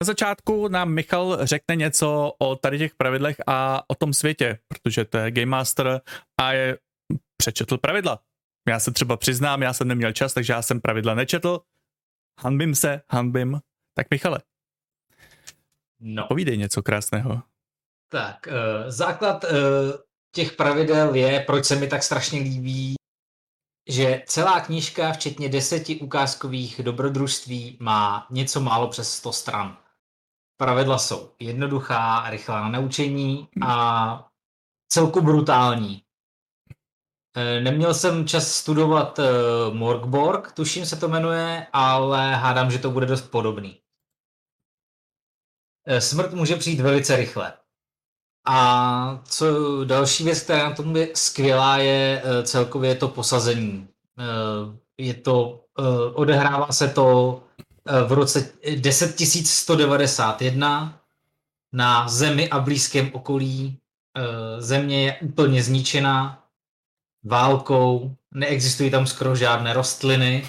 Na začátku nám Michal řekne něco o tady těch pravidlech a o tom světě, protože to je Game Master a je přečetl pravidla. Já se třeba přiznám, já jsem neměl čas, takže já jsem pravidla nečetl. Hanbím. Tak Michale, povídej něco krásného. Tak, základ těch pravidel je, proč se mi tak strašně líbí, že celá knížka, včetně 10 ukázkových dobrodružství, má něco málo přes 100 stran. Pravidla jsou jednoduchá, rychlá na naučení a celku brutální. Neměl jsem čas studovat Morkborg, tuším se to jmenuje, ale hádám, že to bude dost podobný. Smrt může přijít velice rychle. A co další věc, která na tom je skvělá, je celkově to posazení. Odehrává se to v roce 10191 na Zemi a blízkém okolí. Země je úplně zničená válkou, neexistují tam skoro žádné rostliny.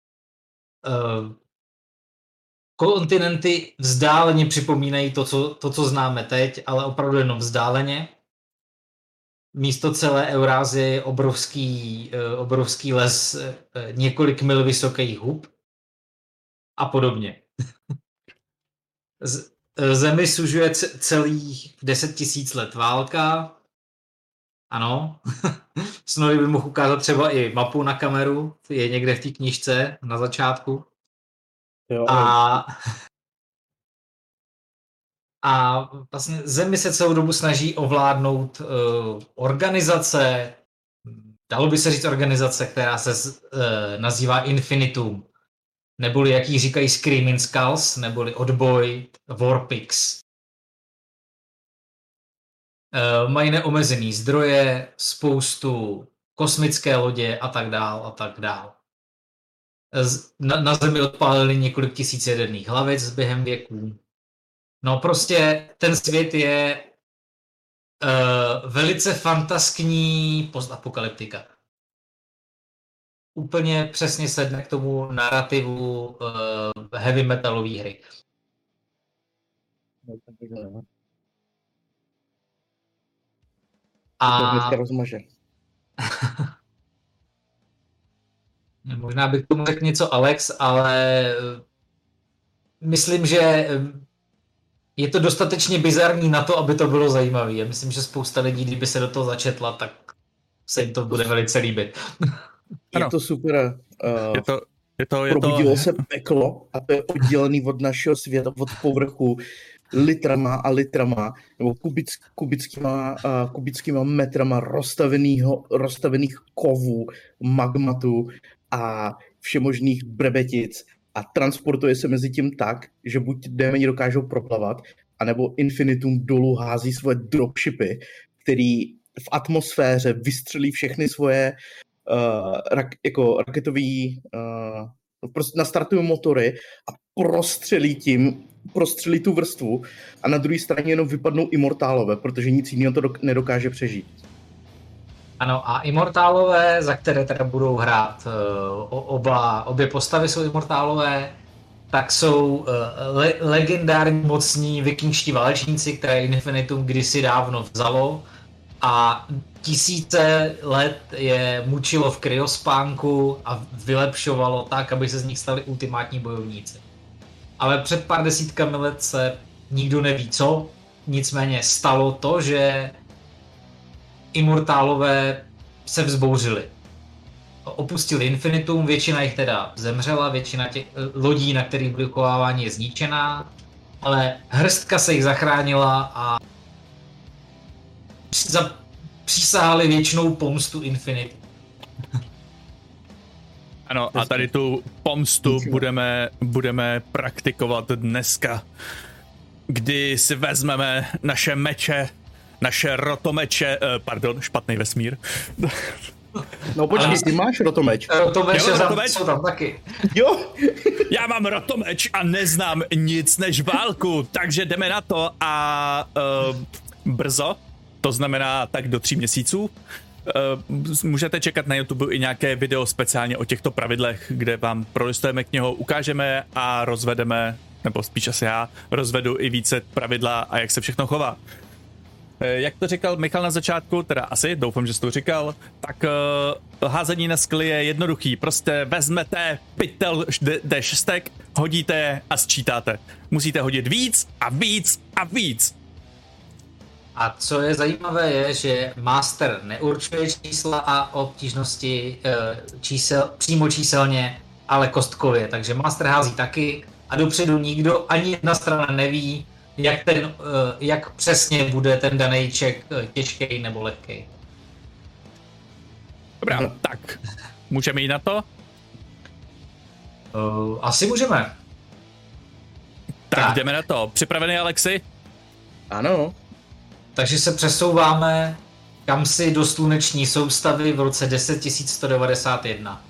Kontinenty vzdáleně připomínají to, co známe teď, ale opravdu jenom vzdáleně. Místo celé Eurázie je obrovský les, několik mil vysokých hub a podobně. Zemi sužuje celých 10 000 let válka. Ano. Snowy by mohl ukázat třeba i mapu na kameru, je někde v té knížce na začátku. Jo, a vlastně Zemi se celou dobu snaží ovládnout organizace, dalo by se říct organizace, která se nazývá Infinitum, neboli jak jí říkají Screaming Skulls, neboli odboj Warpix. Mají neomezený zdroje, spoustu kosmické lodě a tak dál. Na Zemi odpálili několik tisíc jaderných hlavic během věků. No prostě ten svět je velice fantaskní postapokalyptika. Úplně přesně sedne k tomu narrativu heavy metalové hry. A rozmaže. Možná bych tomu řekl něco Alex, ale myslím, že je to dostatečně bizarní na to, aby to bylo zajímavé. Já myslím, že spousta lidí, kdyby se do toho začetla, tak se jim to bude velice líbit. Je to super. Probudilo se peklo a to je oddělený od našeho světa, od povrchu litrama a litrama, nebo kubickýma metrama rozstavených kovů, magmatu a všemožných brebetic a transportuje se mezi tím tak, že buď démoni dokážou proplavat, anebo Infinitum dolů hází svoje dropshipy, který v atmosféře vystřelí všechny svoje raketový prostě nastartují motory a prostřelí tu vrstvu a na druhé straně jenom vypadnou Immortálové, protože nic jiného to nedokáže přežít. Ano, a Immortálové, za které teda budou hrát obě postavy jsou Immortálové, tak jsou legendární mocní vikingští válečníci, které Infinitum kdysi dávno vzalo a tisíce let je mučilo v kryospánku a vylepšovalo tak, aby se z nich stali ultimátní bojovníci. Ale před pár desítkami let se nikdo neví co, nicméně stalo to, že Immortálové se vzbouřili. Opustili Infinitum, většina jich teda zemřela, většina těch lodí, na kterých byly uchováváni, je zničená, ale hrstka se jich zachránila a přísahali věčnou pomstu Infinitum. Ano, a tady tu pomstu budeme praktikovat dneska, kdy si vezmeme naše meče, naše rotomeče, špatný vesmír. No počkej, ty máš rotomeč. Rotomeč jsou tam taky. Jo. Já mám rotomeč a neznám nic než válku, takže jdeme na to a brzo, to znamená tak do 3 měsíců, můžete čekat na YouTube i nějaké video speciálně o těchto pravidlech, kde vám prolistujeme knihu, ukážeme a rozvedeme nebo spíš asi já, rozvedu i více pravidla a jak se všechno chová. Jak to říkal Michal na začátku, teda asi, doufám, že jsi to říkal, tak házení na skly je jednoduchý. Prostě vezmete pytel D6, hodíte je a sčítáte. Musíte hodit víc a víc a víc. A co je zajímavé je, že Master neurčuje čísla a obtížnosti přímo číselně, ale kostkově. Takže Master hází taky a dopředu nikdo, ani jedna strana neví, jak přesně bude ten daný ček těžký nebo lehký. Dobrá, tak můžeme jít na to? Asi můžeme. Tak jdeme na to. Připravený, Alexi? Ano. Takže se přesouváme kamsi do sluneční soustavy v roce 10191.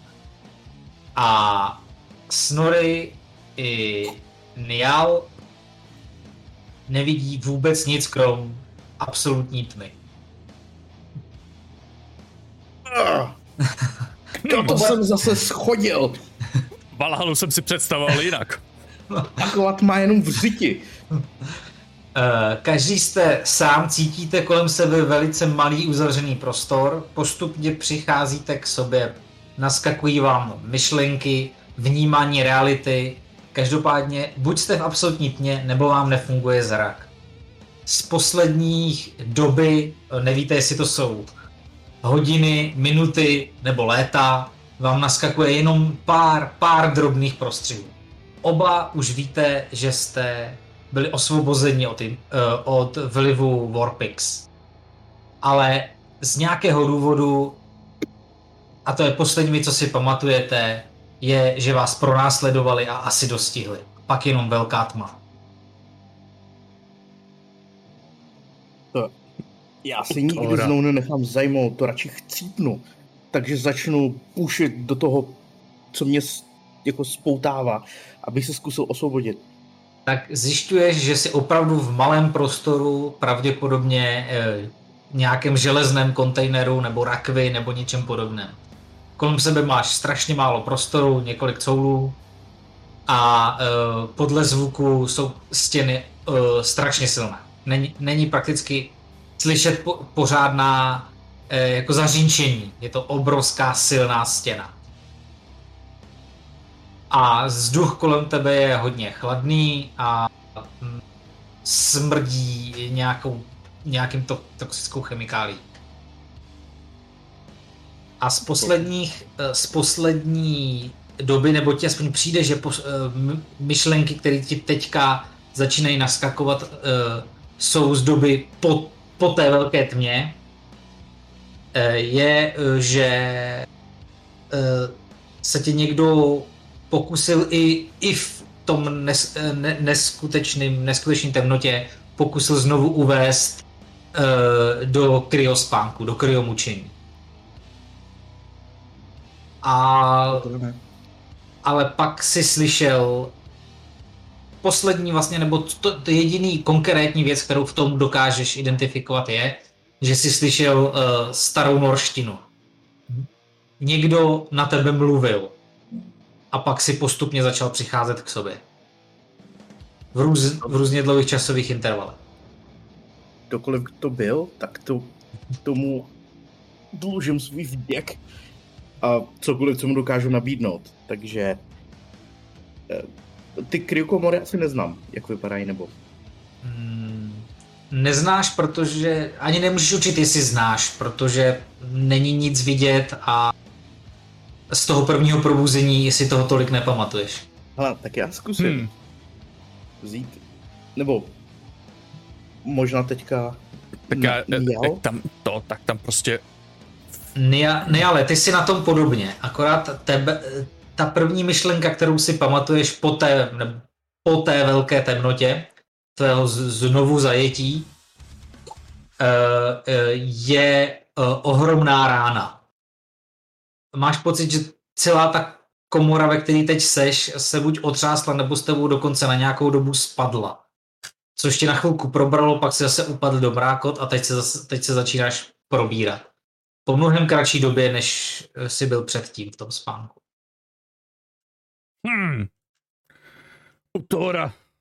A Snorri i Niall nevidí vůbec nic krom absolutní tmy. To jsem zase schodil. Valhalu jsem si představoval jinak. Taková tma jenom v řiti. Každý jste sám cítíte kolem sebe velice malý uzavřený prostor, postupně přicházíte k sobě, naskakují vám myšlenky, vnímání reality, každopádně buď jste v absolutní tmě, nebo vám nefunguje zrak. Z posledních doby, nevíte jestli to jsou hodiny, minuty nebo léta, vám naskakuje jenom pár drobných prostředů. Oba už víte, že jste byli osvobozeni od vlivu Warpix. Ale z nějakého důvodu, a to je poslední, co si pamatujete, je, že vás pronásledovali a asi dostihli. Pak jenom velká tma. Já si nikdy znovu nenechám zajmout, to radši chcípnu. Takže začnu pušit do toho, co mě jako spoutává, abych se zkusil osvobodit. Tak zjišťuješ, že si opravdu v malém prostoru, pravděpodobně nějakém železném kontejneru nebo rakvi nebo něčem podobném. Kolem sebe máš strašně málo prostoru, několik coulů a podle zvuku jsou stěny strašně silné. Není prakticky slyšet pořádná jako zařínčení. Je to obrovská silná stěna. A vzduch kolem tebe je hodně chladný a smrdí nějakým toxickou chemikálí. A z poslední doby, nebo ti aspoň přijde, že myšlenky, které ti teďka začínají naskakovat, jsou z doby po té velké tmě, je, že se tě někdo pokusil i v tom neskutečným temnotě pokusil znovu uvést do kryospánku, do kryomučení. Ale pak si slyšel poslední vlastně, nebo to jediný konkrétní věc, kterou v tom dokážeš identifikovat je, že si slyšel starou norštinu. Někdo na tebe mluvil a pak si postupně začal přicházet k sobě. V různě dlouhých časových intervalech. Kdokoliv to byl, tak tomu dlužím svůj vděk a cokoliv, co mu dokážu nabídnout. Takže ty kryokomory asi neznám, jak vypadají, nebo? Neznáš, protože ani nemůžeš učit, jestli znáš, protože není nic vidět a z toho prvního probuzení si toho tolik nepamatuješ. Hele, tak já zkusím vzít, nebo možná teďka tak tam prostě... Ale ty si na tom podobně, akorát ta první myšlenka, kterou si pamatuješ po té velké temnotě, tvého znovu zajetí, je ohromná rána. Máš pocit, že celá ta komora, ve které teď seš, se buď otřásla, nebo s tebou dokonce na nějakou dobu spadla. Což tě na chvilku probralo, pak si zase upadl do mrákot a teď se začínáš probírat. Po mnohem kratší době, než jsi byl předtím v tom spánku. U Tóra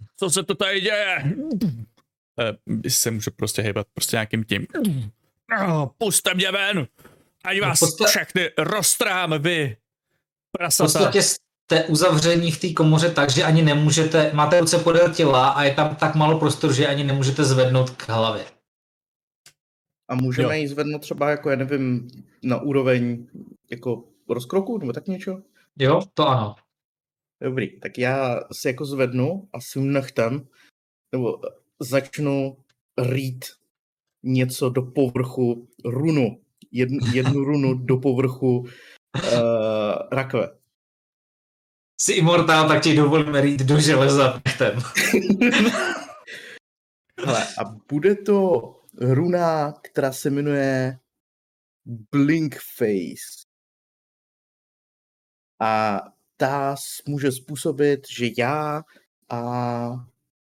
Co se to tady děje? Se můžu prostě hejbat prostě nějakým tím. Puste mě ven! Ať vás všechny roztrhám, vy prasata. V podstatě jste uzavření v té komoře tak, že ani nemůžete, máte ruce podél těla a je tam tak málo prostoru, že ani nemůžete zvednout k hlavě. A můžeme ji zvednout třeba jako, já nevím, na úroveň jako rozkroku, nebo tak něco? Jo, to ano. Dobrý, tak já si jako zvednu a svým nechtem, nebo začnu rýt něco do povrchu runu. Jednu runu do povrchu rakve. Jsi immortál, tak ti dovolíme rýt do železa nechtem. Hele, a bude to runa, která se jmenuje Blink Face. A ta může způsobit, že já a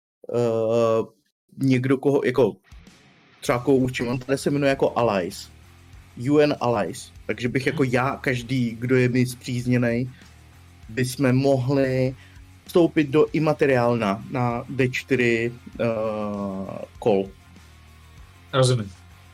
někdo, koho, jako třeba koho určím, on tady se jmenuje jako Allies. UN Allies. Takže bych jako já, každý, kdo je mi spřízněnej, bychom mohli vstoupit do imateriálna na D4 kol. Rozumím.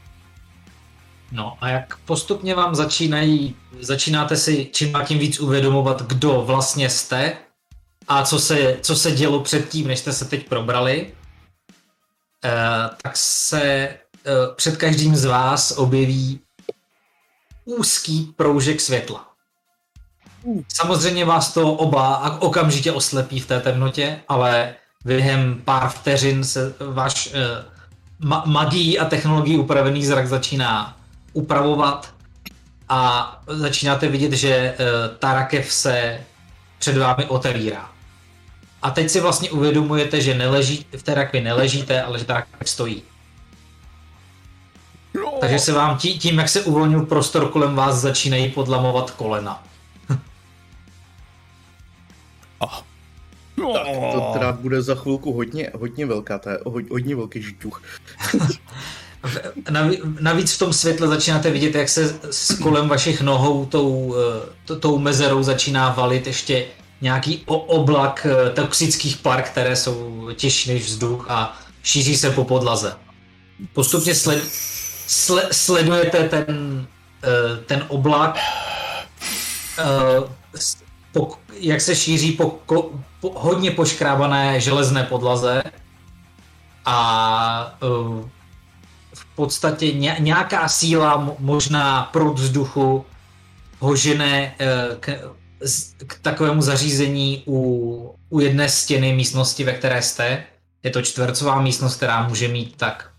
No a jak postupně vám začínáte si čím a tím víc uvědomovat, kdo vlastně jste a co se dělo předtím, než jste se teď probrali, tak se před každým z vás objeví úzký proužek světla. Samozřejmě vás to oba okamžitě oslepí v té temnotě, ale během pár vteřin se váš magií a technologií upravený zrak začíná upravovat a začínáte vidět, že ta rakev se před vámi otevírá. A teď si vlastně uvědomujete, že v té rakvi neležíte, ale že ta rakev stojí. Takže se vám tím, jak se uvolnil prostor kolem vás, začínají podlamovat kolena. Tak to teda bude za chvilku hodně velká, hodně velký žďuch. Navíc v tom světle začínáte vidět, jak se s kolem vašich nohou tou mezerou začíná valit ještě nějaký oblak toxických par, které jsou těžší než vzduch a šíří se po podlaze. Postupně sledujete ten oblak, jak se šíří po hodně poškrábané železné podlaze a v podstatě nějaká síla, možná proud vzduchu, ho žene k takovému zařízení u jedné stěny místnosti, ve které jste. Je to čtvercová místnost, která může mít tak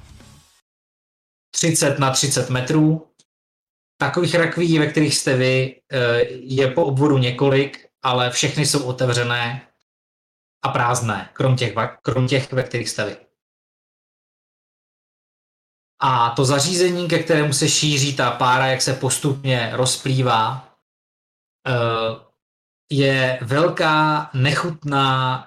30 na 30 metrů. Takových rakví, ve kterých jste vy, je po obvodu několik, ale všechny jsou otevřené a prázdné, krom těch, ve kterých jste vy. A to zařízení, ke kterému se šíří ta pára, jak se postupně rozplývá, je velká, nechutná,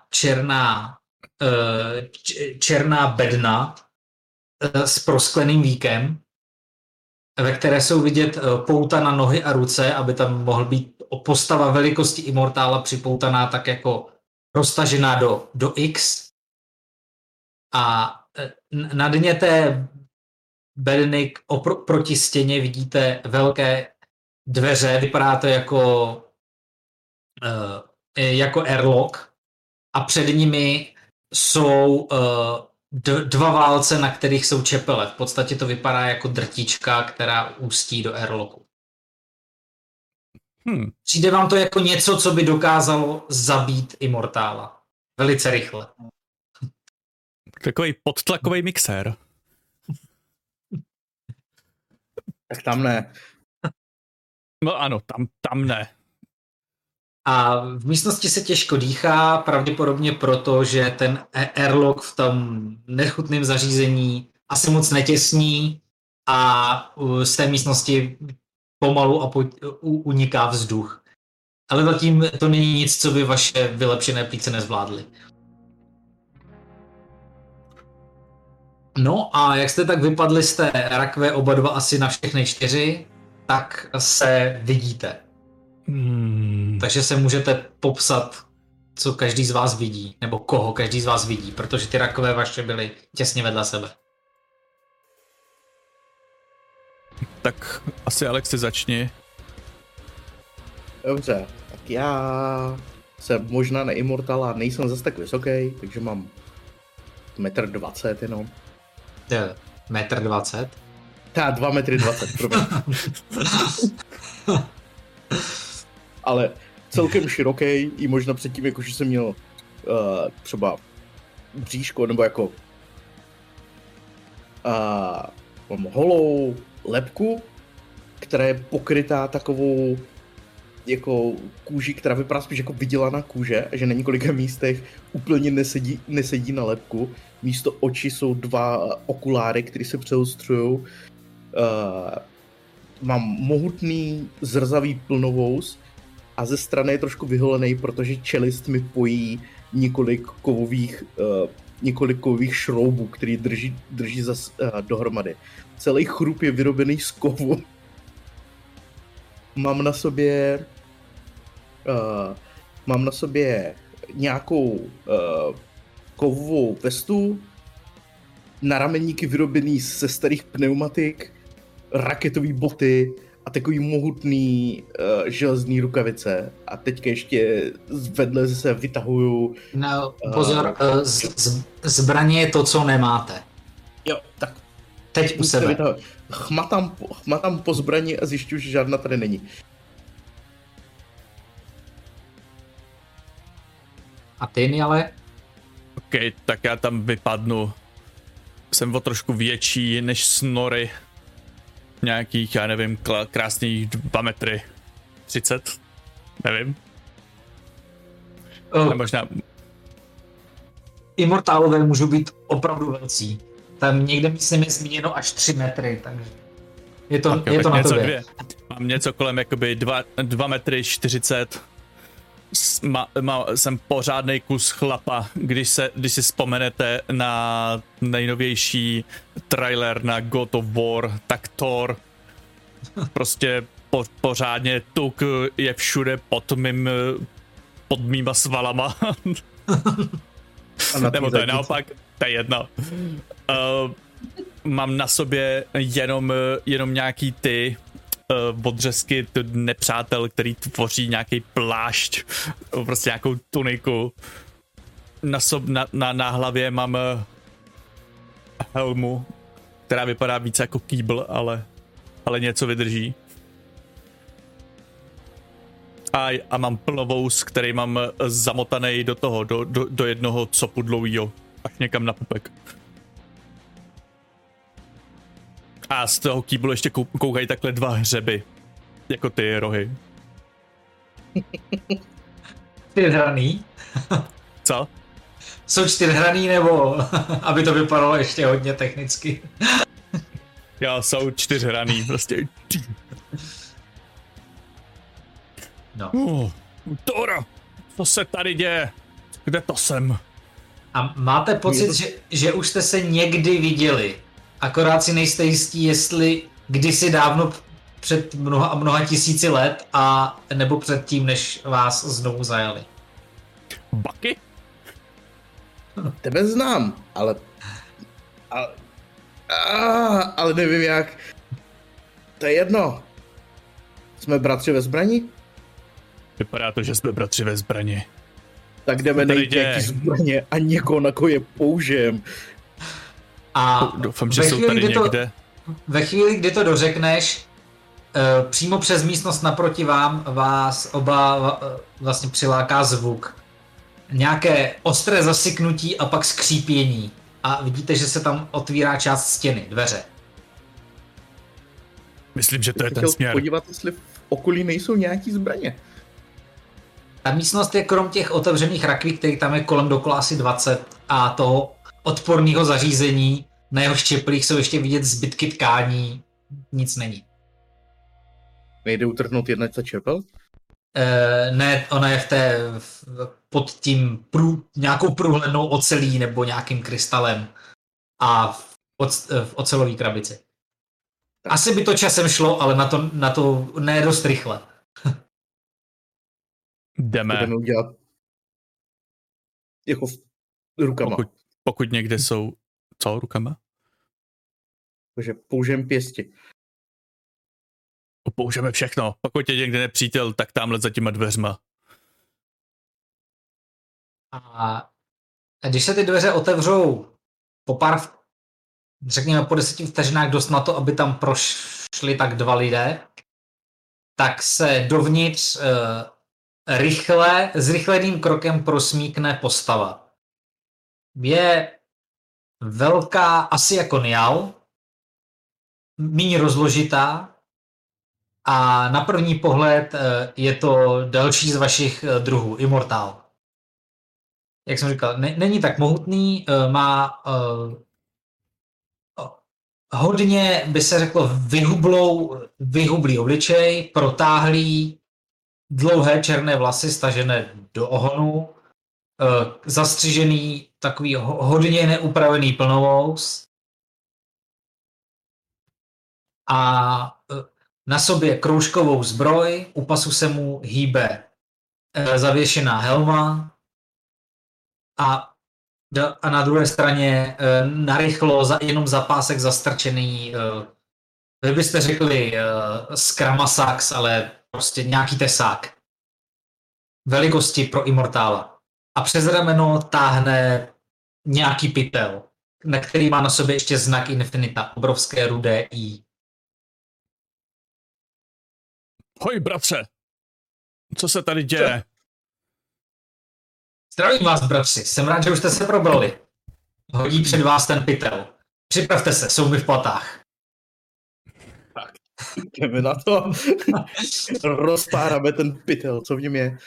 černá bedna s proskleným víkem, ve které jsou vidět pouta na nohy a ruce, aby tam mohl být postava velikosti immortála připoutaná tak jako roztažená do X. A na dně té bedny proti stěně vidíte velké dveře, vypadá to jako airlock a před nimi jsou dva válce, na kterých jsou čepele. V podstatě to vypadá jako drtička, která ústí do airlocku. Přijde vám to jako něco, co by dokázalo zabít immortála. Velice rychle. Takový podtlakový mixér. Tak tam ne. No ano, tam ne. A v místnosti se těžko dýchá, pravděpodobně proto, že ten airlock v tom nechutném zařízení asi moc netěsní a z té místnosti pomalu uniká vzduch. Ale zatím to není nic, co by vaše vylepšené plíce nezvládly. No a jak jste tak vypadli z té rakve oba dva asi na všechny 4, tak se vidíte. Takže se můžete popsat co každý z vás vidí, nebo koho každý z vás vidí, protože ty rakové vaše byly těsně vedle sebe. Tak asi Alexi začni. Dobře, tak já jsem možná neimmortal a nejsem zase tak vysoký, takže mám 1,20 m jenom. 1,20 m? Ta 2,20 m, promiň. Ale celkem široký, i možná předtím, jakože jsem měl třeba bříško, nebo jako mám holou lebku, která je pokrytá takovou jako kůži, která vypadá spíš jako vydělaná kůže, a že na několika místech úplně nesedí na lebku. Místo očí jsou 2 okuláry, které se přeostřují. Mám mohutný zrzavý plnovous a ze strany je trošku vyholený, protože čelist mi pojí několik kovových šroubů, který drží zas dohromady. Celý chrup je vyrobený z kovu. Mám na sobě nějakou kovovou vestu, narameníky vyrobený ze starých pneumatik, raketový boty a takový mohutný železný rukavice. A teďka ještě vedle se vytahuju... No, pozor, zbraně je to, co nemáte. Jo, tak teď u sebe. Chmatám po zbraní a zjišťuji, že žádná tady není. A ty, ale? OK, tak já tam vypadnu. Jsem o trošku větší než Snorri. Nějakých, já nevím, krásných 2 metry 30. Nevím. Možná... Immortálové můžou být opravdu velcí. Tam někde myslím je zmíněno až 3 metry, takže je to na tobě. Mám něco kolem jakoby 2 metry 40. Jsem pořádnej kus chlapa, když si vzpomenete na nejnovější trailer na God of War, tak Thor prostě pořádně tuk je všude pod mýma svalama. Nebo to je naopak, to je jedno. Mám na sobě jenom nějaký odřezky nepřátel, který tvoří nějaký plášť, prostě nějakou tuniku. Na hlavě mám helmu, která vypadá více jako kýbl, ale něco vydrží. A mám plnovous, který mám zamotaný do jednoho copu dlouhýho, až někam na pupek. A z toho kýblu ještě koukají takhle 2 hřeby, jako ty rohy. Čtyřhraný? Co? Jsou 4hraný, nebo aby to vypadalo ještě hodně technicky? Jo, jsou 4hraný, prostě. No. Tora, co se tady děje? Kde to jsem? A máte pocit, že už jste se někdy viděli, akorát si nejste jistí, jestli kdysi dávno před mnoha tisíci let, a nebo před tím, než vás znovu zajali. Bucky? Tebe znám, ale nevím jak. To je jedno. Jsme bratři ve zbrani? Vypadá to, že jsme bratři ve zbrani. Tak jdeme najít nějaký zbraně a někoho, na koho je použijem. A doufám, že jsou tady někde. Ve chvíli, kdy to dořekneš, přímo přes místnost naproti vás oba vlastně přiláká zvuk. Nějaké ostré zasyknutí a pak skřípění. A vidíte, že se tam otvírá část stěny, dveře. Myslím, že to je ten směr. Podívat, jestli v okolí nejsou nějaký zbraně. Ta místnost je krom těch otevřených rakví, který tam je kolem dokola asi 20, a toho odporného zařízení, na jeho štěplích jsou ještě vidět zbytky tkání, nic není. Nejde utrhnout jedna ta čepel? Ne, ona je pod tím nějakou průhlednou ocelí nebo nějakým krystalem a v ocelové krabici. Asi by to časem šlo, ale na to ne dost rychle. Jdeme. Jako rukama. Pokud někde jsou... Co rukama? Takže použijem pěsti. Použijeme všechno. Pokud je někde nepřítel, tak tamhle za těma dveřma. A když se ty dveře otevřou řekněme po 10 vteřinách dost na to, aby tam prošli tak 2 lidé, tak se dovnitř zrychleným krokem prosmíkne postava. Je velká, asi jako Niall, míň rozložitá a na první pohled je to další z vašich druhů, Immortal. Jak jsem říkal, není tak mohutný, má hodně, by se řeklo, vyhublý obličej, protáhlý, dlouhé černé vlasy stažené do ohonu, zastřižený takový hodně neupravený plnovous a na sobě kroužkovou zbroj, u pasu se mu hýbe zavěšená helma a na druhé straně narychlo jenom za pásek zastrčený, vy byste řekli skramasax, ale prostě nějaký tesák. Velikosti pro Immortála. A přes rameno táhne nějaký pytel, na který má na sobě ještě znak Infinita, obrovské rudé I. Hoj, bratře! Co se tady děje? Zdravím vás, bratři. Jsem rád, že už jste se probrali. Hodí před vás ten pytel. Připravte se, jsou mi v platách. Tak, jdeme na to. Rozpáráme ten pytel, co v něm je.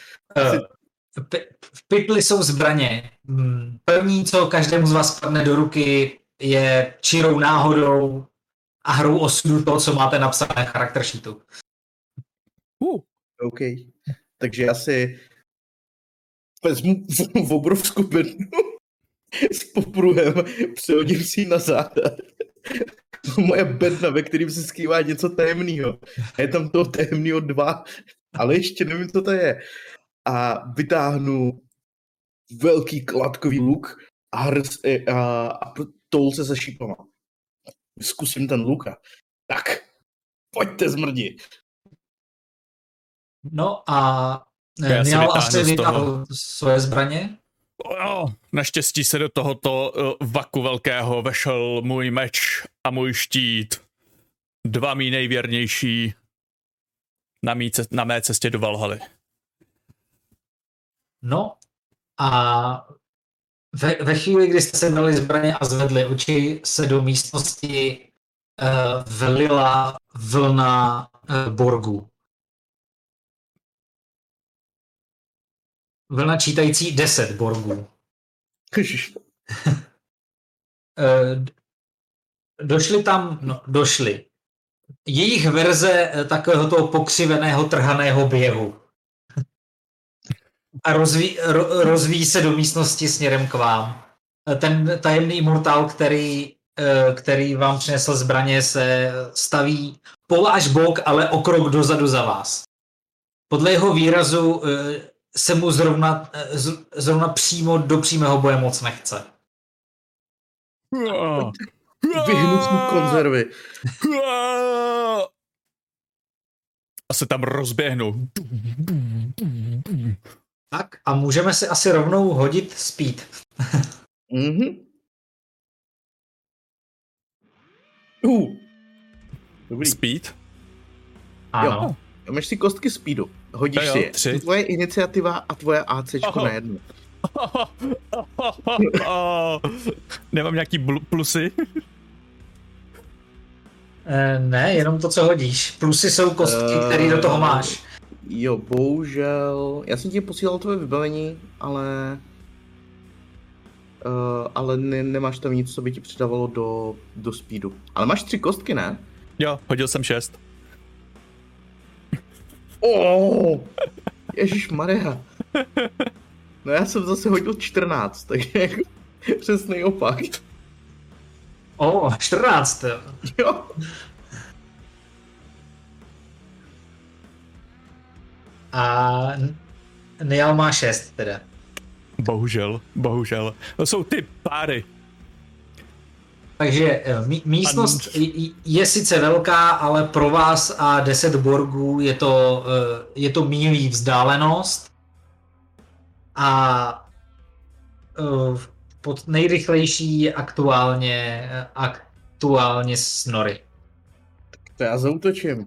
V pytli jsou zbraně. První, co každému z vás spadne do ruky, je čirou náhodou a hrou osudu toho, co máte napsané v charakter sheetu. OK. Takže já si vezmu v obrovskou bednu s popruhem, přehodím si ji na záda. Moje bedna, ve kterým se skrývá něco tajemného. A je tam toho tajemného 2, ale ještě nevím, co to je. A vytáhnu velký kladkový luk a toul se za šípama. Zkusím ten luk. Tak, pojďte zmrdi. No a Niall asi vytáhl svoje zbraně? Naštěstí se do tohoto vaku velkého vešel můj meč a můj štít. 2 mý nejvěrnější na mé cestě do Valhaly. No a ve chvíli, kdy jste se dali zbraně a zvedli oči, se do místnosti vlila vlna borgů. Vlna čítající 10 borgů. Došli. Jejich verze takového toho pokřiveného, trhaného běhu. A rozvíjí se do místnosti směrem k vám. Ten tajemný Immortal, který vám přinesl zbraně, se staví poláž bok, ale o krok dozadu za vás. Podle jeho výrazu se mu zrovna přímo do přímého boje moc nechce. Vyhnutí konzervy. A se tam rozběhnu. Tak a můžeme si asi rovnou hodit speed. Dobrý. Speed? Ano. Jo. Máš si kostky speedu. Hodíš jo, si je. 3. Tvoje iniciativa a tvoje ACčko na jednu. Nemám nějaký plusy? Ne, jenom to, co hodíš. Plusy jsou kostky, které do toho máš. Jo, bohužel. Já jsem ti posílal tvoje vybavení, ale nemáš tam nic, co by ti přidávalo do speedu. Ale máš 3 kostky, ne? Jo, hodil jsem 6. Ježišmarja. No já jsem zase hodil 14, takže jako přesný opak. 14. Jo. A Niall má 6 teda. Bohužel. To jsou ty páry. Takže místnost je sice velká, ale pro vás a 10 borgů je to mílí vzdálenost. A pod nejrychlejší aktuálně Snorri. To já zaútočím.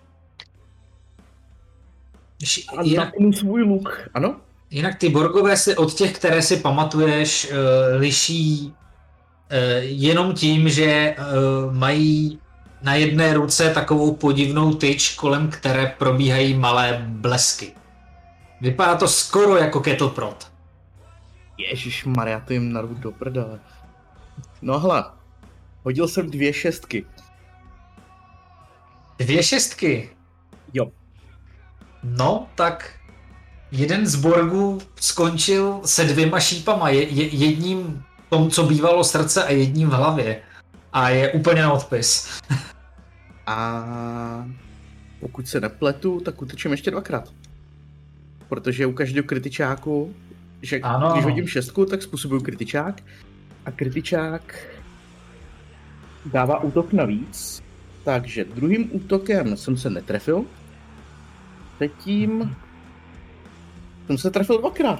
A Jinak, napnu svůj luk, ano? jinak ty borgové si od těch, které si pamatuješ, liší jenom tím, že mají na jedné ruce takovou podivnou tyč, kolem které probíhají malé blesky. Vypadá to skoro jako kettleprot. Ježišmarja, to jim narvu do prdele. No hele, hodil jsem 2 šestky. 2 šestky? Jo. No, tak jeden z borgů skončil se 2 šípama, jedním tom, co bývalo srdce a jedním v hlavě. A je úplně na odpis. A pokud se nepletu, tak utečím ještě 2krát. Protože u každého kritičáku, že když hodím 6, tak způsobuju kritičák. A kritičák dává útok navíc. Takže druhým útokem jsem se netrefil. Třetím jsem se trefil 2krát.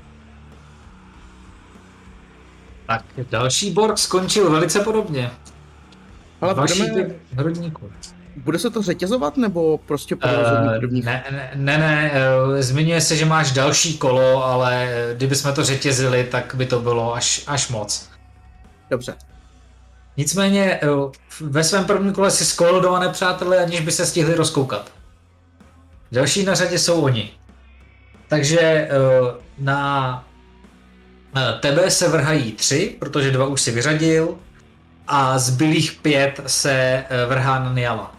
Tak další borg skončil velice podobně. Ale bude se to řetězovat, nebo prostě po rozhodnutí prvních? Ne, zmiňuje se, že máš další kolo, ale kdybychom to řetězili, tak by to bylo až moc. Dobře. Nicméně ve svém prvním kole si skolil 2 nepřátelé, aniž by se stihli rozkoukat. Další na řadě jsou oni. Takže na tebe se vrhají 3, protože 2 už si vyřadil, a zbylých 5 se vrhá na Niala.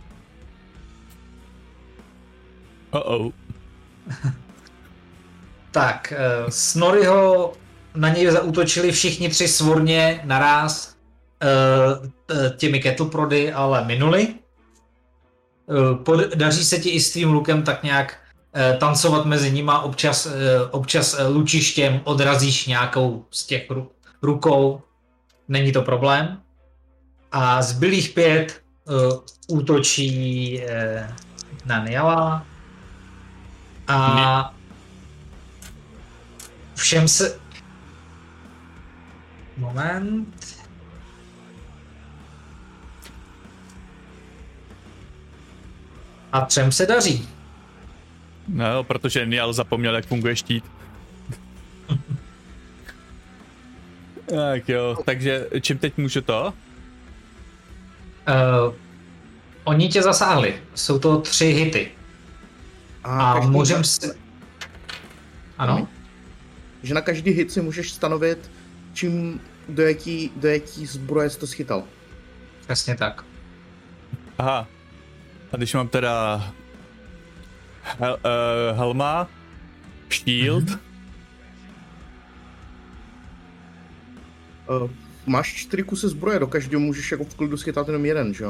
Tak, Snorriho na něj zaútočili všichni 3 svorně naráz těmi kettleprody, ale minuli. Daří se ti i s tvým lukem tak nějak tancovat mezi nima, občas lučištěm odrazíš nějakou z těch rukou, není to problém. A zbylých 5 útočí na Niala a všem se... Moment... A 3 se daří. No, protože Niall zapomněl, jak funguje štít. Tak jo, takže čím teď můžu to? Oni tě zasáhli. Jsou to 3 hity. A můžem si... Ano? Že na každý hit si můžeš stanovit, do jaký zbroje jsi to schytal. Přesně tak. Aha. A když mám teda helma, shield. Máš 4 kusy zbroje, do každého můžeš jako v klidu schytat jenom jeden, že jo?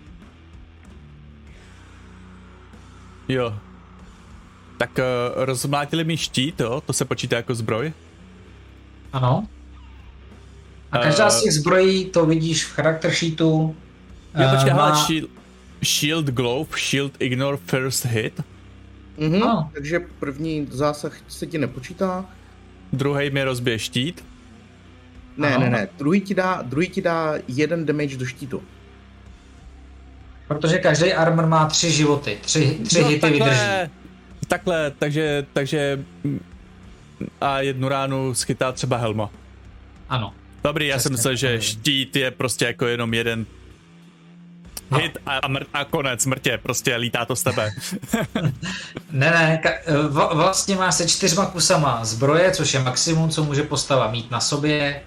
Jo. Tak rozmlátili mi štít, jo? To se počítá jako zbroj? Ano. A každá z těch zbrojí, to vidíš v charakter sheetu. Jo, počkej, shield glove, shield ignore first hit. Takže první zásah se ti nepočítá. Druhý mi rozbije štít. Ne. Druhý ti dá 1 damage do štítu. Protože každý armor má 3 životy. 3 hity vydrží. Takhle, takže a 1 ránu schytá třeba helma. Ano. Dobrý, já jsem myslel, že štít je prostě jako jenom 1 hit a konec mrtě, prostě lítá to z tebe. ne, vlastně má se 4 kusama zbroje, což je maximum, co může postava mít na sobě.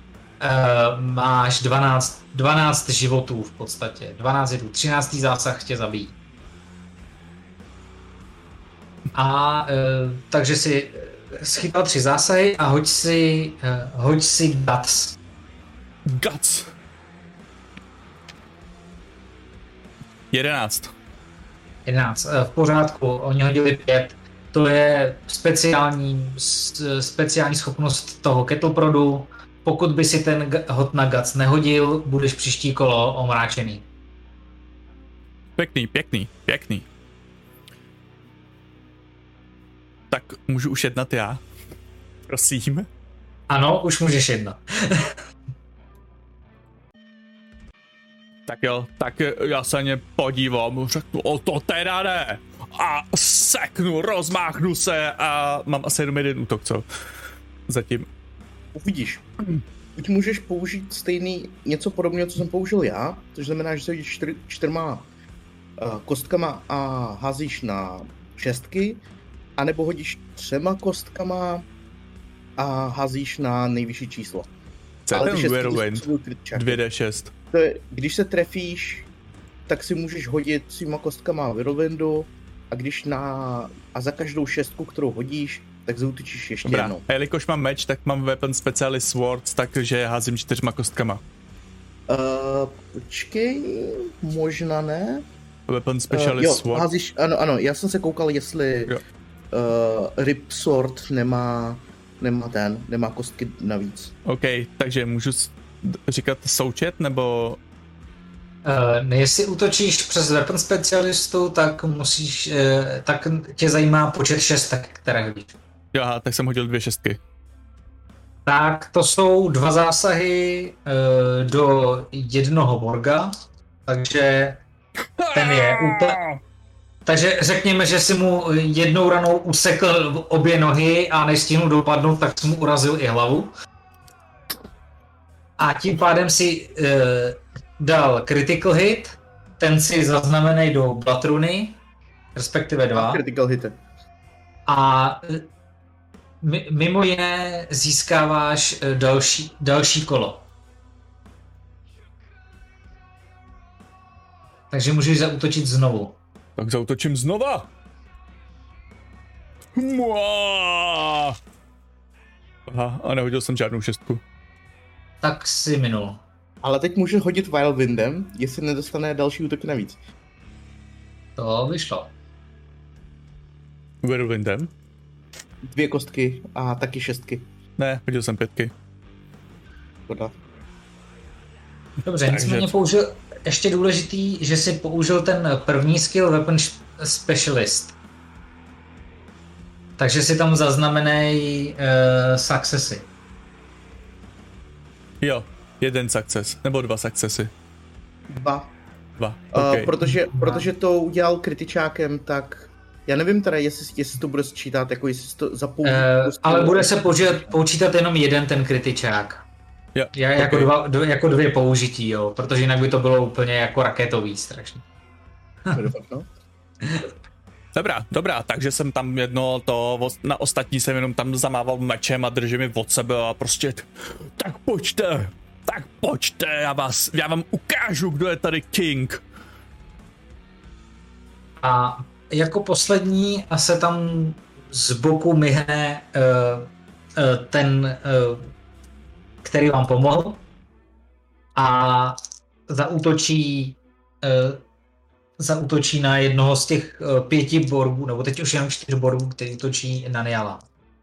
Máš 12 životů v podstatě, 12 hitů, 13. zásah tě zabíjí. A takže si schytal 3 zásahy a hoď si Guts. Guts. 11. 11, v pořádku, oni hodili 5. to je speciální schopnost toho Kettleprodu. Pokud by si ten hod na Guts nehodil, budeš příští kolo omráčený. Pěkný. Tak můžu už jednat já? Prosím. Ano, už můžeš jednat. Tak jo, tak já se ně podívám, řeknu, o to teda ne. A seknu, rozmáchnu se a mám asi jenom jeden útok, co? Zatím. Uvidíš. Teď můžeš použít stejný něco podobného, co jsem použil já, což znamená, že se hodíš 4 kostkama a házíš na šestky, anebo hodíš 3 kostkama a házíš na nejvyšší číslo. Co je ten Whirlwind? 2d6. Když se trefíš, tak si můžeš hodit 3 kostkama Whirlwindu a za každou šestku, kterou hodíš, tak zaútočíš ještě jednou. A jelikož mám meč, tak mám Weapon Specialist Swords, takže házím 4 kostkama. Počkej, možná ne. Weapon Specialist Sword. Házíš, ano, já jsem se koukal, jestli Rip Sword nemá kostky navíc. OK, takže můžu říkat součet, nebo... Jestli útočíš přes Weapon Specialistu, tak tak tě zajímá počet šestek, které hodíš. Jo, aha, tak jsem hodil 2 šestky. Tak to jsou 2 zásahy do jednoho Borga, takže ten je Takže řekněme, že si mu jednou ranou usekl obě nohy a než stihnul dopadnout, tak si mu urazil i hlavu. A tím pádem si dal critical hit, ten si zaznamenej do Blood runy, respektive 2. Critical hit. A mimo jiné získáváš další kolo. Takže můžeš zaútočit znovu. Tak zaútočím znova. Aha, a nehodil jsem žádnou šestku. Tak si minul. Ale teď může hodit Whirlwindem, jestli nedostane další útoky navíc. To vyšlo. Whirlwindem? 2 kostky a taky šestky. Ne, hodil jsem 5. Škoda. Dobře, nicméně použil ještě důležitý, že si použil ten první skill Weapon Specialist. Takže si tam zaznamenej successy. Jo, 1 success, nebo 2 successy. 2. Okay. Protože to udělal kritičákem, tak já nevím teda, jestli to bude sčítat, jako jestli to zapoužít. Ale bude se počítat jenom jeden ten kritičák. Jo, jako 2 použití, jo, protože jinak by to bylo úplně jako raketový strašně. Dobrá, takže jsem tam na ostatní jsem jenom tam zamával mečem a držím mi od sebe a prostě tak pojďte, já vám ukážu, kdo je tady king. A jako poslední se tam z boku myhne ten, který vám pomohl a zaútočí na jednoho z těch 5 borgů, nebo teď už jenom 4 borgů, který útočí na Niala.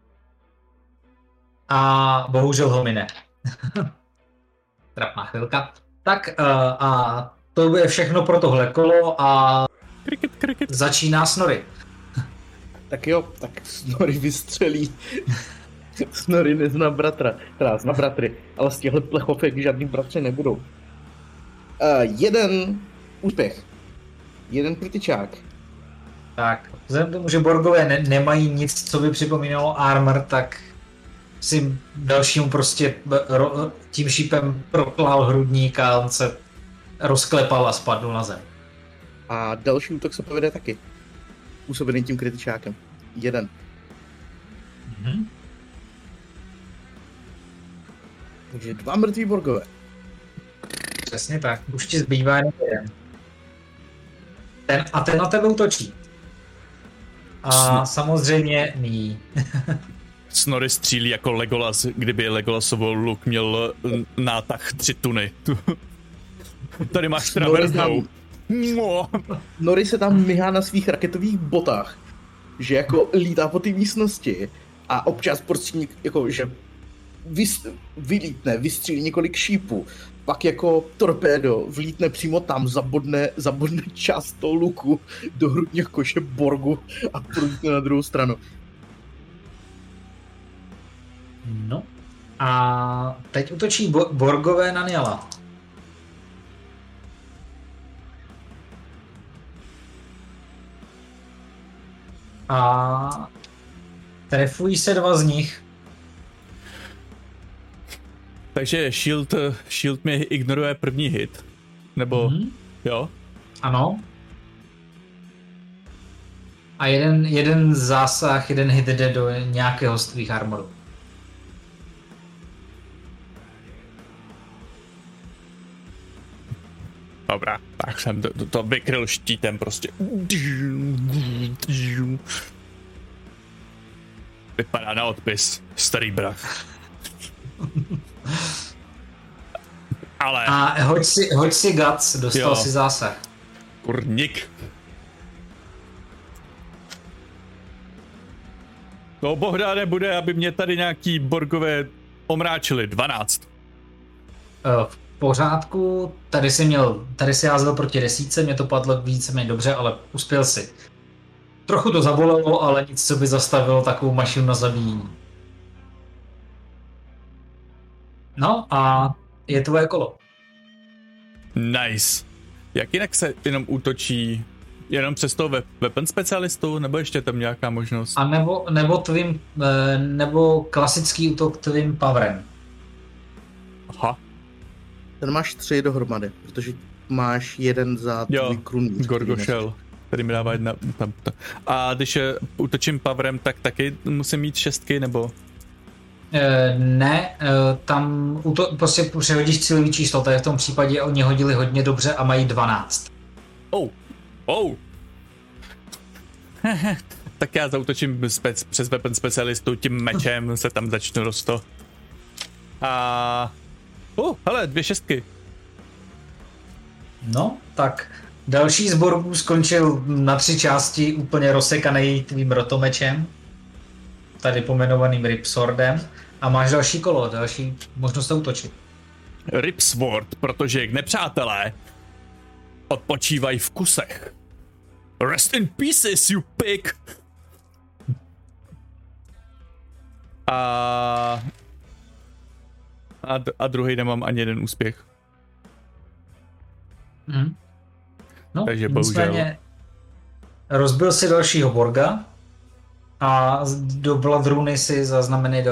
A bohužel ho mine. Trapná chvilka. Tak a to je všechno pro tohle kolo a Cricket. začíná Snorri. Tak jo, tak Snorri vystřelí. Snorri nezná bratra, teda zná bratry, ale z těchto plechovek žádný bratři nebudou. 1 úspěch. 1 kritičák. Tak, vzhledem k tomu, že Borgové nemají nic, co by připomínalo armor, tak si dalšímu prostě tím šípem proklál hrudník a on se rozklepal a spadl na zem. A další útok se povede taky. Působený tím kritičákem. 1. Mhm. Takže 2 mrtví Borgové. Přesně tak, už ti zbývá jen jeden. Ten na tebe útočí. A samozřejmě ní. Snorri střílí jako Legolas, kdyby Legolasovou luk měl nátah 3 tuny. Tady máš traverznou. Snorri se tam myhá na svých raketových botách. že jako lítá po té místnosti a občas prostě jako, že vylítne, vystřílí několik šípů, pak jako torpédo vlítne přímo tam, zabodne část toho luku do hrudního koše Borgu a prolítne na druhou stranu. No. A teď útočí Borgové na Niala. A trefují se 2 z nich. Takže shield mi ignoruje první hit. Nebo, jo? Ano. A jeden zásah, jeden hit jde do nějakého z tvých armorů. Dobrá, tak jsem to vykryl štítem prostě. Vypadá na odpis, starý brach. Ale... A hoď si guts, dostal si zásah. Kurník. No bohda nebude, aby mě tady nějaký Borgové omráčili. 12. V pořádku, tady si házel proti 10, mě to padlo víceméně dobře, ale uspěl si. Trochu to zabolelo, ale nic, co by zastavilo takovou mašinu na zabíjení. No a je tvoje kolo. Nice. Jak jinak se jenom útočí? Jenom přes toho weapon specialistu, nebo ještě tam nějaká možnost? A nebo klasický útok tvým powerem. Aha. Ten máš 3 dohromady, protože máš jeden za tvůj krunýř. Gorgošel, který mi dává jedna tam. A když útočím powerem, tak taky musím mít 6, nebo? Ne, tam prostě přehodíš cílový číslo, takže v tom případě oni hodili hodně dobře a mají 12. Tak já zautočím přes weapon specialistu, tím mečem se tam začnu rosto. A... hele, 2 6. No, tak další z Borgů skončil na 3 části úplně rozsekaný tvým rotomečem. Tady pomenovaným Ripswordem. A máš další kolo, další možnost útočit. Ripsword, protože nepřátelé odpočívají v kusech. Rest in pieces, you pig! A druhý nemám ani jeden úspěch. No, takže bohužel. Rozbil si dalšího Borga a do Bloodruny si zaznamenej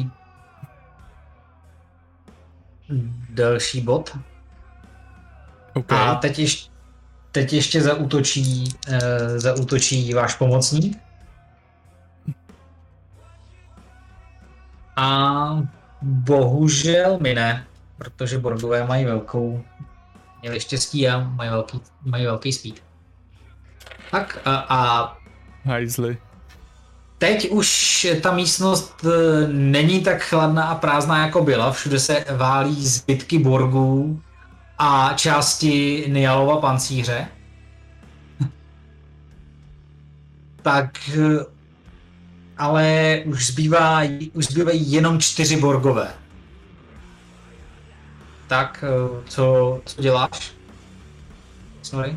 další bod. Okay. A teď ještě zaútočí váš pomocník. A bohužel mine, protože Borgové měli štěstí a mají velký speed. Tak a hajzli. teď už ta místnost není tak chladná a prázdná, jako byla. Všude se válí zbytky Borgů a části Nialova pancíře. Tak, ale už zbývají jenom 4 Borgové. Tak, co děláš? Sorry.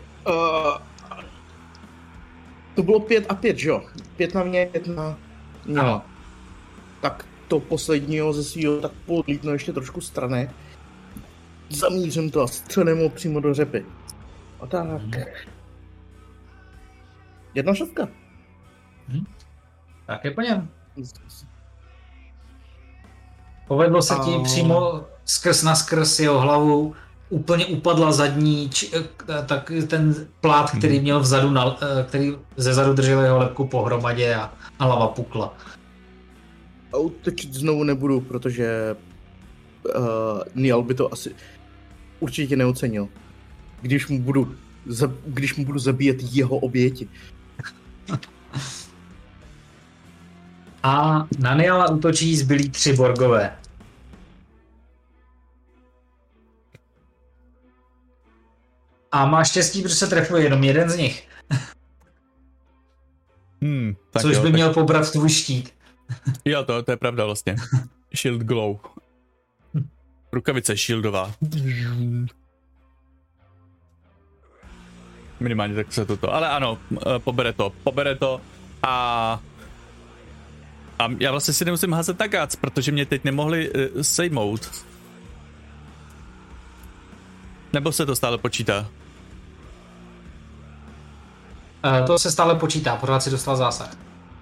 To bylo 5 a 5, že jo? 5 na mě, 5 na... No. Tak to posledního ze svýho tak podlítnu ještě trošku strany. Zamířím to a střelím ho přímo do řepy. A tak. 1 6. Tak je po něm. Povedlo se ti přímo skrz na skrz jeho hlavu. Úplně upadla zadní, tak ten plát, který měl vzadu, který zezadu držel jeho lebku pohromadě a hlava pukla. A útočit znovu nebudu, protože Nial by to asi určitě neocenil, když mu budu zabíjet jeho oběti. A na Niala útočí zbylí 3 Borgové. A má štěstí, protože se trefuje jenom jeden z nich. Což by měl pobrat tvůj štít. Jo, to je pravda vlastně. Shield glow. Rukavice shieldová. Minimálně tak se toto. Ale ano, pobere to a já vlastně si nemusím házet na guts, protože mě teď nemohli sejmout. Nebo se to stále počítá? To se stále počítá, pořád si dostal zásah.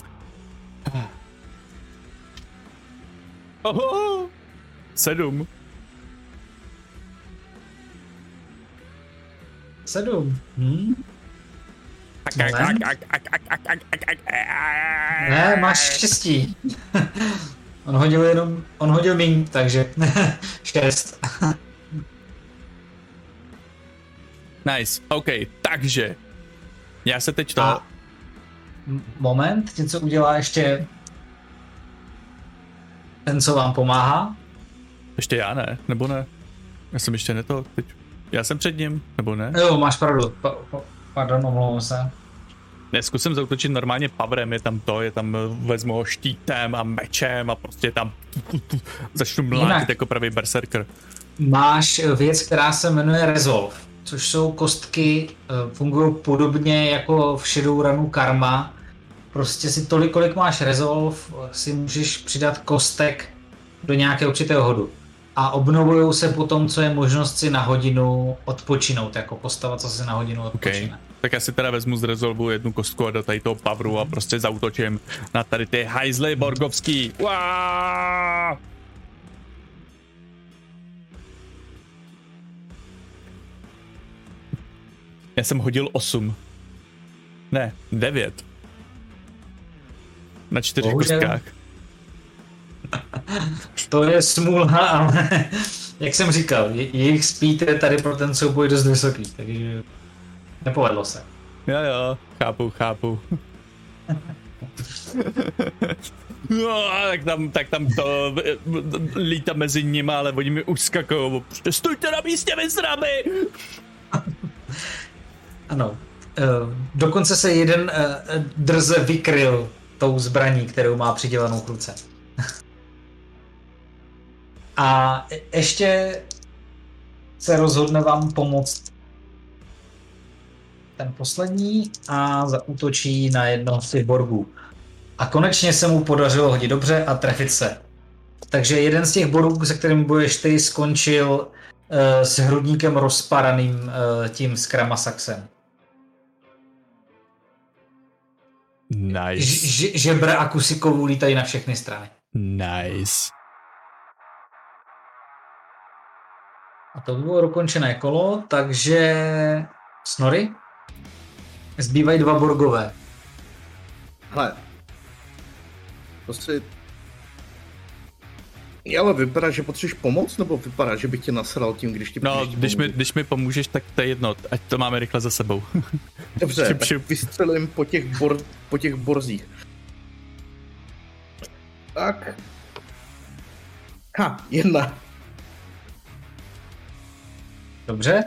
Oho, 7. 7. Ne, máš štěstí. On hodil míň, takže 6. Nice, OK, takže já se teď to... Moment, něco udělá ještě ten, co vám pomáhá. Ještě já ne, nebo ne? Já jsem ještě ne to teď. Já jsem před ním, nebo ne? Jo, máš pravdu. Pardon, omlouvám se. Ne, zkusím zautočit normálně powerem, je tam vezmu ho štítem a mečem a prostě tam začnu mlátit jako pravý berserker. Máš věc, která se jmenuje Resolve, což jsou kostky, fungují podobně jako v Shadowrunu Karma. Prostě si tolik, kolik máš Resolve, si můžeš přidat kostek do nějakého určitého hodu. A obnovují se potom, co je možnost si na hodinu odpočinout, jako postava, co si na hodinu odpočine. Okay. Tak já si teda vezmu z Resolvu jednu kostku a do tady toho poweru a prostě zautočím na tady ty hajzly borgovský. Uaaaa! Já jsem hodil 8. Ne, 9. Na 4 kostkách. To je smůla, ale jak jsem říkal, jejich speed je tady pro ten souboj dost vysoký, takže nepovedlo se. Jo, chápu. No, tak tam to lítá mezi nimi, ale oni mi uskakujou. Stůjte na místě, vy zramy! Ano, dokonce se jeden drze vykryl tou zbraní, kterou má přidělanou k ruce. A ještě se rozhodne vám pomoct ten poslední a zaútočí na jednoho z těch borgů. A konečně se mu podařilo hodit dobře a trefit se. Takže jeden z těch borgů, se kterým bojuješ ty, skončil s hrudníkem rozparaným tím Skramasaxem. Nice. Žebra a kusy kovů lítají na všechny strany. Nice. A to bylo dokončené kolo, takže Snorri? Zbývají 2 borgové. Hele. Prostě... Ale vypadá, že potřebuješ pomoc, nebo vypadá, že bych tě nasral tím, když ti když mi pomůžeš, tak to je jedno, ať to máme rychle za sebou. Dobře, tak vystřelím po těch borzích. Tak. 1. Dobře,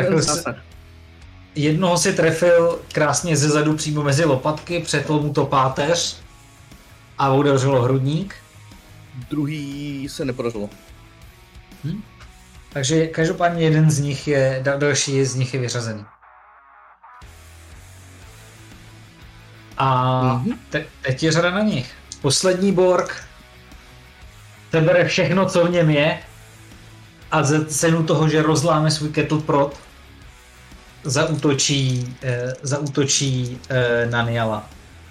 jednoho si trefil krásně zezadu přímo mezi lopatky, přetl mu to páteř a udeřilo hrudník. Druhý se nepodařilo. Takže každopádně jeden z nich další z nich je vyřazený. A teď je řada na nich. Poslední borg sebere všechno, co v něm je, a za cenu toho, že rozláme svůj kettle prot, zaútočí na Niala.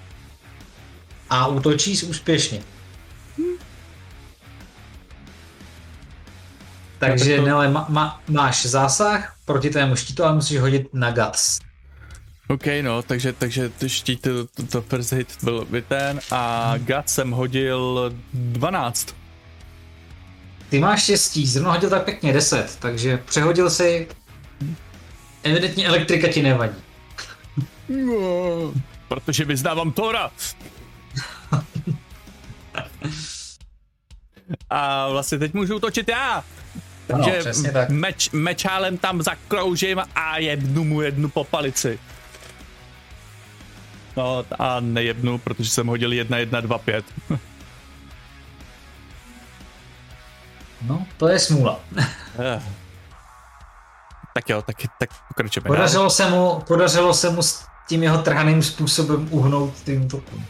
A útočí úspěšně. Takže Nele, máš zásah proti tvému štítu, ale musíš hodit na guts. OK, no, takže štít to first hit byl vyten a guts jsem hodil 12. Ty máš štěstí, zrovna hodil tak pěkně 10, takže přehodil si, evidentně elektrika ti nevadí. No, protože vyznávám Tora. A vlastně teď můžu útočit já. Takže mečálem tam zakroužím a jebnu mu jednu po palici. No a nejebnu, protože jsem hodil 1-1-2-5. No, to je smůla. Tak jo, tak pokračujeme. Podařilo se mu s tím jeho trhaným způsobem uhnout tím tokům.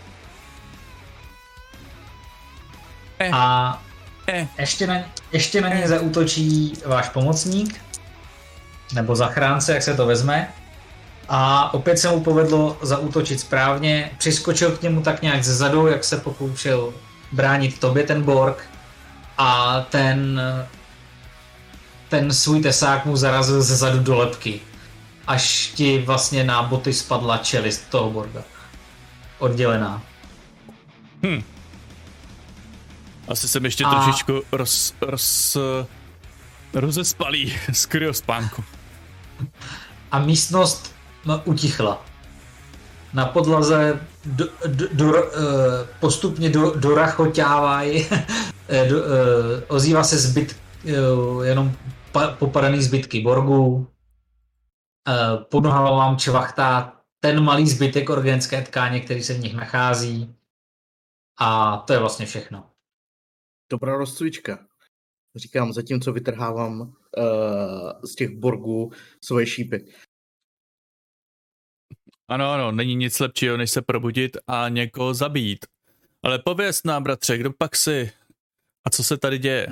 A ještě na něj zaútočí váš pomocník, nebo zachránce, jak se to vezme. A opět se mu povedlo zaútočit správně. Přiskočil k němu tak nějak zezadu, jak se pokoušel bránit tobě ten Borg. A ten svůj tesák mu zarazil zezadu do lebky. Až ti vlastně na boty spadla čelist toho Borga. Oddělená. Asi jsem ještě trošičku rozespalý z kryospánku. A místnost utichla. Na podlaze postupně dorachoťávají, ozývá se jenom popadaný zbytky Borgů. Pod nohama vám čvachtá ten malý zbytek organické tkáně, který se v nich nachází. A to je vlastně všechno. Dobrá rozcvička. Říkám, zatímco vytrhávám z těch Borgů svoje šípy. Ano, není nic lepšího, než se probudit a někoho zabít. Ale pověz nám, bratře, kdo pak jsi? A co se tady děje?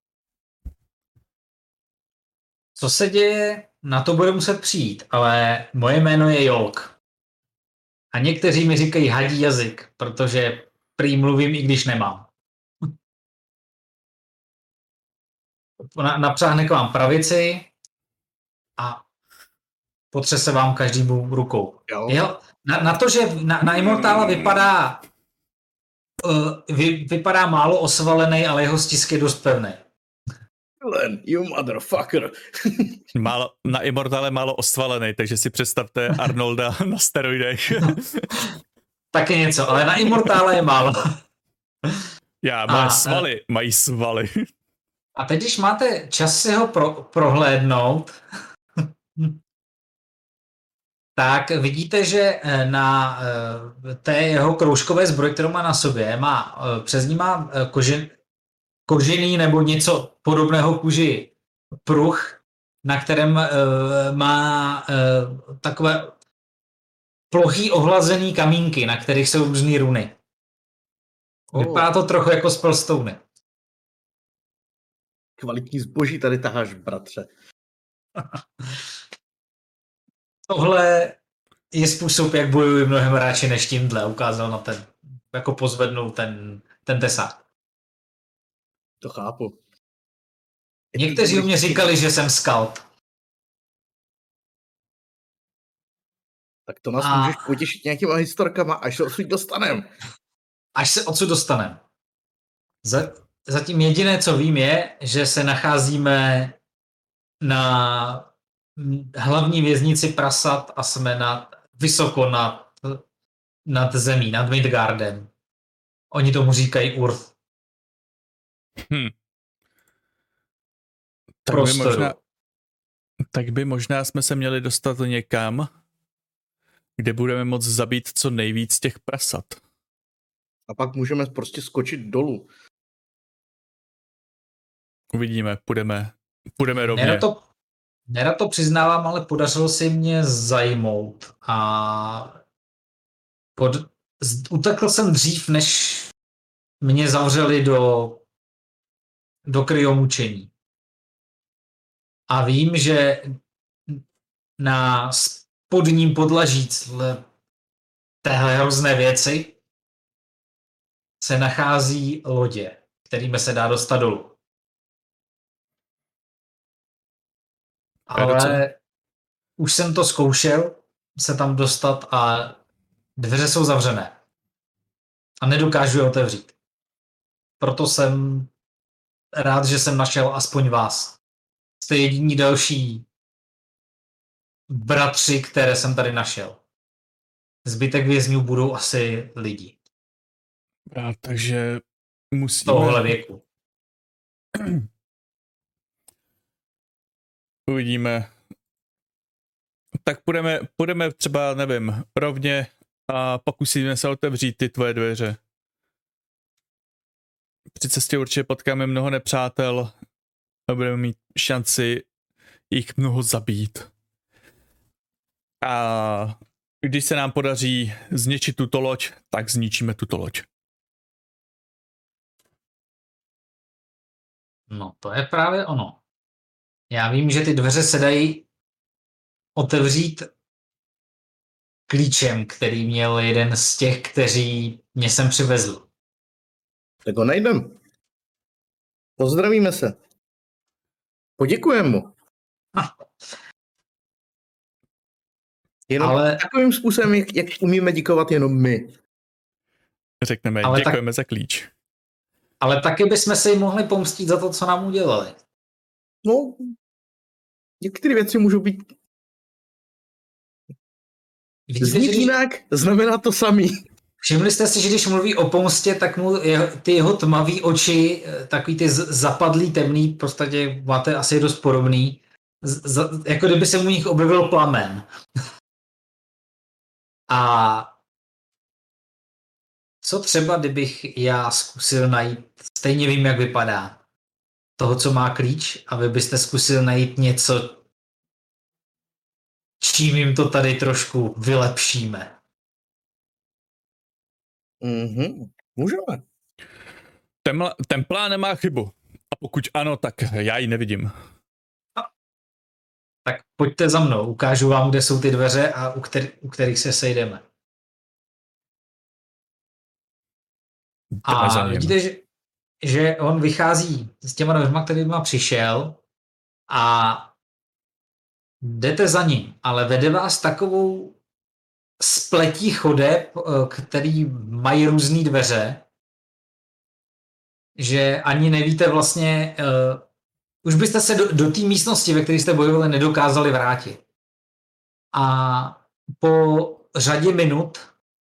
Co se děje, na to bude muset přijít, ale moje jméno je Jolk. A někteří mi říkají hadí jazyk, protože prý mluvím, i když nemám. Napřáhne k vám pravici a potřese vám každému rukou. Jo. Na to, že na Immortala vypadá málo osvalený, ale jeho stisk je dost pevný. You motherfucker. Na Immortale málo osvalený, takže si představte Arnolda na steroidech. Taky něco, ale na Immortale je málo. Mají svaly. A teď, když máte čas si ho prohlédnout, tak vidíte, že na té jeho kroužkové zbroji, kterou má na sobě, přes ní má kožený nebo něco podobného kůži pruh, na kterém má takové plochý ohlazený kamínky, na kterých jsou různý runy. Vypadá to trochu jako z Spellstone. Kvalitní zboží tady taháš, bratře. Tohle je způsob, jak bojuji mnohem radši než tímhle. Ukázal na ten, jako pozvednul ten tesák. To chápu. Někteří mě říkali, že jsem scout. Tak to nás můžeš potěšit nějakýma historkama, až se odsud dostanem. Až se odsud dostanem. Zatím jediné, co vím, je, že se nacházíme na hlavní věznici prasat a jsme vysoko nad zemí, nad Midgardem. Oni tomu říkají Urth. Tak by možná jsme se měli dostat někam, kde budeme moct zabít co nejvíc těch prasat. A pak můžeme prostě skočit dolů. Uvidíme, půjdeme rovně. Nerad to přiznávám, ale podařilo se mě zajmout. A utekl jsem dřív, než mě zavřeli do kryomučení. A vím, že na spodním podlaží téhle hrozné věci se nachází lodě, kterými se dá dostat dolů. Ale už jsem to zkoušel se tam dostat a dveře jsou zavřené. A nedokážu je otevřít. Proto jsem rád, že jsem našel aspoň vás. Jste jediní další bratři, které jsem tady našel. Zbytek vězňů budou asi lidi. Takže musíme... Tohle věku. Uvidíme. Tak půjdeme třeba, nevím, rovně a pokusíme se otevřít ty tvoje dveře. Při cestě určitě potkáme mnoho nepřátel a budeme mít šanci jich mnoho zabít. A když se nám podaří zničit tuto loď, tak zničíme tuto loď. No, to je právě ono. Já vím, že ty dveře se dají otevřít klíčem, který měl jeden z těch, kteří mě sem přivezl. Tak ho najdem. Pozdravíme se. Poděkujeme mu. Jenom takovým způsobem, jak umíme děkovat jenom my. Řekneme, děkujeme za klíč. Ale taky bychom se jim mohli pomstít za to, co nám udělali. No, některé věci můžou být znít jinak, znamená to samý. Všimli jste si, že když mluví o pomstě, tak mu ty jeho tmavý oči, takový ty zapadlý temný, v podstatě máte asi dost podobný, jako kdyby se mu nich objevil plamen. A co třeba, kdybych já zkusil najít, stejně vím, jak vypadá, toho, co má klíč, a vy byste zkusil najít něco, čím jim to tady trošku vylepšíme. Můžeme. Ten plán nemá chybu. A pokud ano, tak já ji nevidím. Tak pojďte za mnou, ukážu vám, kde jsou ty dveře a u kterých se sejdeme. A vidíte, že on vychází s těma dveřma, kterýma přišel, a jdete za ním, ale vede vás takovou spletí chodeb, který mají různý dveře, že ani nevíte vlastně, už byste se do té místnosti, ve které jste bojovali, nedokázali vrátit. A po řadě minut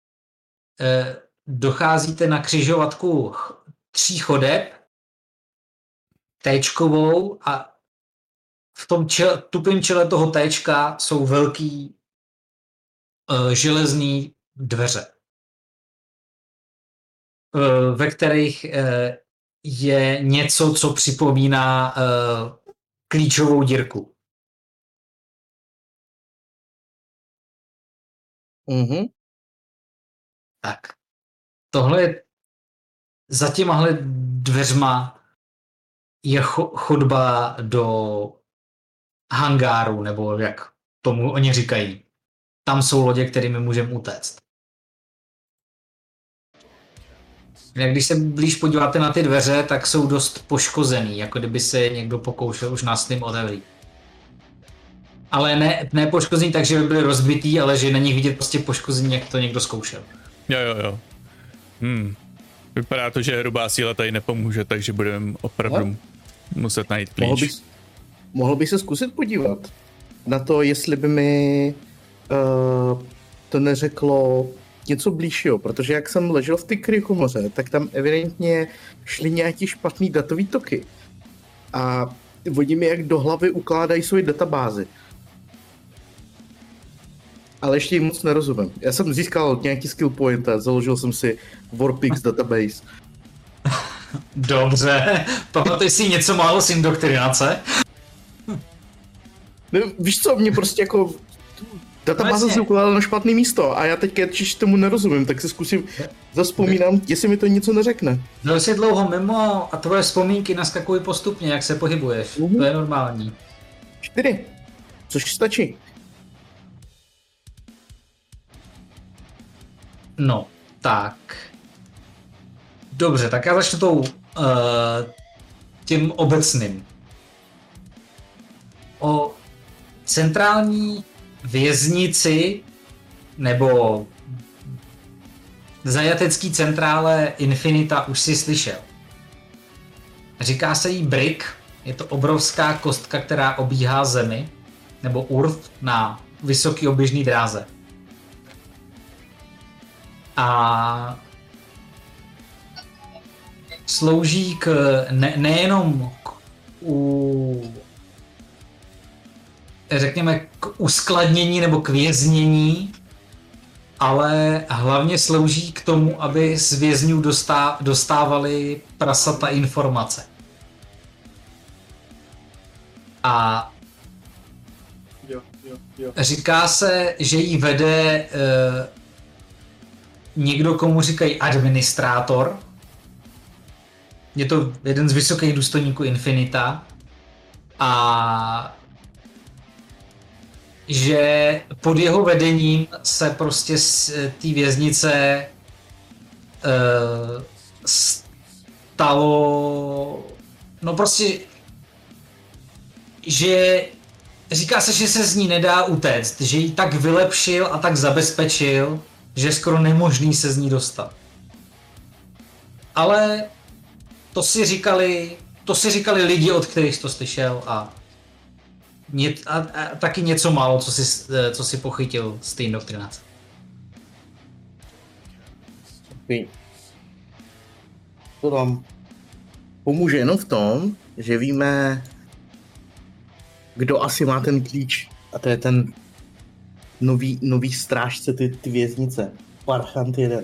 docházíte na křižovatku 3 chodeb, téčkovou, a v tom tupém čele toho téčka jsou velký železný dveře, ve kterých je něco, co připomíná klíčovou dírku. Tak. Tohle je za těmahle dveřma je chodba do hangáru, nebo jak tomu oni říkají. Tam jsou lodě, kterými můžeme utéct. Když se blíž podíváte na ty dveře, tak jsou dost poškozený, jako kdyby se někdo pokoušel už nás tím otevřít. Ale ne poškozený tak, že by byly rozbitý, ale že na nich vidět prostě poškození, jak to někdo zkoušel. Jo. Vypadá to, že hrubá síla tady nepomůže, takže budeme opravdu muset najít klíč. Mohl bych se zkusit podívat na to, jestli by mi to neřeklo něco blížšího, protože jak jsem ležel v té kryokomoře, tak tam evidentně šly nějaký špatný datový toky. A oni mi jak do hlavy ukládají svoji databázy. Ale ještě jim moc nerozumím. Já jsem získal nějaký skill point a založil jsem si Warpix database. Dobře, pamatuj si něco málo z indoktrinace? No, víš co, mě prostě jako databáze se ukládala na špatné místo a já teďka, když tomu nerozumím, tak si zkusím, zavzpomínám, jestli mi to něco neřekne. Byl jsi dlouho mimo a tvoje vzpomínky naskakují postupně, jak se pohybuješ. To je normální. 4, což stačí. No, tak. Dobře, tak já začnu tím obecným. O centrální věznici nebo zajatecký centrále Infinita už si slyšel. Říká se jí Brick, je to obrovská kostka, která obíhá Zemi, nebo Earth na vysoký oběžný dráze. A slouží nejenom řekněme k uskladnění nebo k věznění ale hlavně slouží k tomu, aby z vězňů dostávali prasata informace. A říká se, že jí vede někdo, komu říkají administrátor. Je to jeden z vysokých důstojníků Infinita. A že pod jeho vedením se prostě z té věznice stalo, no prostě, že říká se, že se z ní nedá utéct, že ji tak vylepšil a tak zabezpečil, že je skoro nemožný se z ní dostat. Ale to si říkali lidi, od kterých jsi to slyšel a taky něco málo, co si pochytil z té indoktrinace. Okay. To vám pomůže jenom v tom, že víme, kdo asi má ten klíč. A to je ten nový strážce ty věznice. Parchant 1.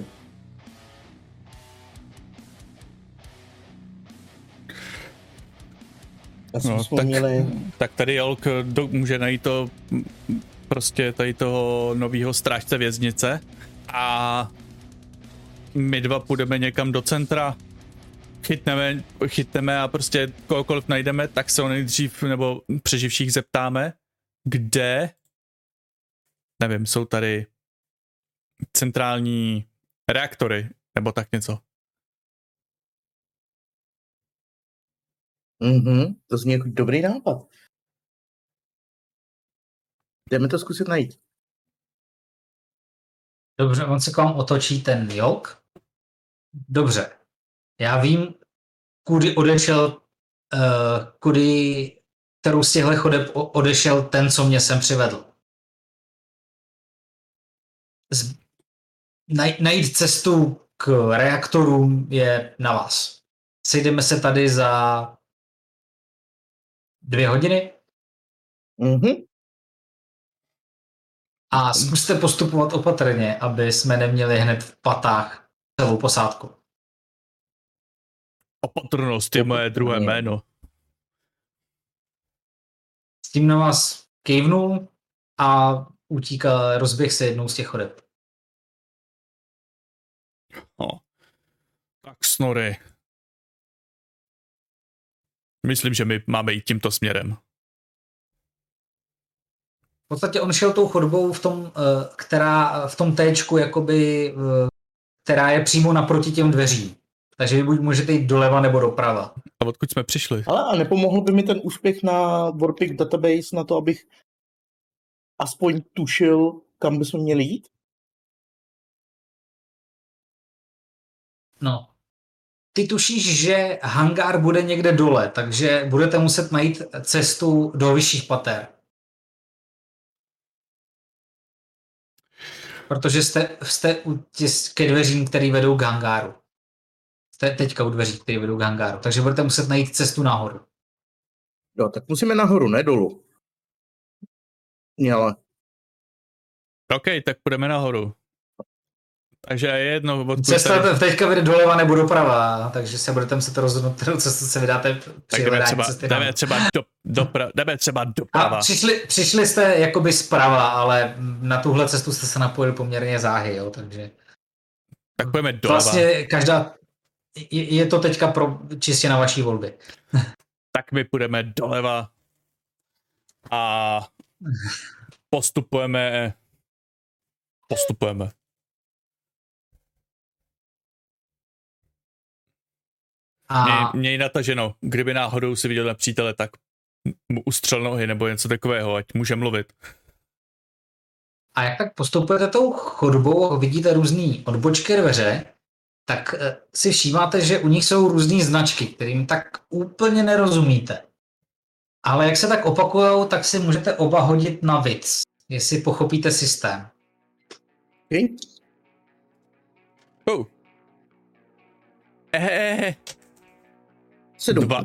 No, tak tady Jolk může najít to prostě tady toho novýho strážce věznice a my dva půjdeme někam do centra, chytneme a prostě kohokoliv najdeme, tak se ho nejdřív nebo přeživších zeptáme, kde, nevím, jsou tady centrální reaktory nebo tak něco. To zní jako dobrý nápad. Jdeme to zkusit najít. Dobře, on se k vám otočí ten Jolk. Dobře. Já vím, kudy odešel, kterou z těchto chodeb odešel ten, co mě sem přivedl. Najít cestu k reaktorům je na vás. Sejdeme se tady za 2 hodiny. A zkuste postupovat opatrně, aby jsme neměli hned v patách celou posádku. Opatrnost je moje druhé jméno. S tím na vás kejvnul a rozběh se jednou z těch chodeb. Tak Snorri. Myslím, že my máme jít tímto směrem. V podstatě on šel tou chodbou v tom téčku, jakoby, která je přímo naproti těm dveřím. Takže vy buď můžete jít doleva nebo doprava. A odkud jsme přišli? Ale a nepomohl by mi ten úspěch na Warpig Database na to, abych aspoň tušil, kam bychom měli jít? No. Ty tušíš, že hangár bude někde dole, takže budete muset najít cestu do vyšších pater. Protože jste ke dveřím, které vedou k hangáru. Jste teďka u dveří, které vedou k hangáru. Takže budete muset najít cestu nahoru. Jo, tak musíme nahoru, ne dolů. Ale. OK, tak půjdeme nahoru. Takže je jedno. Cesta teďka vede doleva nebo doprava, takže se budete muset rozhodnout, kterou cestu se vydáte při hledání cesty. Jdeme třeba doprava. A přišli jste jakoby zprava, ale na tuhle cestu jste se napojili poměrně záhy, jo, takže... Tak půjdeme doleva. Vlastně je to teďka čistě na vaší volbě. Tak my půjdeme doleva a postupujeme. Měj nataženo, kdyby náhodou si viděl nepřítele, tak mu ustřel nohy nebo něco takového, ať může mluvit. A jak tak postupujete tou chodbou a vidíte různý odbočky dveře, tak si všímáte, že u nich jsou různý značky, kterým tak úplně nerozumíte. Ale jak se tak opakujou, tak si můžete oba hodit na vic, jestli pochopíte systém. Okay. 7. 2.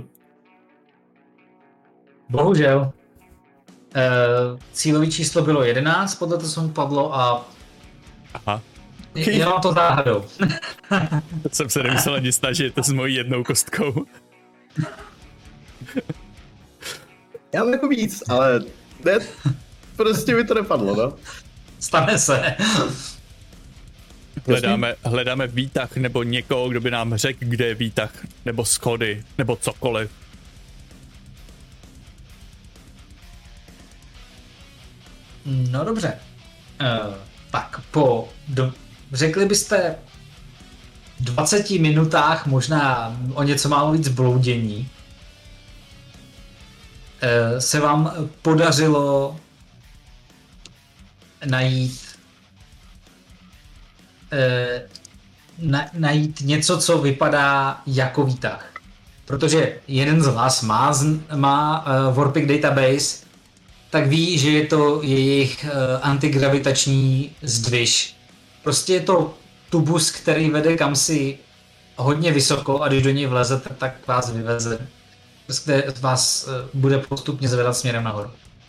Bohužel. Cílový číslo bylo 11, podle toho, co mu padlo, a Aha. Já mám to záhadou. To jsem se nemusel ani snažit, to s mojí jednou kostkou. Já mám jako víc, ale ne, prostě mi to nepadlo, no. Stane se. Hledáme výtah nebo někoho, kdo by nám řekl, kde je výtah, nebo schody, nebo cokoliv. No dobře. Tak řekli byste 20 minutách, možná o něco málo víc bloudění, se vám podařilo najít něco, co vypadá jako výtah. Protože jeden z vás má Warpig Database, tak ví, že je to jejich antigravitační zdviž. Prostě je to tubus, který vede kamsi hodně vysoko a když do něj vlezete, tak vás vyveze. Prostě vás bude postupně zvedat směrem nahoru.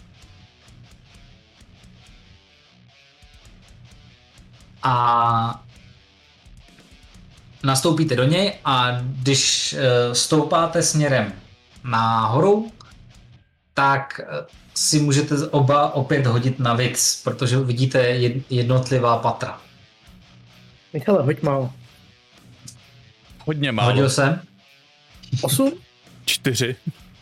A nastoupíte do něj a když stoupáte směrem nahoru, tak si můžete oba opět hodit na Wix, protože vidíte jednotlivá patra. Michale, hoď málo. Hodně málo. Hodil jsem. 8? 4.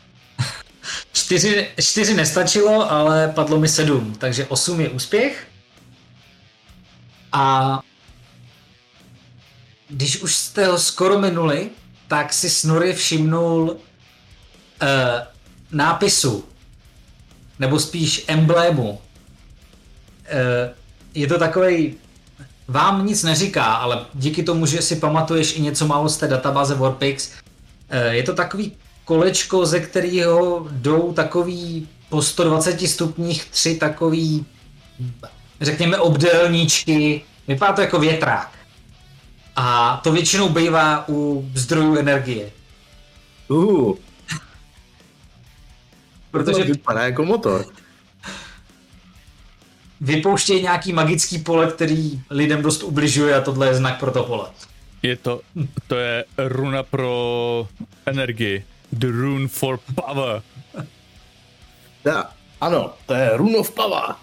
4 nestačilo, ale padlo mi 7, takže 8 je úspěch. A když už jste ho skoro minuli, tak si Snorri všimnul nápisu, nebo spíš emblému. Je to takovej, vám nic neříká, ale díky tomu, že si pamatuješ i něco málo z té databáze Warpix, je to takový kolečko, ze kterého jdou takový po 120 stupních 3 takový, řekněme, obdélníčky. Vypadá to jako větrák. A to většinou bývá u zdrojů energie. Protože vypadá jako motor. Vypouštějí nějaký magický pole, který lidem dost ubližuje a tohle je znak pro to pole. To je runa pro energii. The rune for power. Ano, to je rune of power.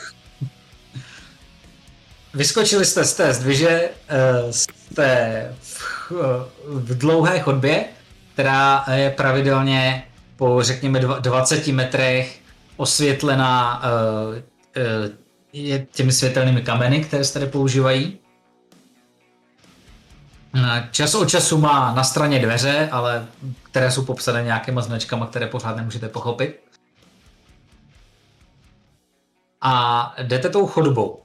Vyskočili jste z té zdviže, jste v dlouhé chodbě, která je pravidelně po, řekněme, 20 metrech osvětlená těmi světelnými kameny, které se tady používají. Čas od času má na straně dveře, ale které jsou popsané nějakýma značkama, které pořád nemůžete pochopit. A jdete tou chodbou.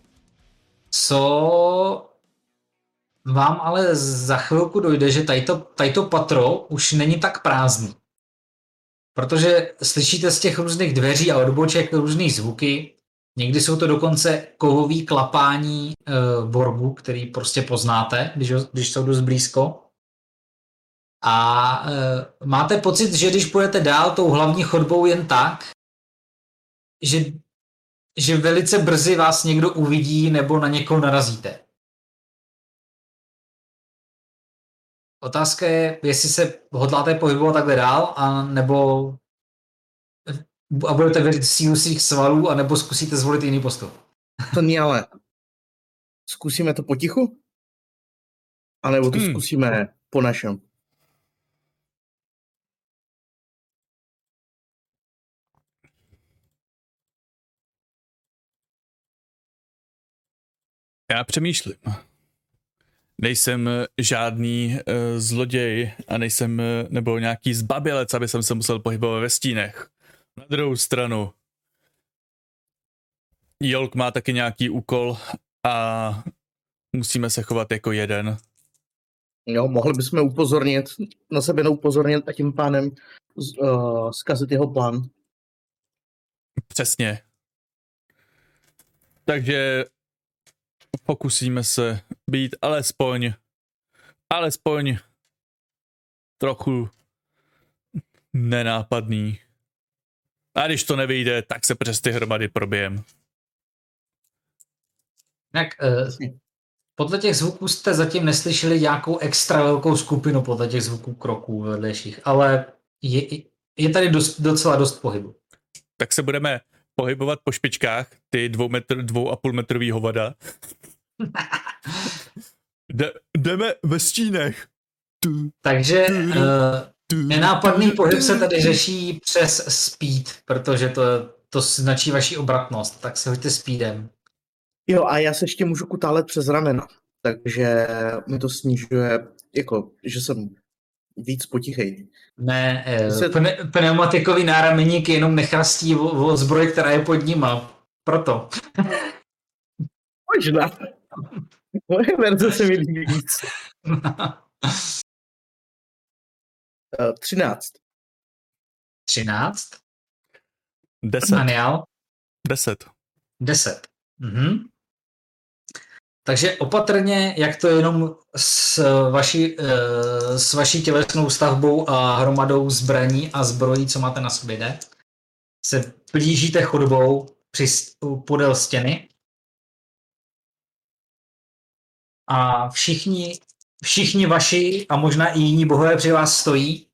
Co vám ale za chvilku dojde, že tato patro už není tak prázdný. Protože slyšíte z těch různých dveří a odboček různých zvuky. Někdy jsou to dokonce kovový klapání borgu, který prostě poznáte, když jsou dost blízko. A máte pocit, že když půjdete dál tou hlavní chodbou jen tak, že velice brzy vás někdo uvidí nebo na někoho narazíte. Otázka je, jestli se hodláte pohybovat takhle dál, a budete věřit sílu svých svalů, anebo zkusíte zvolit jiný postup. To nie, ale zkusíme to potichu? A nebo to zkusíme po našem? Já přemýšlím. Nejsem žádný zloděj a nejsem nebo nějaký zbabělec, aby jsem se musel pohybovat ve stínech. Na druhou stranu Jolk má taky nějaký úkol a musíme se chovat jako jeden. Jo, mohli bychom na sebe upozornit a tím pánem zkazit jeho plán. Přesně. Takže pokusíme se být alespoň trochu nenápadný. A když to nevyjde, tak se přes ty hromady probijem. Tak Podle těch zvuků jste zatím neslyšeli nějakou extra velkou skupinu podle těch zvuků kroků vedlejších, ale je tady docela dost pohybu. Tak se budeme pohybovat po špičkách, ty 2,5 metrový hovada. Jdeme ve stínech. Takže nenápadný pohyb se tady řeší přes speed, protože to značí vaši obratnost, tak se hoďte speedem. Jo, a já se ještě můžu kutálet přes ramena, takže mi to snižuje, jako, že jsem víc potichej. Ne, pneumatikový náramník jenom nechrastí o zbroj, která je pod nima. Proto. Možná. Moje verze se mi líbí víc. 13. 13? 10. Daniel? 10. 10. Mhm. Takže opatrně, jak to jenom s vaší tělesnou stavbou a hromadou zbraní a zbrojí, co máte na sobě, jde, se blížíte chodbou podél stěny a všichni vaši a možná i jiní bohové při vás stojí,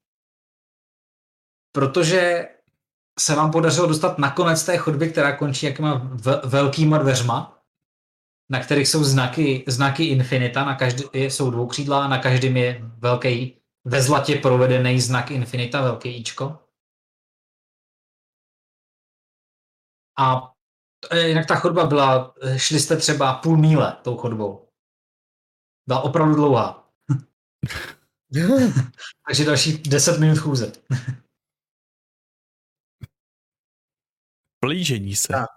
protože se vám podařilo dostat na konec té chodby, která končí jakýma velkýma dveřma, na kterých jsou znaky Infinita, jsou dvoukřídlá, na každém je velký ve zlatě provedený znak Infinita, velký Ičko. A jinak ta chodba šli jste třeba půl míle tou chodbou. Byla opravdu dlouhá. Takže další 10 minut chůze. Plížení se. Tak.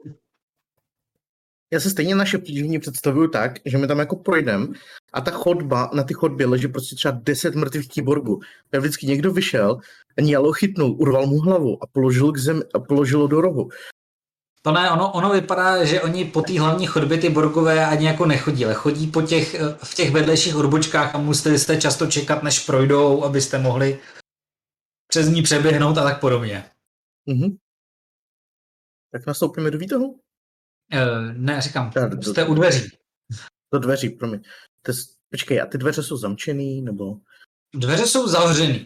Já se stejně naše plížení představuju tak, že my tam jako projdem a ta chodba, na ty chodbě leží prostě třeba 10 mrtvých kyborgů. A vždycky někdo vyšel a Nialo chytnul, urval mu hlavu a položil k zemi a položil do rohu. To ne, ono vypadá, že oni po té hlavní chodbě ty borgové ani jako nechodí, ale chodí v těch vedlejších odbočkách a museli jste často čekat, než projdou, abyste mohli přes ní přeběhnout a tak podobně. Mhm. Tak nastoupíme do výtahu? Ne, říkám, jste u dveří. Do dveří, promiň. Počkej, a ty dveře jsou zamčený, nebo? Dveře jsou zavřený.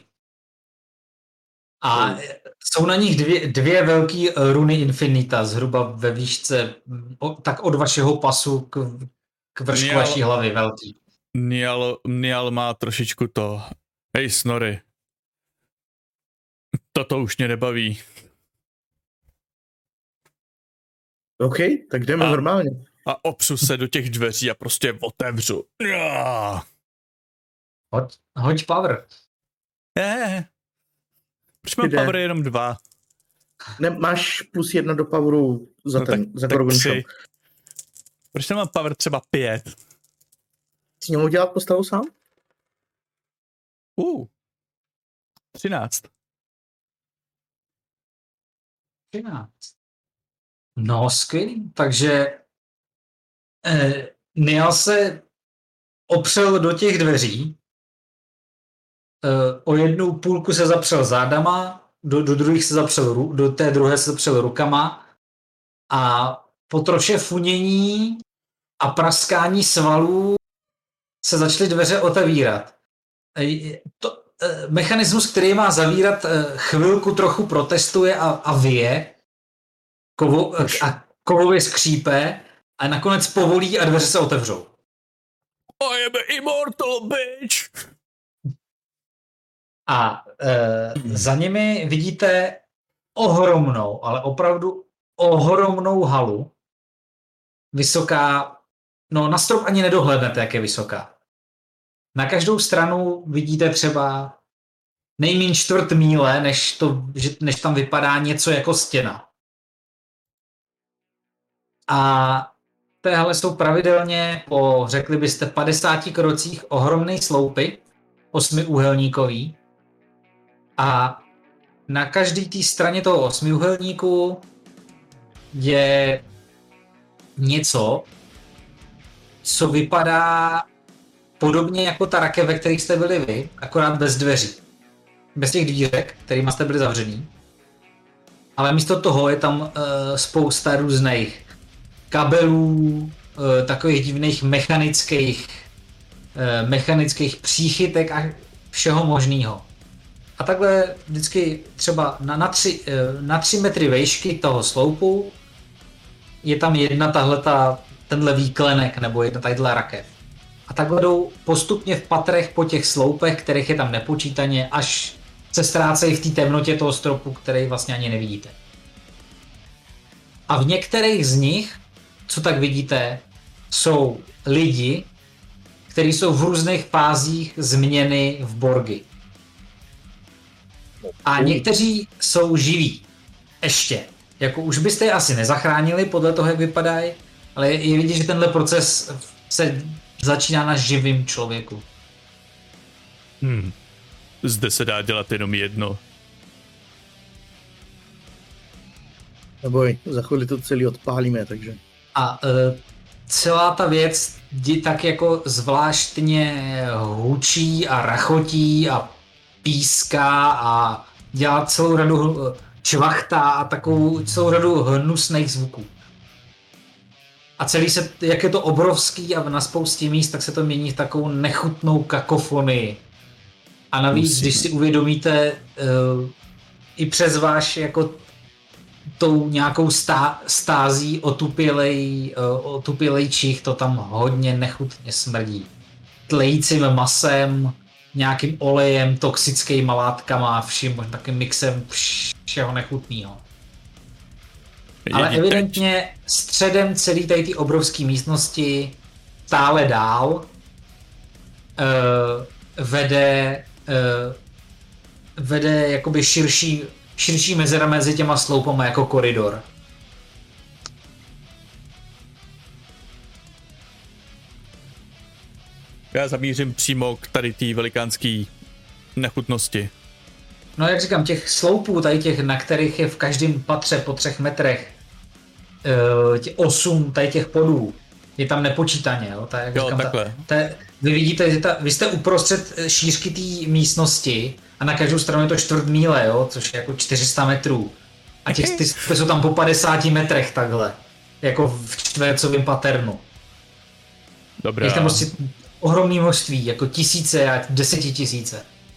A jsou na nich dvě velké runy Infinita, zhruba ve výšce, tak od vašeho pasu k vršku vaší hlavy velký. Nial má trošičku to. Hej, Snorri. Toto už mě nebaví. OK, tak jdeme normálně. A opřu se do těch dveří a prostě otevřu. Hoď power. Proč mám power jenom 2? Ne, máš +1 do poweru za Gorgon Shop. Proč nemám power třeba 5? Jsi měl udělat postavu sám? 13. 13. No, skvělý. Takže Nial se opřel do těch dveří, o jednu půlku se zapřel zádama, do té druhé se zapřel rukama a po troše funění a praskání svalů se začaly dveře otevírat. Mechanismus, který má zavírat, chvilku trochu protestuje a vyje, kovově skřípe a nakonec povolí a dveře se otevřou. I am immortal, bitch! A za nimi vidíte ohromnou, ale opravdu ohromnou halu. Vysoká, no na strop ani nedohlednete, jak je vysoká. Na každou stranu vidíte třeba nejméně 1/4 míle, než tam vypadá něco jako stěna. A téhle jsou pravidelně po, řekli byste, 50 krocích ohromné sloupy, 8úhelníkový. A na každé té straně toho 8úhelníku je něco, co vypadá podobně jako ta rakev, ve kterých jste byli vy, akorát bez dveří. Bez těch dvířek, kterými jste byli zavřený. Ale místo toho je tam spousta různých kabelů, takových divných mechanických příchytek a všeho možného. A takhle vždycky třeba na 3 metry vejšky toho sloupu je tam tenhle výklenek nebo jedna tadyhle rakev. A takhle jdou postupně v patrech po těch sloupech, kterých je tam nepočítaně, až se ztrácejí v té temnotě toho stropu, který vlastně ani nevidíte. A v některých z nich, co tak vidíte, jsou lidi, kteří jsou v různých fázích změny v borgy. A někteří jsou živí. Ještě. Jako už byste je asi nezachránili podle toho, jak vypadají, ale je vidět, že tenhle proces se začíná na živým člověku. Zde se dá dělat jenom jedno. Neboj, za chvíli to celý odpálíme, takže... A celá ta věc tak jako zvláštně hučí a rachotí a píská a dělá celou radu čvachtá a takovou celou radu hnusných zvuků. A celý se, jak je to obrovský a na spoustě míst, tak se to mění v takovou nechutnou kakofonii. A navíc, když si uvědomíte i přes váš jako tou nějakou stází otupělej čich, to tam hodně nechutně smrdí. Tlejícím masem, nějakým olejem, toxickýma látkama, vším takovým mixem všeho nechutného. Ale evidentně středem celé tady ty obrovské místnosti stále dál vede jakoby širší mezera mezi těma sloupama jako koridor. Já zamířím přímo k tady té velikánské nechutnosti. No jak říkám, těch sloupů, tady těch, na kterých je v každém patře po 3 metrech 8 tady těch podů, je tam nepočítaně, jo? Takhle. Vy vidíte, že vy jste uprostřed šířky té místnosti a na každou stranu je to 4 míle, jo? Což je jako 400 metrů. A ty jsou tam po 50 metrech takhle, jako v čtvercovém paternu. Dobrá. Je tam prostě ohromné množství, jako tisíce a 10 000.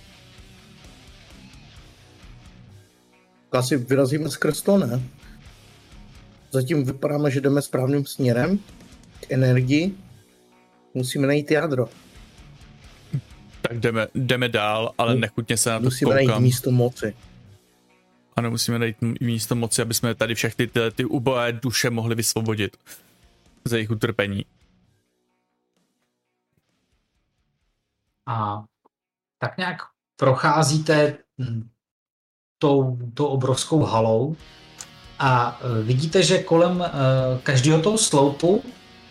Asi vyrazíme skrz to, ne? Zatím vypadáme, že jdeme správným směrem k energii. Musíme najít jádro. Tak jdeme dál, ale nechutně se na to musíme koukám. najít místo moci. Ano, musíme najít místo moci, aby jsme tady všechny ty ubohé duše mohli vysvobodit ze jejich utrpení. A tak nějak procházíte tou obrovskou halou a vidíte, že kolem každého toho sloupu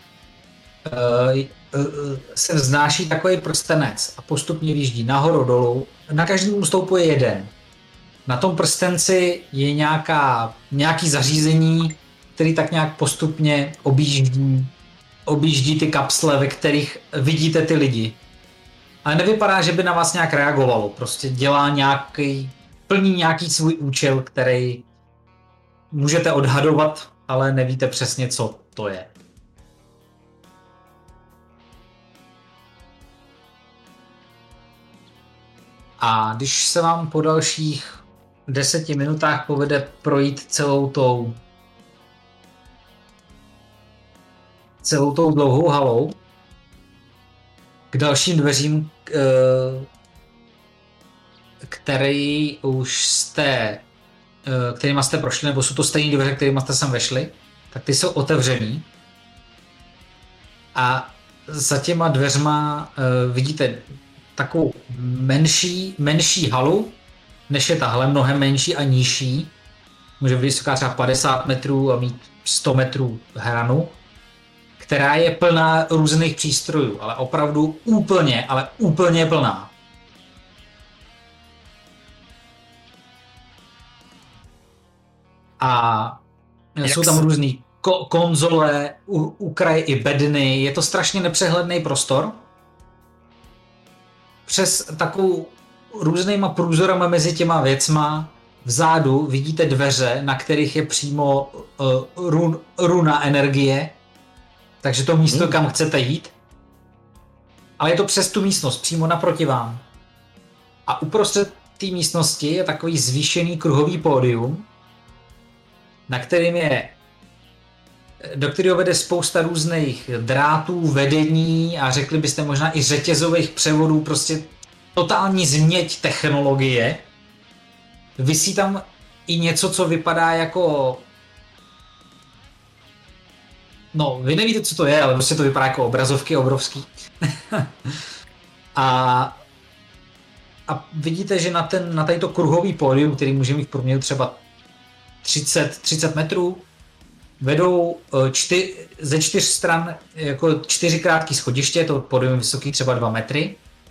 se vznáší takový prstenec a postupně vyjíždí nahoru dolů. Na každém sloupu je jeden. Na tom prstenci je nějaký zařízení, který tak nějak postupně objíždí ty kapsle, ve kterých vidíte ty lidi. Ale nevypadá, že by na vás nějak reagovalo. Prostě plní nějaký svůj účel, který můžete odhadovat, ale nevíte přesně, co to je. A když se vám po dalších 10 minutách povede projít celou tou dlouhou halou k dalším dveřím, kterýma jste prošli, nebo jsou to stejné dveře, kterýma jste sem vešli, tak ty jsou otevřený. A za těma dveřma vidíte takovou menší halu, než je tahle, mnohem menší a nižší. Může být vysoká třeba 50 metrů a mít 100 metrů hranu, která je plná různých přístrojů, ale opravdu úplně plná. A jsou tam různý konzole, u kraje i bedny, je to strašně nepřehledný prostor. Přes takovou různýma průzorama mezi těma věcma vzadu vidíte dveře, na kterých je přímo runa energie Takže to místo, kam chcete jít, ale je to přes tu místnost, přímo naproti vám. A uprostřed té místnosti je takový zvýšený kruhový pódium, na kterým do kterého vede spousta různých drátů, vedení a řekli byste možná i řetězových převodů, prostě totální změť technologie. Visí tam i něco, co vypadá jako... No, vy nevíte, co to je, ale prostě to vypadá jako obrazovky obrovský. a vidíte, že na tato kruhový pódium, který může mít v průměru třeba 30 metrů, vedou ze 4 stran jako 4 krátký schodiště, to pódium vysoký třeba 2 metry.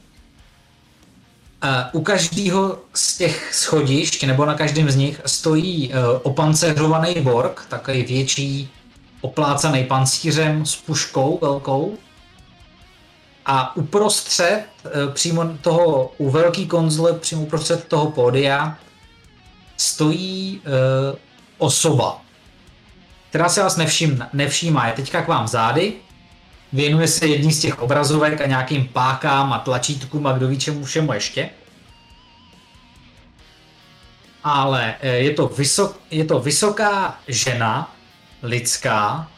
U každého z těch schodišť, nebo na každém z nich, stojí opanceřovaný borg, takový větší, oplácaný pancířem s puškou velkou. A uprostřed, přímo toho, u velký konzole, přímo uprostřed toho pódia, stojí osoba, která se vás nevšímá, je teďka k vám zády, věnuje se jedním z těch obrazovek a nějakým pákám a tlačítkům a kdo ví čemu všemu ještě. Ale je to vysoká žena, lidská,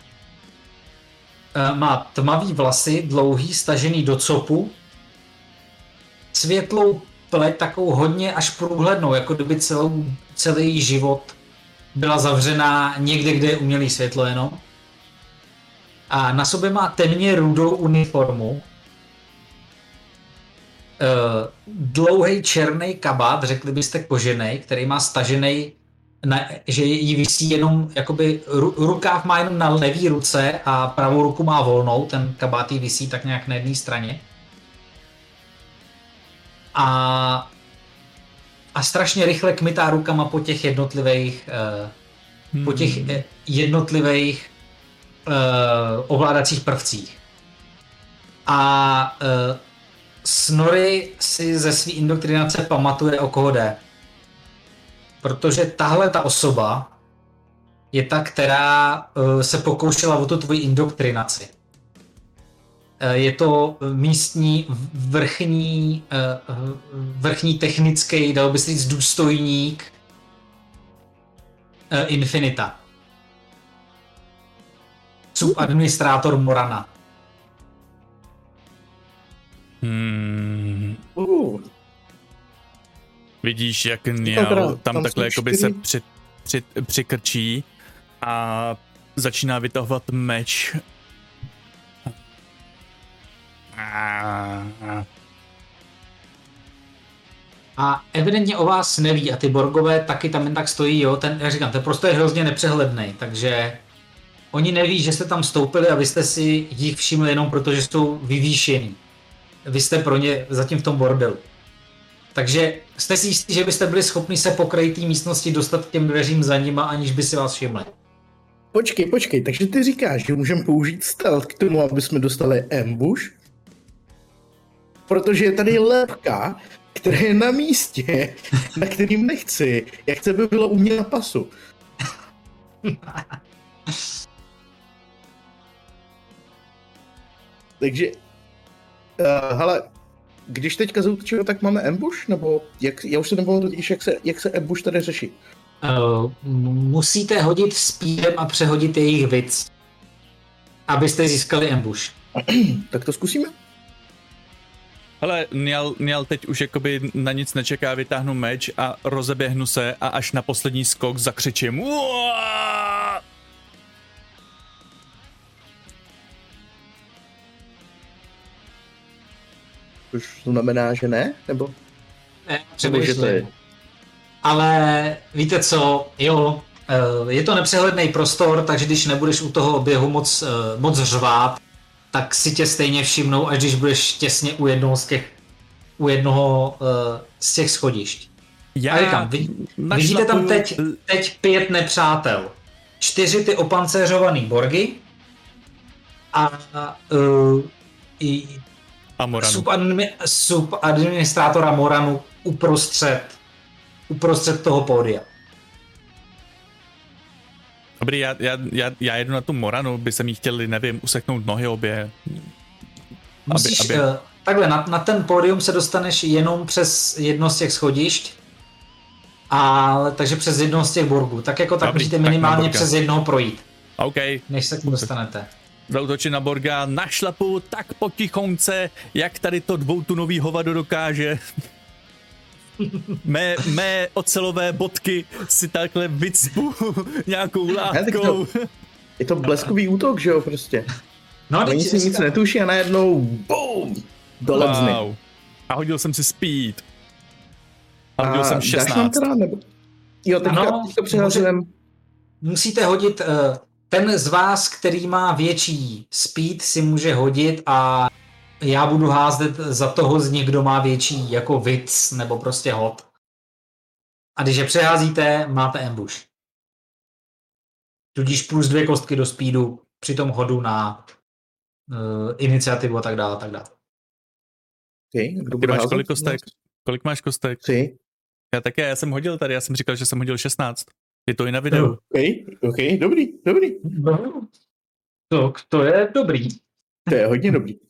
má tmavý vlasy, dlouhý, stažený do copu, světlou pleť, takovou hodně až průhlednou, jako kdyby celý život byla zavřená někde, kde je umělý světlo jenom. A na sobě má temně rudou uniformu, dlouhý černý kabát, řekli byste kožený, který má stažený, že jí visí jenom, jakoby rukáv má jenom na levý ruce a pravou ruku má volnou, ten kabát jí visí tak nějak na jedné straně. A strašně rychle kmitá rukama po těch jednotlivých ovládacích prvcích. A Snorri si ze své indoktrinace pamatuje, o koho jde. Protože tahle ta osoba je ta, která se pokoušela o tu tvoji indoktrinaci. Je to místní vrchní technický, dalo by se říct, důstojník Infinita. Subadministrátor Morana. Vidíš, jak Niall tam takhle jakoby se přikrčí a začíná vytahovat meč. A evidentně o vás neví a ty Borgové taky tam jen tak stojí, jo, já říkám, ten prostor je hrozně nepřehledný, takže oni neví, že jste tam stoupili a vy jste si jich všimli jenom proto, že jsou vyvýšení. Vy jste pro ně zatím v tom bordelu. Takže jste si jistí, že byste byli schopni se po kraji té místnosti dostat k těm dveřím za nima, aniž by si vás všimli. Počkej, takže ty říkáš, že můžeme použít stealth k tomu, aby jsme dostali ambush? Protože je tady lepka, která je na místě, na kterým nechci. Jak chce, by byla u mě na pasu. Takže, hele, když teďka zautočíme, tak máme ambush? Nebo já už se nepamatuji totiž, jak se ambush tady řeší. Musíte hodit speedem a přehodit jejich vic, abyste získali ambush. Tak to zkusíme. Hele, Niall teď už jakoby na nic nečeká, vytáhnu meč a rozeběhnu se a až na poslední skok zakřičím. Uaaaa! Už znamená, že ne? Nebo? Ne, přemýšlím. Ale víte co, jo, je to nepřehledný prostor, takže když nebudeš u toho běhu moc řvát, tak si tě stejně všimnou, až když budeš těsně u jednoho z těch schodišť. A říkám, vidíte tam teď 5 nepřátel. 4 ty opancéřovaný borgy a subadministrátora Moranu uprostřed toho pódia. Dobrý, já jedu na tu Moranu, by se mi chtěli, nevím, useknout nohy obě. Musíš, takhle, na ten pódium se dostaneš jenom přes jedno z těch schodišť, takže přes jedno z těch borgů. Tak jako tak musíte minimálně přes jednoho projít. OK. Než se k tomu dostanete. Zautočit na Borga, našlapu tak potichonce, jak tady to dvoutunový hovado dokáže. Mé ocelové bodky si takhle vycpu nějakou látkou. Je to bleskový útok, že jo, prostě. No, oni si nic netuší a najednou BOOM! Dolezny. Wow. A hodil jsem si speed. A hodil jsem 16. Dáš nám teda, nebo? Jo, teďka přihazujeme. Musíte hodit, ten z vás, který má větší speed, si může hodit a já budu házet za toho z nich, kdo má větší jako vic nebo prostě hod. A když je přeházíte, máte ambush. Tudíž plus 2 kostky do speedu při tom hodu na iniciativu a tak dále, a tak dále. Okay, kdo bude máš kolik kostek? Kolik máš kostek? 3. Já také, já jsem hodil tady, já jsem říkal, že jsem hodil 16. Je to i na videu. OK, dobrý. To je dobrý. To je hodně dobrý.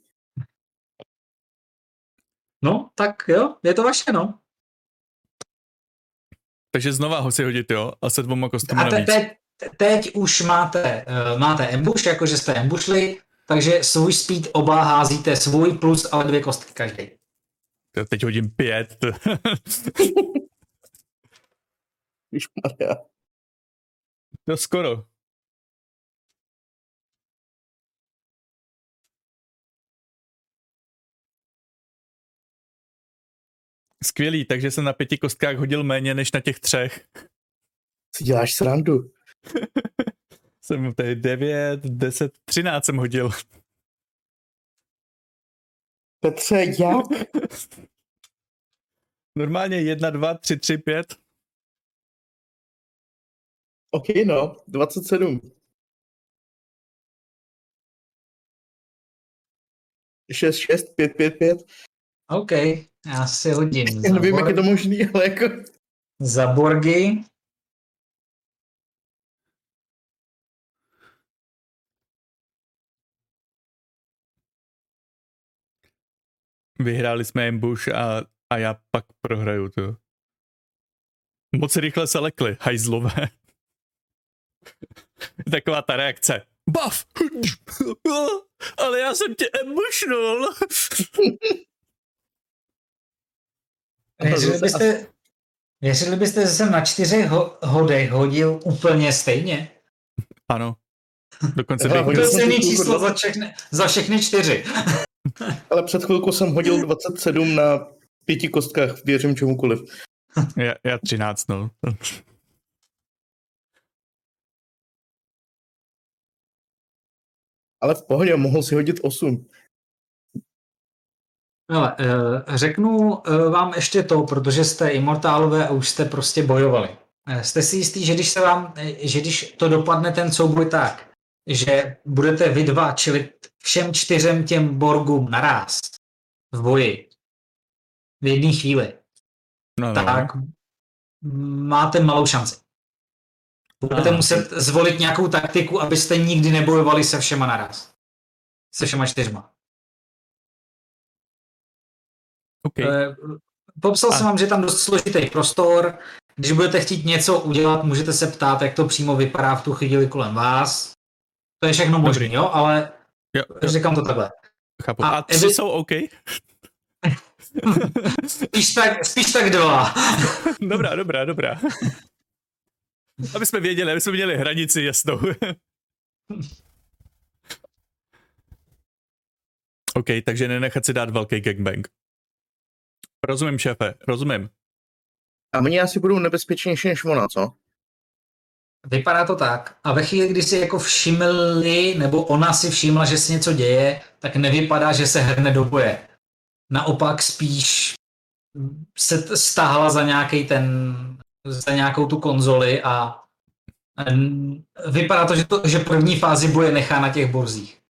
No, tak jo, je to vaše, no. Takže znova ho si hodit, jo? A se 2 kostkami navíc. Teď už máte ambush, jakože jste ambushli, takže svůj speed oba házíte svůj plus, ale 2 kostky každý. Já teď hodím 5. Ježmarja. To skoro. Skvělý, takže jsem na 5 kostkách hodil méně než na těch 3. Si děláš srandu. Jsem tady 9, 10, 13 jsem hodil. Petře, jak? Normálně 1, 2, 3, 3, 5. OK, no, 27. 6, 6, 5, 5, 5. OK, já si hodím. Já nevím, jak je to možný, ale jako... Za borgy. Vyhráli jsme ambush a já pak prohraju to. Moc rychle se lekli, hajzlové. Taková ta reakce. Buff! Ale já jsem tě ambushnul. Věřili byste, že jsem na 4 hodech hodil úplně stejně? Ano. Dokonce bych... To je stejný číslo za všechny 4. Ale před chvilkou jsem hodil 27 na 5 kostkách, věřím čemukoliv. Já 13, no. Ale v pohodě, mohl si hodit 8. Ale řeknu vám ještě to, protože jste immortálové a už jste prostě bojovali. Jste si jistý, že když to dopadne ten souboj tak, že budete vy dva čelit všem 4 těm borgům naráz v boji v jedné chvíli, tak máte malou šanci. Budete muset zvolit nějakou taktiku, abyste nikdy nebojovali se všema naraz. Se všema 4. Okay. Popsal jsem vám, že je tam dost složitý prostor. Když budete chtít něco udělat, můžete se ptát, jak to přímo vypadá v tu chvíli kolem vás. To je všechno možný, jo, ale jo. Říkám to takhle. Chápu. A 3 jsou OK? Spíš tak 2. Dobrá. Aby jsme věděli, aby jsme měli hranici jasnou. OK, takže nenechat si dát velký gangbang. Rozumím, šéfe, rozumím. A oni asi budou nebezpečnější než ona, co? Vypadá to tak. A ve chvíli, kdy si jako všimli, nebo ona si všimla, že se něco děje, tak nevypadá, že se hrne do boje. Naopak spíš se stáhla za nějakou tu konzoli a vypadá to, že první fázi boje nechá na těch borzích.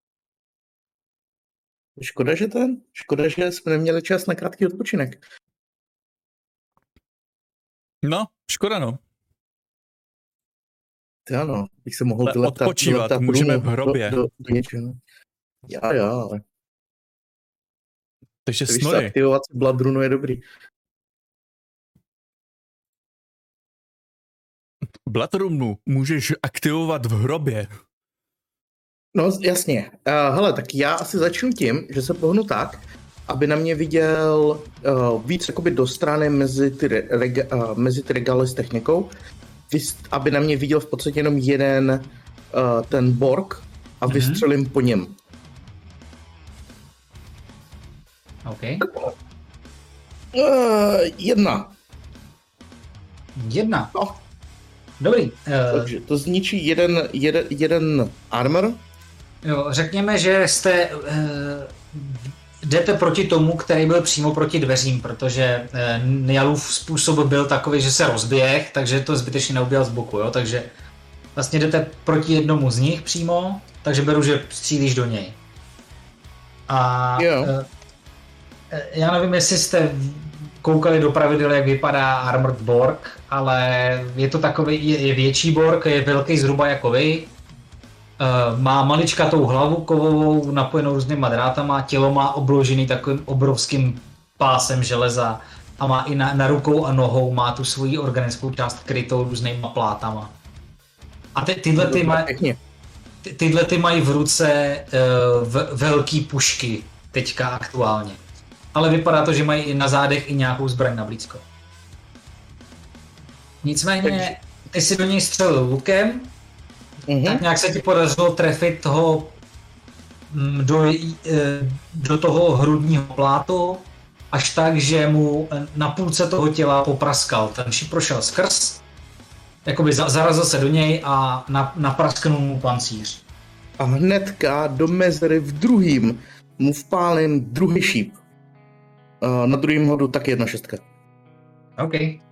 Škoda, že jsme neměli čas na krátký odpočinek. No, škoda, no. Ano, bych se mohl odpočívat, můžeme v hrobě. Do něčeho. Já, ale... Takže Když Snorri. se aktivovat Bloodrunu je dobrý. Bloodrunu můžeš aktivovat v hrobě. No jasně. Hele, tak já asi začnu tím, že se pohnu tak, aby na mě viděl víc jakoby do strany mezi ty regály s technikou, aby na mě viděl v podstatě jenom jeden ten Borg a vystřelím po něm. OK. 1. No. Dobrý. Takže to zničí jeden armor. Jo, řekněme, že jste jdete proti tomu, který byl přímo proti dveřím, protože Nialův způsob byl takový, že se rozběh, takže to zbytečně neuběhl z boku, jo? Takže vlastně jdete proti jednomu z nich přímo, takže beru, že střílíš do něj. A já nevím, jestli jste koukali do pravidel, jak vypadá Armored Borg, ale je to takový, je větší Borg, je velký zhruba jako vy, má maličkatou hlavu kovovou, napojenou různýma drátama, tělo má obložený takovým obrovským pásem železa a má i na rukou a nohou má tu svoji organickou část krytou různýma plátama. A tyhle ty mají v ruce velký pušky teďka aktuálně. Ale vypadá to, že mají i na zádech i nějakou zbraň na blízko. Nicméně, ty si do něj střelil lukem, tak nějak se ti podařilo trefit toho do toho hrudního plátu, až tak, že mu na půlce toho těla popraskal. Ten šíp prošel skrz, jakoby zarazil se do něj a naprasknul mu pancíř. A hnedka do mezery v druhým mu vpálím druhý šíp. Na druhém hodu taky 1/6. OK.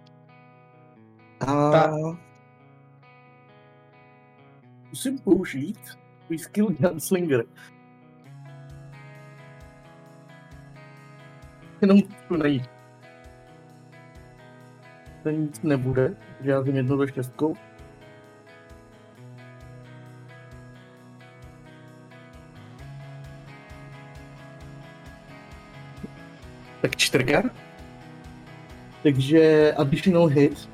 Musím použít tvůj skill Gunslinger. Jenom to najít. To nic nebude, že já jsem 1/6. Tak 4. Takže additional hit.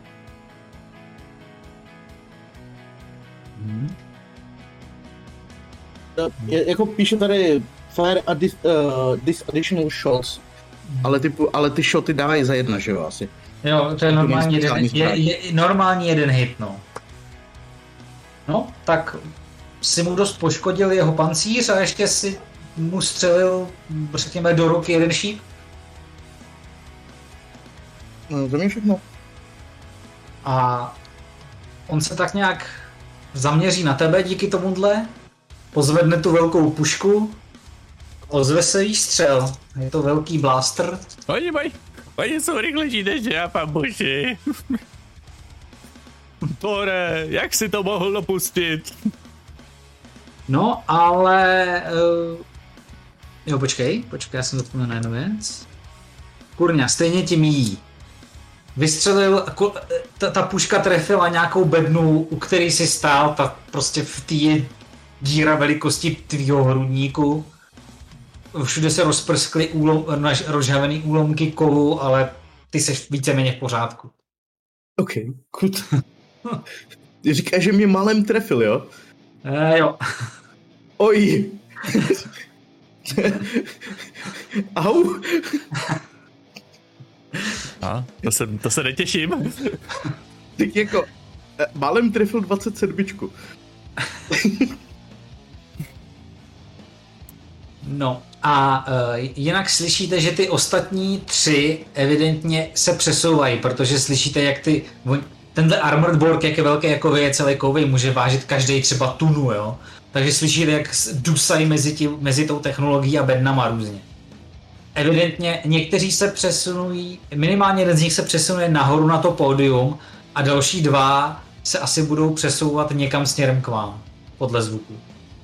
Jako píše tady fire a this additional shots, ale ty shoty dávají za 1, že jo, asi. Jo, to je normální jeden hit, no. No, tak si mu dost poškodil jeho pancíř a ještě si mu střelil, řekněme, do ruky jeden šíp. No, to mě všechno. A on se tak nějak zaměří na tebe díky tomuhle, pozvedne tu velkou pušku, ozve se výstřel. Je to velký blaster. Oni jsou rychlejší než já, pan boži. Tore, jak si to mohl dopustit? No, ale... Jo, počkej, já jsem zapomněl na jednu věc. Kurňa, stejně ti míjí. Vystřelil, ta puška trefila nějakou bednu, u který si stál, ta prostě v té díra velikosti tvýho hrudníku. Všude se rozprskly rozžhavený úlomky kovu, ale ty seš víceméně v pořádku. OK, good. Ty říkáš, že mě malem trefil, jo? Jo. Oj! Au! A, to se netěším. Tak jako, malem trefil 27. No a jinak slyšíte, že ty ostatní 3 evidentně se přesouvají, protože slyšíte, jak tenhle Armored Borg, jak je velký jako vy, je celý kový, může vážit každý třeba tunu, jo? Takže slyšíte, jak dusají mezi tou technologií a bednama různě. Evidentně někteří se přesunují, minimálně jeden z nich se přesunuje nahoru na to pódium a další 2 se asi budou přesouvat někam směrem k vám, podle zvuku.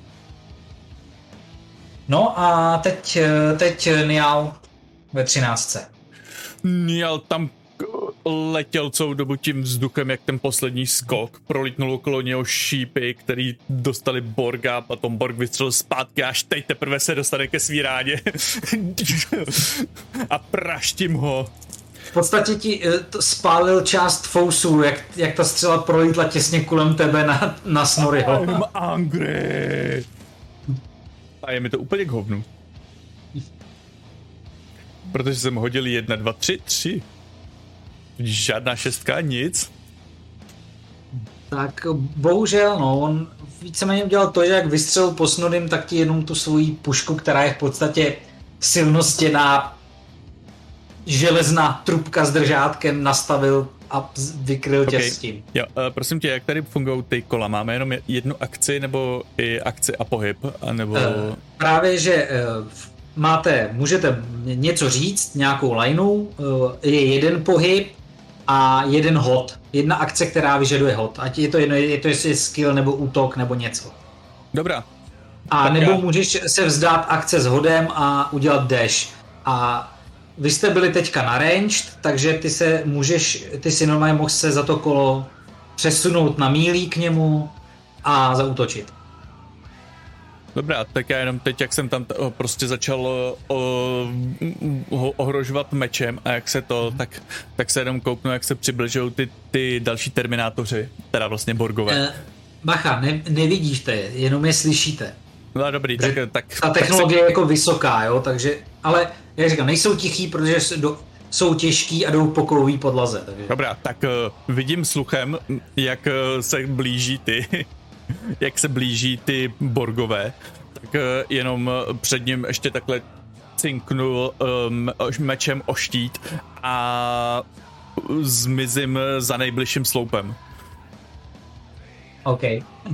No a teď Niall ve 13. Niall tam letěl celou dobu tím vzduchem, jak ten poslední skok. Prolítnul okolo něho šípy, který dostali Borga, a potom Borg vystřelil zpátky, až teď teprve se dostane ke svý ráně. A praštím ho. V podstatě ti spálil část fousu, jak ta střela prolítla těsně kolem tebe na Snorriho. I'm angry. A je mi to úplně k hovnu. Protože jsem hodil 1, 2, 3, 3. Žádná šestka, nic. Tak bohužel, no, on víceméně udělal to, že jak vystřelil po Snorrim, tak ti jenom tu svoji pušku, která je v podstatě silnostěná železná trubka s držátkem, nastavil a vykryl tě s tím. Jo, prosím tě, jak tady fungují ty kola? Máme jenom jednu akci, nebo i akci a pohyb? Nebo... Právě, že můžete něco říct, nějakou lineu, je jeden pohyb a jeden hod. Jedna akce, která vyžaduje hod. Ať je to jedno, je to jestli skill nebo útok nebo něco. Dobrá. A nebo můžeš se vzdát akce s hodem a udělat dash. A vy jste byli teďka na ranged, takže ty si normálně mohl se za to kolo přesunout na mílí k němu a zaútočit. Dobrá, tak já jenom teď, jak jsem tam prostě začal ohrožovat mečem a jak se to, tak se jenom kouknu, jak se přibližují ty další terminátoři, teda vlastně Borgové. Bacha, nevidíš to, jenom je slyšíte. No dobrý, tak ta technologie je jako vysoká, jo, takže, ale jak říkám, nejsou tichý, protože jsou těžký a jdou po kovový podlaze. Takže. Dobrá, tak vidím sluchem, jak se blíží ty Borgové, tak jenom před ním ještě takhle cinknul mečem o štít a zmizím za nejbližším sloupem. OK.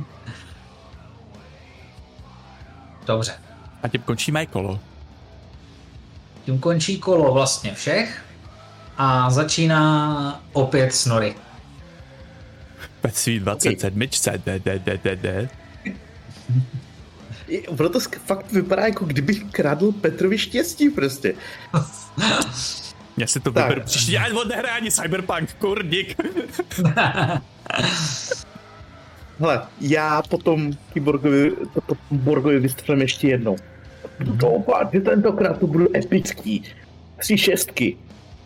Dobře. A tím končí mé kolo. Tím končí kolo vlastně všech a začíná opět Snorri. Ve svý 27. Proto fakt vypadá, jako kdybych kradl Petrovi štěstí prostě. Já si to vyberu příště, ať odehraje ani Cyberpunk, kurník. Hele, já potom Borgovi vystřelím ještě jednou. Doufám, že tentokrát to budu epický. 3 šestky.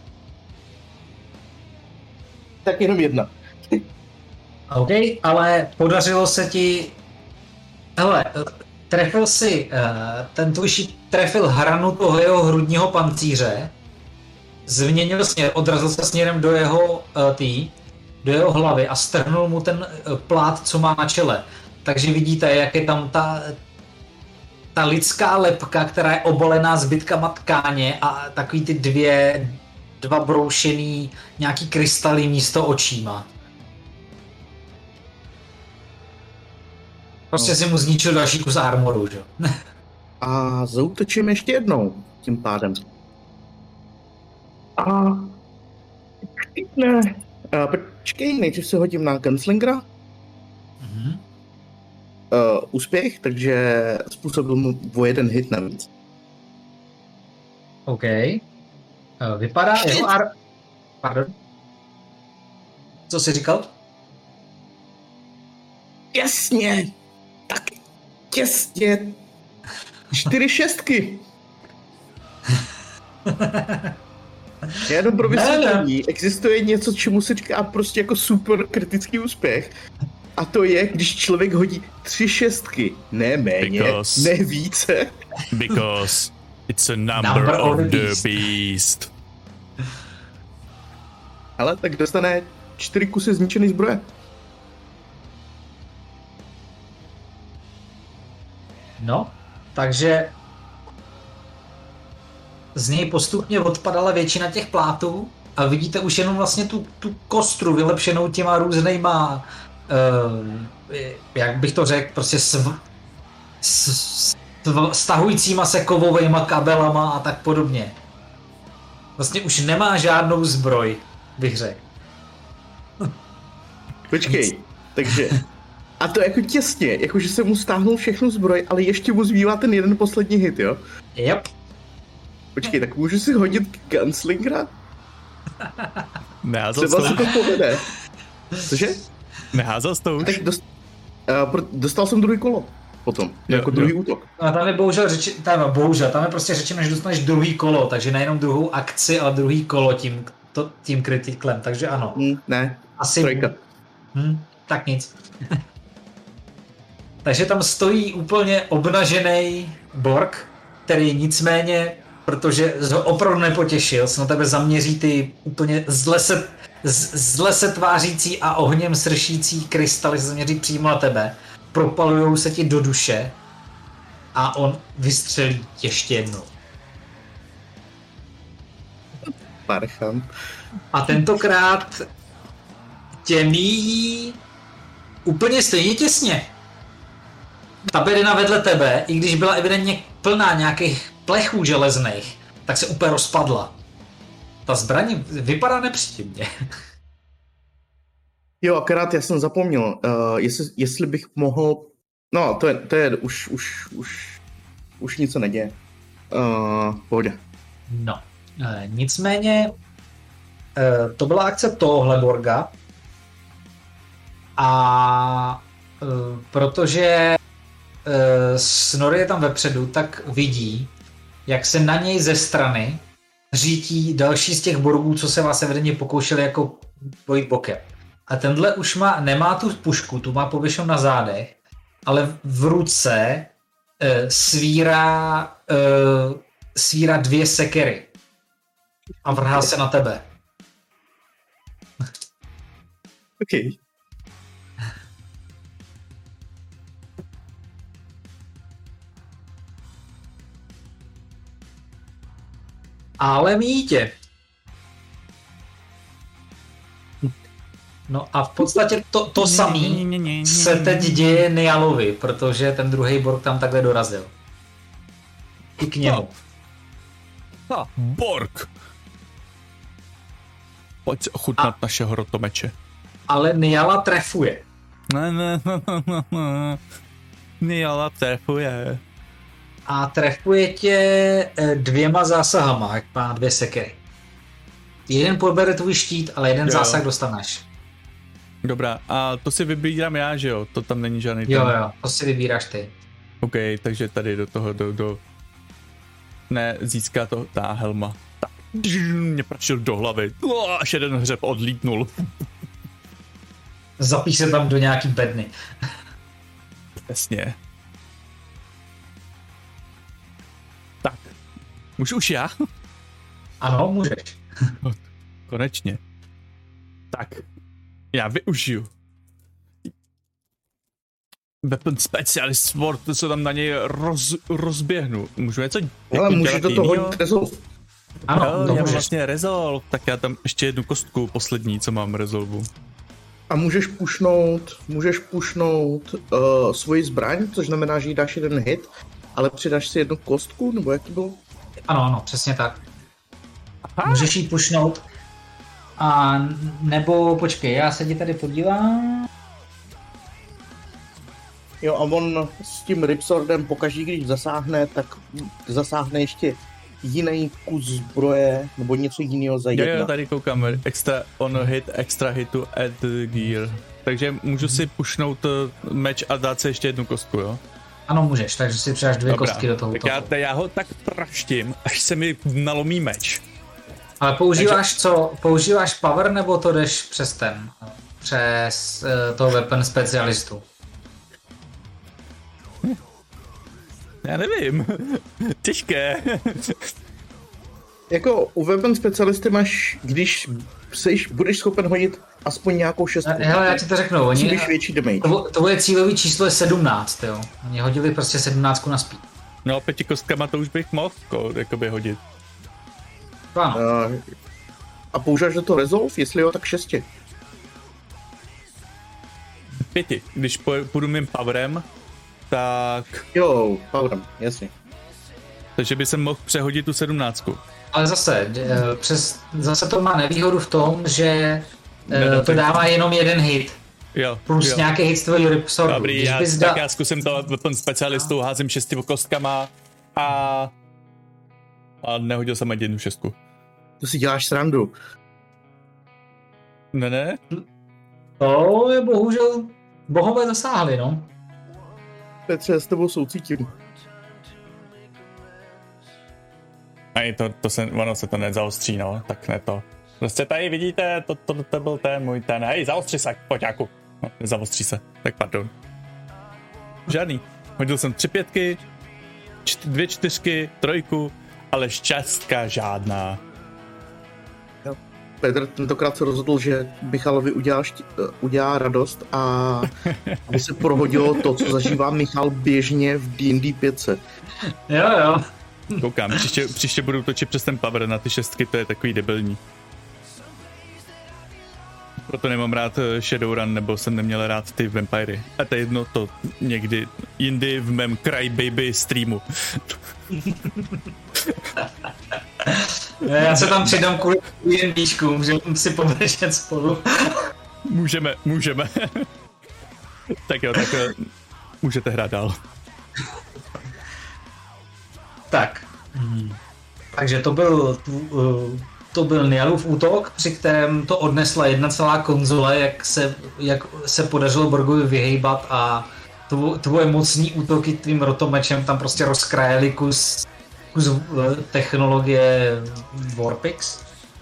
Tak jenom jedna. OK, ale podařilo se ti... Hele, trefil si, ten tvůj trefil hranu toho jeho hrudního pancíře, změnil směr, odrazil se směrem do jeho do jeho hlavy a strhnul mu ten plát, co má na čele. Takže vidíte, jak je tam ta lidská lebka, která je obalená zbytkama tkáně a takový ty dva broušený nějaký krystaly místo očíma. Prostě si mu zničil další kus armoru, že? A zaútočím ještě jednou tím pádem. A... Ne. Počkej, nejdřív se hodím na Gunslingera. Mm-hmm. Úspěch, takže způsobil mu o 1 hit navíc. OK. Vypadá jeho Pardon? Co jsi říkal? Jasně! Tak těsně! 4 šestky! Jenom pro vysvětlení, existuje něco, čemu se říká prostě jako super kritický úspěch. A to je, když člověk hodí 3 šestky. Ne méně, ne více. Because it's a number of the beast. Ale tak dostane 4 kusy zničený zbroje. No, takže z něj postupně odpadala většina těch plátů a vidíte už jenom vlastně tu kostru vylepšenou těma různýma, jak bych to řekl, prostě stahujícíma se kovovejma kabelama a tak podobně. Vlastně už nemá žádnou zbroj, bych řekl. Počkej, takže... A to jako těsně, jakože se mu stáhnul všechnu zbroj, ale ještě mu zbývá ten jeden poslední hit, jo? Yep. Počkej, tak můžu si hodit Gunslingera? Neházel Třeba se to. to povede. Cože? Neházel to už. Teď dostal jsem druhý kolo potom, jako druhý útok. No, tam je tam je prostě řečeno, že dostaneš druhý kolo, takže nejenom druhou akci, ale druhý kolo tím kritiklem, takže ano. Ne, Asi trojka. Tak nic. Takže tam stojí úplně obnažený Borg, který nicméně, protože ho opravdu nepotěšil, se na tebe zaměří ty úplně zle se tvářící a ohněm sršící krystaly, se zaměří přímo na tebe, propalujou se ti do duše a on vystřelí ještě jednou. Parchant. A tentokrát tě míjí úplně stejně těsně. Ta bedina vedle tebe, i když byla evidentně plná nějakých plechů železných, tak se úplně rozpadla. Ta zbraň vypadá nepříjemně. Jo, akorát já jsem zapomněl, jestli bych mohl, no to je už nic se neděje. Pohodě. No, nicméně to byla akce tohohle Borga a protože Snorri je tam vepředu, tak vidí, jak se na něj ze strany řítí další z těch Borgů, co se vás evidentně pokoušeli jako bojit bokem. A tenhle už nemá tu pušku, tu má pověšenou na zádech, ale v ruce svírá 2 sekery a vrhá se na tebe. OK. Ale mítě. No a v podstatě to samý se teď děje Nialovi, protože ten druhý Borg tam takhle dorazil. I k němu. Borg! Pojď si ochutnat našeho rotomeče. Ale Niala trefuje. Ne. Niala trefuje. A trefuje tě 2 zásahama, jak má 2 sekery. Jeden pobere tvůj štít, ale jeden zásah dostaneš. Dobrá, a to si vybírám já, že jo? To tam není žádný... Jo, to si vybíráš ty. OK, takže tady do toho, Ne, získá to ta helma. Tak, mě prašil do hlavy. Až jeden hřeb odlítnul. Zapíš se tam do nějaký bedny. Přesně. Tak, můžu už já? Ano, můžeš. Konečně. Tak, já využiju. Weapon Specialist Sword, to se tam na něj rozběhnu. Můžu něco Ale můžeš do toho hodit resolve. Ano, jo, to já můžeš. vlastně resolve, tak já tam ještě jednu kostku poslední, co mám resolvu. A můžeš pušnout svoji zbraň, což znamená, že jí dáš jeden hit, ale přidáš si jednu kostku, nebo jak to bylo? Ano, přesně tak. Aha. Můžeš jí pušnout. A nebo počkej, já se ti tady podívám. Jo, a on s tím Ripswordem pokaždý, když zasáhne, tak zasáhne ještě jiný kus zbroje, nebo něco jiného za 1. Jo, tady koukám, extra hit to add gear. Takže můžu si pušnout meč a dát si ještě jednu kostku, jo? Ano, můžeš, takže si přidáš 2 kostky do toho. Tak já ho tak praštím, až se mi nalomí meč. Ale používáš power, nebo to jdeš přes toho weapon specialistu? Já nevím. Těžké. Jako u weapon specialisty máš, když budeš schopen hodit aspoň nějakou 6. Hele, já ti to řeknu. Oni větší damage. Tvoje cílový číslo je 17, jo. Oni hodili prostě 17 na speed. No, 5 kostkama to už bych mohl jakoby hodit. Ano. A používáš do toho resolve? Jestli jo, tak 6. 5. Když půjdu mým powerem, tak... Jo, powerem, jasně. Takže by jsem mohl přehodit tu 17. Ale zase to má nevýhodu v tom, že to dává jenom jeden hit. Jo, plus nějaký hit z tvojho Ripswordu. Dobrý, tak já zkusím to weapon specialistu, házím 6 kostkama a nehodil jsem ani jednu 6. To si děláš srandu. Ne? To je bohužel bohové zasáhli, no. Petře, s tebou soucítím. A ono se to nezaostří, no, tak ne to. Prostě tady vidíte, to byl ten můj ten, hej, zaostři se, poťáku. No, nezaostří se, tak pardon. Žádný. Hodil jsem 3 5, 2 4, 3, ale šťastka žádná. Petr tentokrát se rozhodl, že Michalovi udělá radost a aby se prohodilo to, co zažívá Michal běžně v D&D 5. Jo. Koukám, příště budu točit přes ten power na ty 6, to je takový debilní. Proto nemám rád Shadowrun, nebo jsem neměl rád ty vampiry. A to je jedno, to někdy jindy v mém Crybaby streamu. Já se tam přidám kvůli D&Dčkům, že si povržet spolu. Můžeme. Tak jo, tak můžete hrát dál. Tak. Takže to byl Nialův útok, při kterém to odnesla jedna celá konzole, jak se podařilo Borgovi vyhejbat a tvoje mocní útoky tvým rotomečem tam prostě rozkrajeli kus technologie Warpix.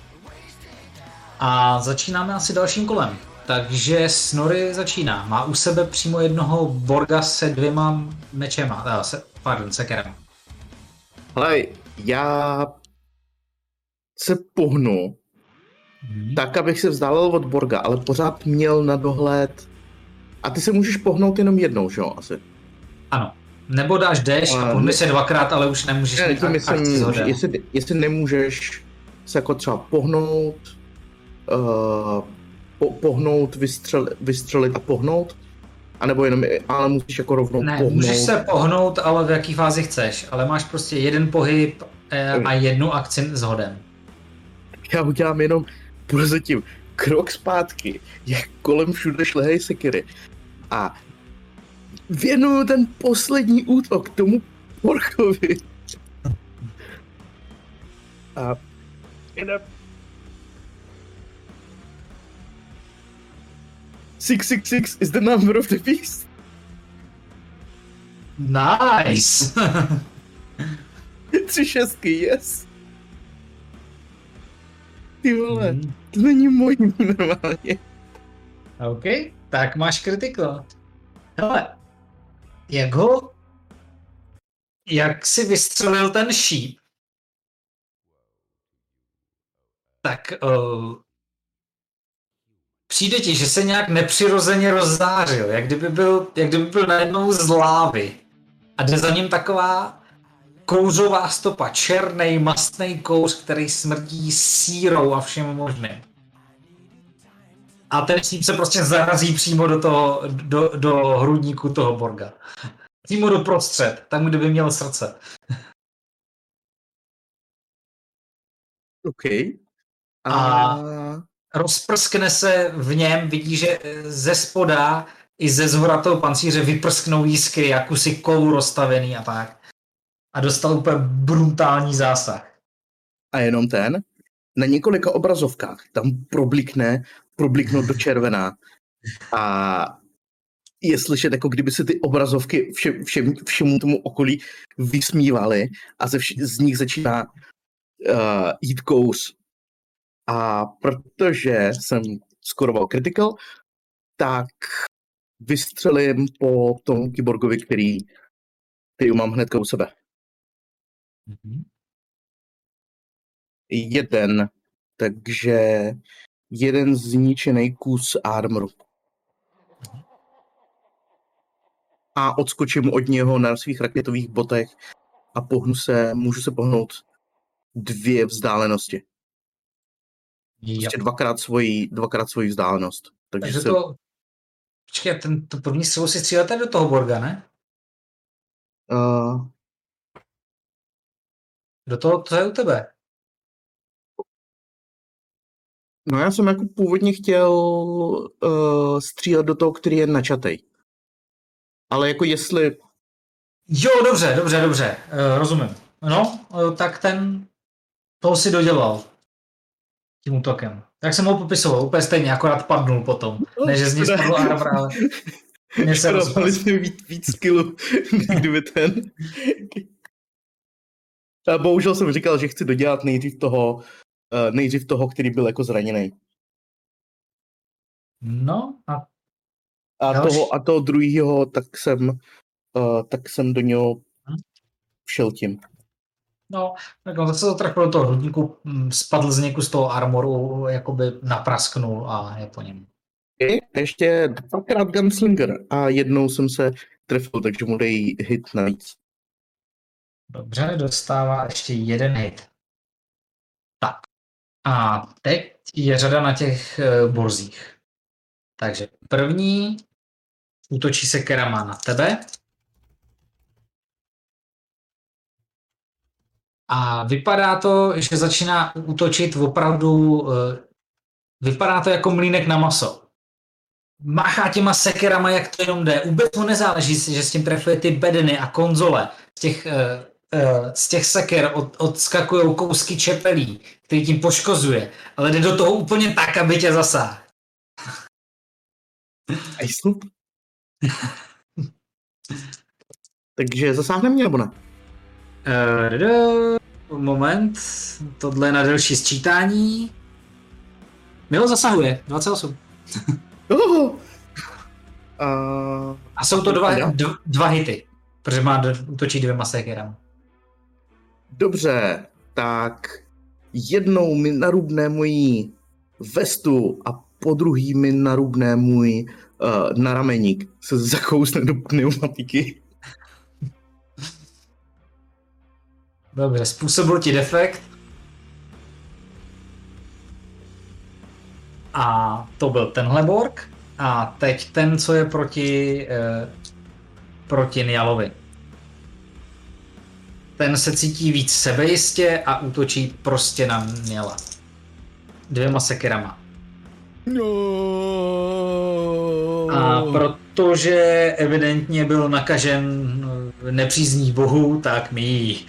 A začínáme asi dalším kolem. Takže Snorri začíná. Má u sebe přímo jednoho Borga se 2 mečema, sekerem. Ale já se pohnu tak, abych se vzdálil od Borga, ale pořád měl na dohled. A ty se můžeš pohnout jenom jednou, že jo, asi? Ano. Nebo dáš dash a pohni se 2krát, ale už nemůžeš mít akci zhodem. Jestli nemůžeš se jako třeba pohnout, vystřelit a pohnout, anebo jenom, ale musíš jako rovnou pohnout. Můžeš se pohnout, ale v jaký fázi chceš, ale máš prostě jeden pohyb a jednu akci s hodem. Já udělám jenom prozatím krok zpátky, jak kolem všude šlehají sekery. A věnuju ten poslední útok tomu Borgovi. A 666 is the number of the beast. Nice! 3 6, yes. Ty vole, to není můj normálně. OK, tak máš critical. Hele, jak si vystřelil ten šíp, tak přijde ti, že se nějak nepřirozeně rozzářil, jak kdyby byl najednou z lávy. A jde za ním taková kouřová stopa, černý mastný kouř, který smrdí sírou a všem možným. A ten šíp se prostě zarazí přímo do hrudníku toho Borga. Přímo do prostřed, tam, kde by měl srdce. OK. A rozprskne se v něm, vidí, že ze spoda i ze zhora toho pancíře vyprsknou jiskry, jak kusy kovu rozstavený a tak. A dostal úplně brutální zásah. A jenom ten? Na několika obrazovkách tam probliknou do červená. A je slyšet, jako kdyby se ty obrazovky všemu tomu okolí vysmívaly a z nich začíná jít kouř. A protože jsem skoroval critical, tak vystřelím po tom kyborgovi, který mám hnedka u sebe. Jeden, takže jeden zničený kus armoru. A odskočím od něho na svých raketových botech a můžu se pohnout 2 vzdálenosti. Prostě dvakrát svoji vzdálenost. Takže to... Počkej, to první střelu si střílete do toho Borga, ne? Do toho, co je u tebe? No já jsem jako původně chtěl střílet do toho, který je načatej. Ale jako jestli... Jo, dobře, rozumím. No, tak toho si dodělal tím útokem. Jak jsem ho popisoval, úplně stejně, akorát padnul potom. Ne, že z něj spadl armor, ale mě se rozpadl. Víc skillu, kdyby ten... A bohužel jsem říkal, že chci dodělat nejdřív toho, který byl jako zraněný. No a toho druhýho, tak jsem do něho šel tím. No, tak on zase zatrefil do toho hrudníku, spadl z někud z toho armoru, jakoby naprasknul a je po něm. Ještě 2x Gunslinger a jednou jsem se trefil, takže mu dej hit navíc. Dobře, dostává ještě jeden hit. Tak. A teď je řada na těch borzích. Takže první útočí se kerama na tebe. A vypadá to, že začíná útočit opravdu, vypadá to jako mlýnek na maso. Máchá těma sekerama, jak to jenom jde. Vůbec mu nezáleží, že s tím trefuje ty bedny a konzole. Z těch seker odskakujou kousky čepelí, který tím poškozuje. Ale jde do toho úplně tak, aby tě zasáhl. Takže zasáhne mě, nebo ne? Moment, tohle je na delší sčítání. Milo zasahuje, 28. A jsou to dva hity, protože útočí 2 sekerami. Dobře, tak jednou mi narubne moji vestu a po druhý mi narubne můj narameník. Se zakousne do pneumatiky. Dobře, způsobil ti defekt. A to byl tenhle borg. A teď ten, co je proti Nialovi. Ten se cítí víc sebejistě a útočí prostě na Niala. 2 sekerama. No. A protože evidentně byl nakažen nepřízní bohu, tak míjí.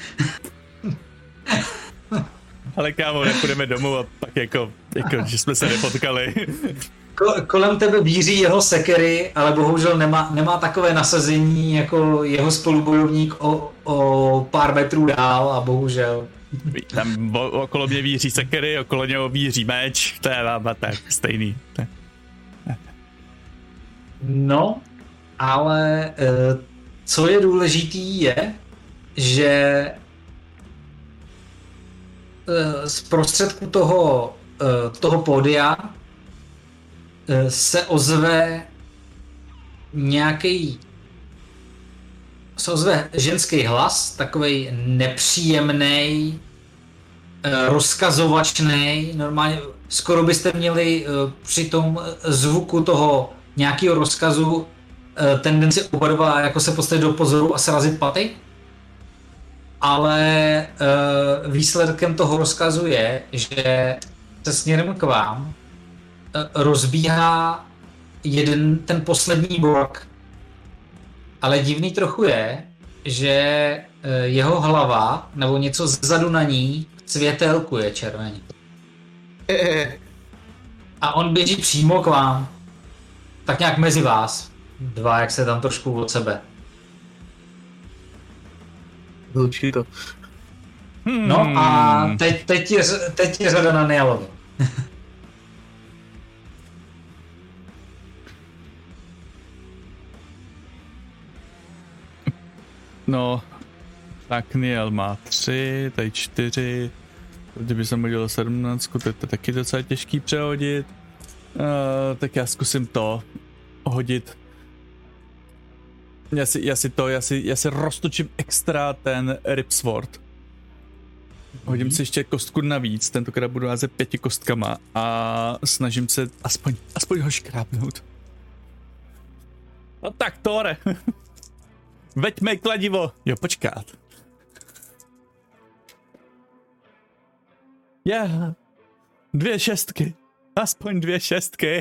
Ale kámo, nepůjdeme domů a pak jako že jsme se nepotkali. Kolem tebe víří jeho sekery, ale bohužel nemá takové nasazení jako jeho spolubojovník o pár metrů dál a bohužel. Tam okolo mě víří sekery, okolo něho víří meč, to je tak stejný. No, ale co je důležitý je, že z prostředku toho pódia se ozve ženský hlas, takovej nepříjemný, rozkazovačný. Normálně skoro byste měli při tom zvuku toho nějakého rozkazu tendenci oba dva jako se postavit do pozoru a srazit paty. Ale výsledkem toho rozkazu je, že se směrem k vám rozbíhá ten poslední borg. Ale divný trochu je, že jeho hlava, nebo něco zezadu na ní, světelkuje červeně. A on běží přímo k vám. Tak nějak mezi vás. 2, jak se tam trošku od sebe. Zlučí to. No a teď je řada na Nialovi. No, tak Nial má 3, tady 4, kdyby jsem udělal 17, to je taky docela těžký přehodit. Tak já zkusím to hodit. Já si roztočím extra ten Ripsword. Hodím si ještě kostku navíc, tentokrát budu házet 5 kostkama a snažím se aspoň ho škrábnout. No tak, Tore. Veď mé kladivo. Jo, počkat. Já. 2 šestky. Aspoň 2 šestky.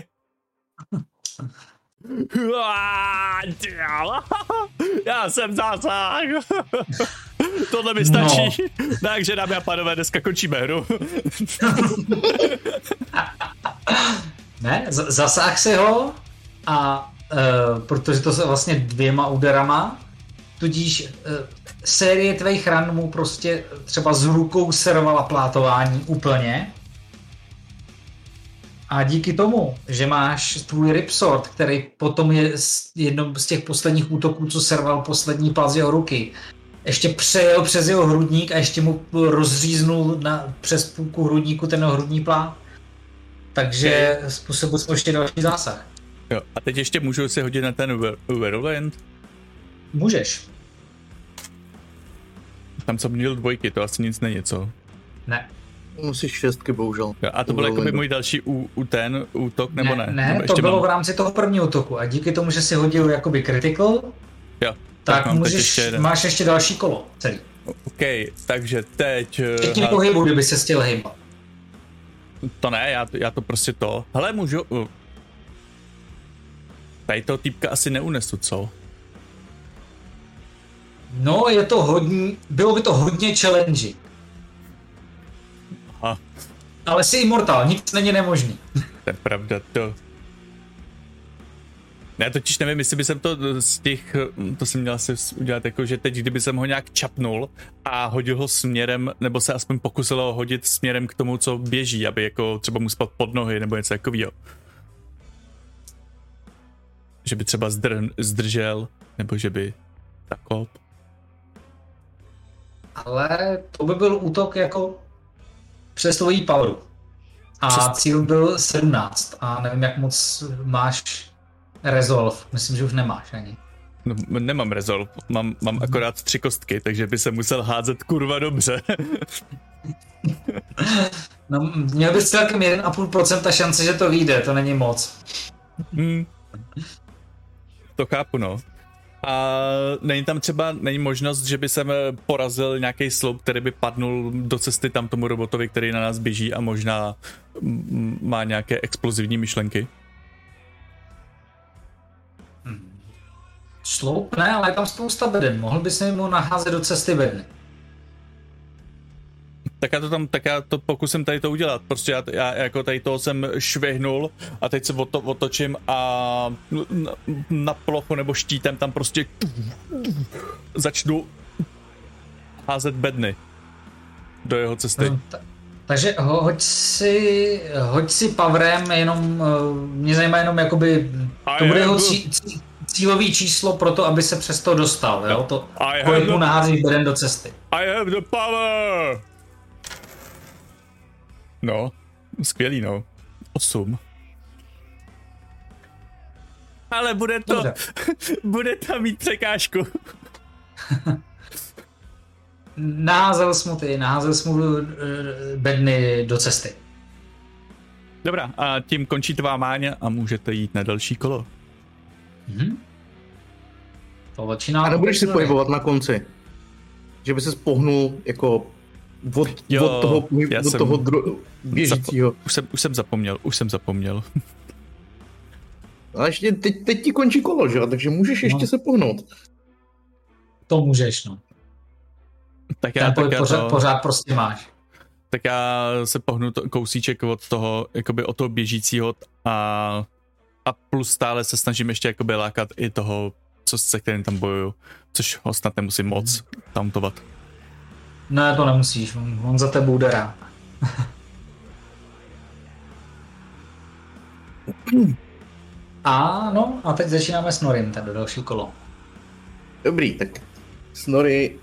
Já jsem zásah. Tohle mi stačí. No. Takže dámy a pánové, dneska končíme hru. Ne, zasáh si ho a protože to se vlastně 2 úderama, tudíž série tvých ran mu prostě třeba z rukou servala plátování úplně. A díky tomu, že máš tvůj Ripsword, který potom je jednou z těch posledních útoků, co serval poslední pál z jeho ruky, ještě přejel přes jeho hrudník a ještě mu rozříznul přes půlku hrudníku ten hrudní plát. Takže způsobil jsme ještě další zásah. Jo, a teď ještě můžu si hodit na ten Whirlwind? Můžeš. Tam jsem měl 2, to asi nic není, co? Ne. Musíš 6, bohužel. Jo, a to byl jakoby můj další ten útok, nebo ne? Ne, nebo to bylo v rámci toho prvního útoku a díky tomu, že si hodil jakoby critical, jo, tak máš ještě další kolo celý. OK, takže teď... Včetně pohybu, kdyby se chtěl hejbat. To ne, já to prostě to... Hele, můžu... Tady toho týpka asi neunesu, co? No, je to hodně... Bylo by to hodně challenge. Aha. Ale jsi immortal, nic není nemožný. To je pravda, to... Já totiž nevím, jestli by jsem to z těch... To jsem měl asi udělat jako, že teď, kdyby jsem ho nějak čapnul a hodil ho směrem, nebo se aspoň pokusil ho hodit směrem k tomu, co běží, aby jako třeba mu spadl pod nohy, nebo něco takového. Že by třeba zdržel, nebo že by takop. Ale to by byl útok jako přes tvojí poweru. A cíl byl 17 a nevím, jak moc máš resolve. Myslím, že už nemáš ani. No, nemám resolve, mám akorát 3 kostky, takže by se musel házet kurva dobře. No, měl bys celkem 1,5% šance, že to vyjde, to není moc. To chápu, no. A není možnost, že by jsem porazil nějaký sloup, který by padnul do cesty tam tomu robotovi, který na nás běží a možná má nějaké explozivní myšlenky? Sloup ne, ale je tam spousta beden. Mohl bys mu naházet do cesty bedny. Tak já to pokusím tady to udělat. Prostě já jako tady toho jsem švihnul a teď se otočím a na plochu nebo štítem tam prostě začnu házet bedny do jeho cesty. No, takže hoď si powerem, jenom mě zajímá jenom jakoby, to bude jeho cílový číslo pro to, aby se přes to dostal, jo? To kolik mu nahází beden do cesty. I have the power! No, skvělý, no. 8. Ale bude tam mít překážku. Naházel jsi mu bedny do cesty. Dobrá, a tím končí tvá máň a můžete jít na další kolo. To začíná... A nebudeš si pohybovat na konci? Že by se pohnul jako od toho běžícího. Už jsem zapomněl. Ale ještě teď ti končí kolo, že? Takže můžeš ještě se pohnout. To můžeš, no. Pořád prostě máš. Tak já se pohnu kousíček od toho běžícího a plus stále se snažím ještě jakoby lákat i toho, se kterým tam bojuju, což ho snad nemusím moc tauntovat. Ne, to nemusíš, on za tebou jde rád. A teď začínáme s Norim, do další kolo. Dobrý, tak Snorri...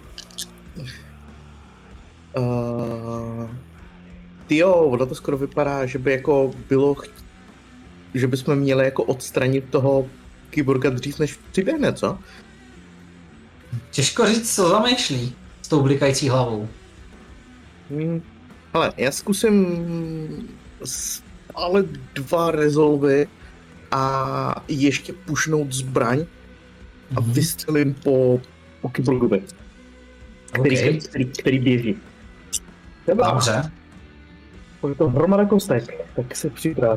ono to skoro vypadá, že by jako bylo... Že bychom měli jako odstranit toho kyborga dřív, než přiběhne, co? Těžko říct, co zamýšlí s tou blikající hlavou. Ale já zkusím ale 2 resolvy a ještě pušnout zbraň a vystřelím po kyborgovi, který běží. Dobře. Je to hromada kostek, tak se připrav.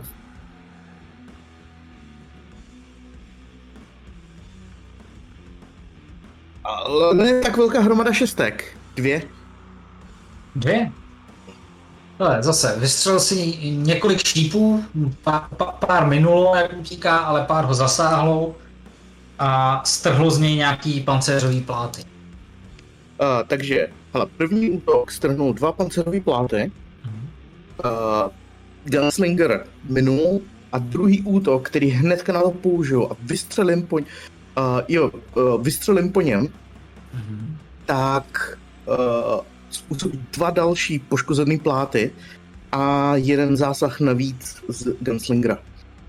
Ale ne tak velká hromada šestek. 2. Ale zase, vystřelil si několik šípů, pár minulo, jak utíká, ale pár ho zasáhlo a strhlo z něj nějaký pancéřový pláty. Takže, hele, první útok strhnul 2 pancéřové pláty, Gunslinger minul a druhý útok, který hnedka na to použil a vystřelím po něm, tak způsobí 2 další poškozený pláty a 1 zásah navíc z Gunslingera.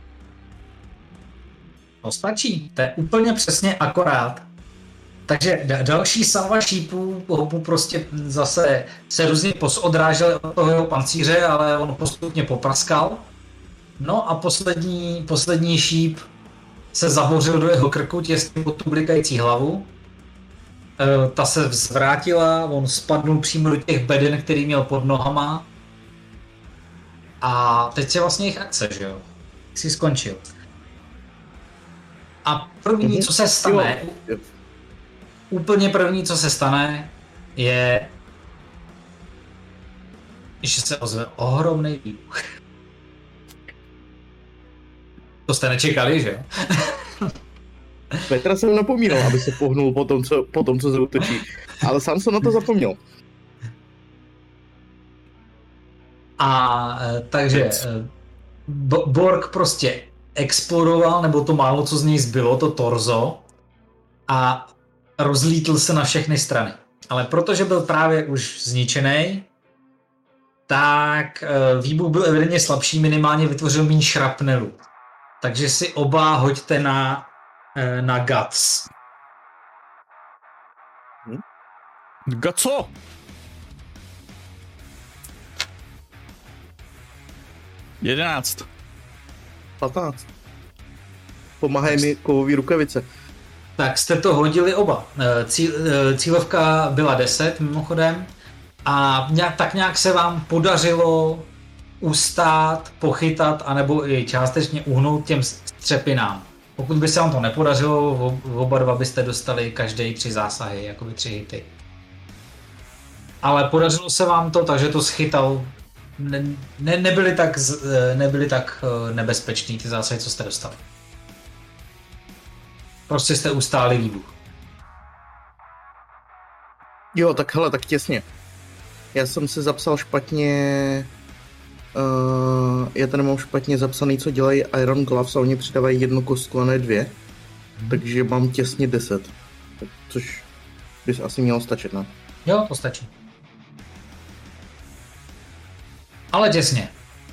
To stačí, to je úplně přesně akorát. Takže další salva šípů ho prostě zase se různě odrážel od toho jeho pancíře, ale on postupně popraskal. No a poslední šíp se zabořil do jeho krku těsně pod tu blikající hlavu. Ta se zvrátila, on spadnul přímo do těch beden, který měl pod nohama. A teď je vlastně jejich akce, že jo? Jsi skončil. A první, co se stane, úplně první, co se stane, je, že se ozve ohromný výbuch. To jste nečekali, že? Petra jsem napomínal, aby se pohnul po tom, co zautočí, ale sám jsem na to zapomněl. A takže Borg prostě explodoval, nebo to málo, co z něj zbylo, to torzo, a rozlítl se na všechny strany. Ale protože byl právě už zničený, tak výbuch byl evidentně slabší, minimálně vytvořil méně šrapnelu. Takže si oba hoďte na Guts. Gaco! 11. 15. Pomáhaj mi kovový rukavice. Tak jste to hodili oba. Cílovka byla 10 mimochodem a tak nějak se vám podařilo ustát, pochytat anebo i částečně uhnout těm střepinám. Pokud by se vám to nepodařilo, oba dva byste dostali každý 3 zásahy, jakoby 3 hity. Ale podařilo se vám to, takže to schytal. Nebyly tak nebezpečný ty zásahy, co jste dostali. Prostě jste ustáli výbuch. Jo, tak hele, tak těsně. Já jsem si zapsal špatně... já tady mám špatně zapsaný, co dělají Iron Gloves a oni přidávají 1 kostku a ne 2. Takže mám těsně 10. Což bys asi mělo stačit, ne? Jo, to stačí. Ale těsně.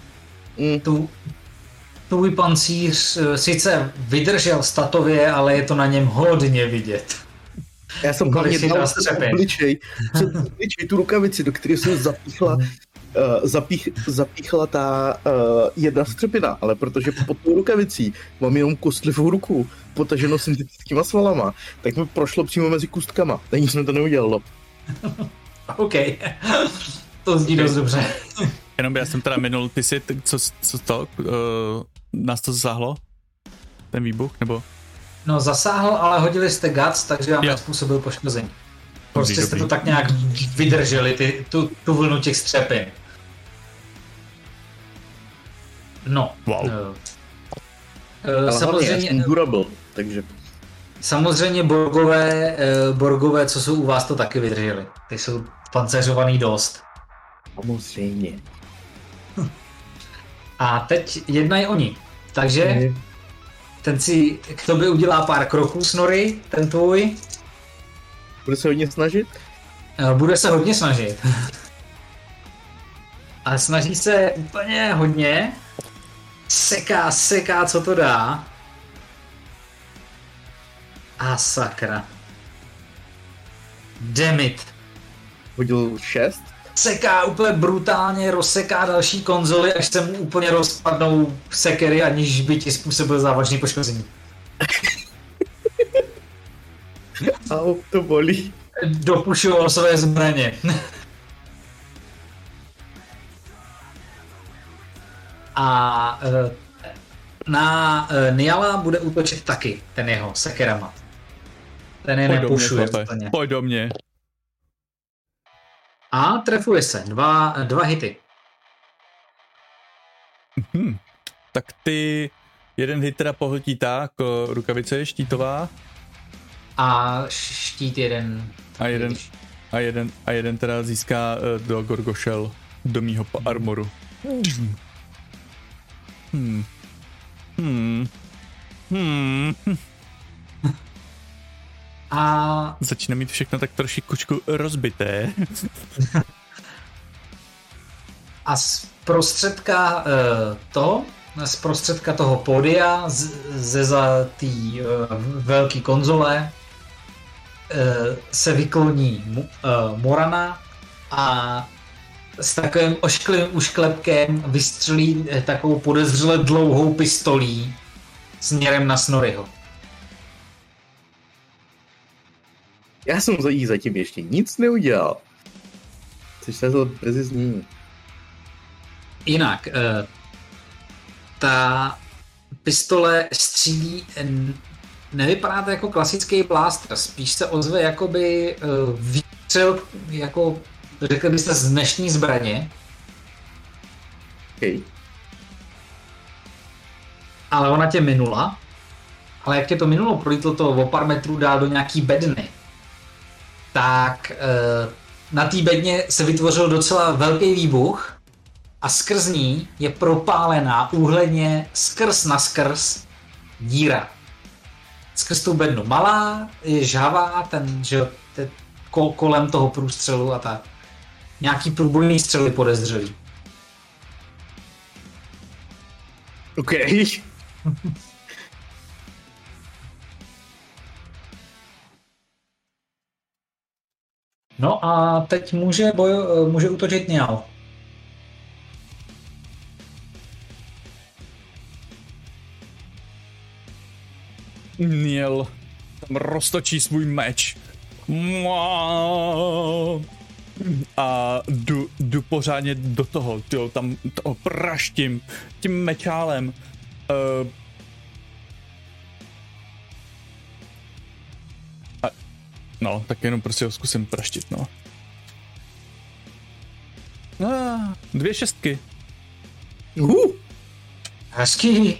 Tvůj pancíř sice vydržel statově, ale je to na něm hodně vidět. Já jsem hlavně dal obličej tu rukavici, do které jsem zapíchla ta 1 střepina, ale protože pod tou rukavicí mám jenom kostlivou ruku, potaženou syntetickýma svalama, tak mi prošlo přímo mezi kůstkama, tak nic mi to neudělalo. OK, to zní dost dobře. Jenom já jsem teda minul, ty si, nás to zasáhlo? Ten výbuch, nebo? No zasáhl, ale hodili jste Guts, takže vám nezpůsobil poškození. Prostě jste to tak nějak vydrželi, tu vlnu těch střepin. No. Wow. Samozřejmě durable, takže... Samozřejmě Borgové, co jsou u vás, to taky vydrželi. Ty jsou pancéřovaný dost. Samozřejmě. A teď jednají oni. Takže ten si k tobě udělá pár kroků, Snorri, ten tvůj. Bude se hodně snažit? Bude se hodně snažit. A snaží se úplně hodně. Seká, co to dá. A sakra. Damn it. Hodil 6? Seká úplně brutálně, rozseká další konzoly, až se mu úplně rozpadnou sekery, aniž by ti způsobil závažný poškození. Au, to bolí. Dopušoval své zbraně. A na Niala bude útočit taky, ten jeho sekerama. Ten je nepušuje. Pojď do mě. A trefuje se, dva hity. Tak ty jeden hit teda pohltí tak, rukavice je štítová. A štít jeden. A jeden teda získá do Gorgošel, do mýho armoru. A začíná mít všechno tak trošičku rozbité. A z prostředka toho pódia, ze za té velké konzole, se vykloní Morana a s takovým ošklivým ušklepkem vystřelí takovou podezřele dlouhou pistolí směrem na Snorriho. Já jsem za jí zatím ještě nic neudělal. Což se to brzy změní. Jinak, ta pistole střílí, nevypadá to jako klasický blaster, spíš se ozve jakoby výstřel, jako řekli byste z dnešní zbraně. Okay. Ale ona tě minula. Ale jak tě to minulo, prolítlo to o pár metrů dál do nějaký bedny. Tak na té bedně se vytvořil docela velký výbuch a skrz ní je propálená úhledně skrz na skrz díra. Skrz tu bednu malá, je žhavá, kolem toho průstřelu a tak. Nějaký průbojný střely podezřelý. OK. No a teď může útočit Niall. Niall tam roztočí svůj meč. A jdu pořádně do toho, tam toho praštím tím mečálem. No, tak jenom prostě ho zkusím praštit, no. 2 šestky. Hezký.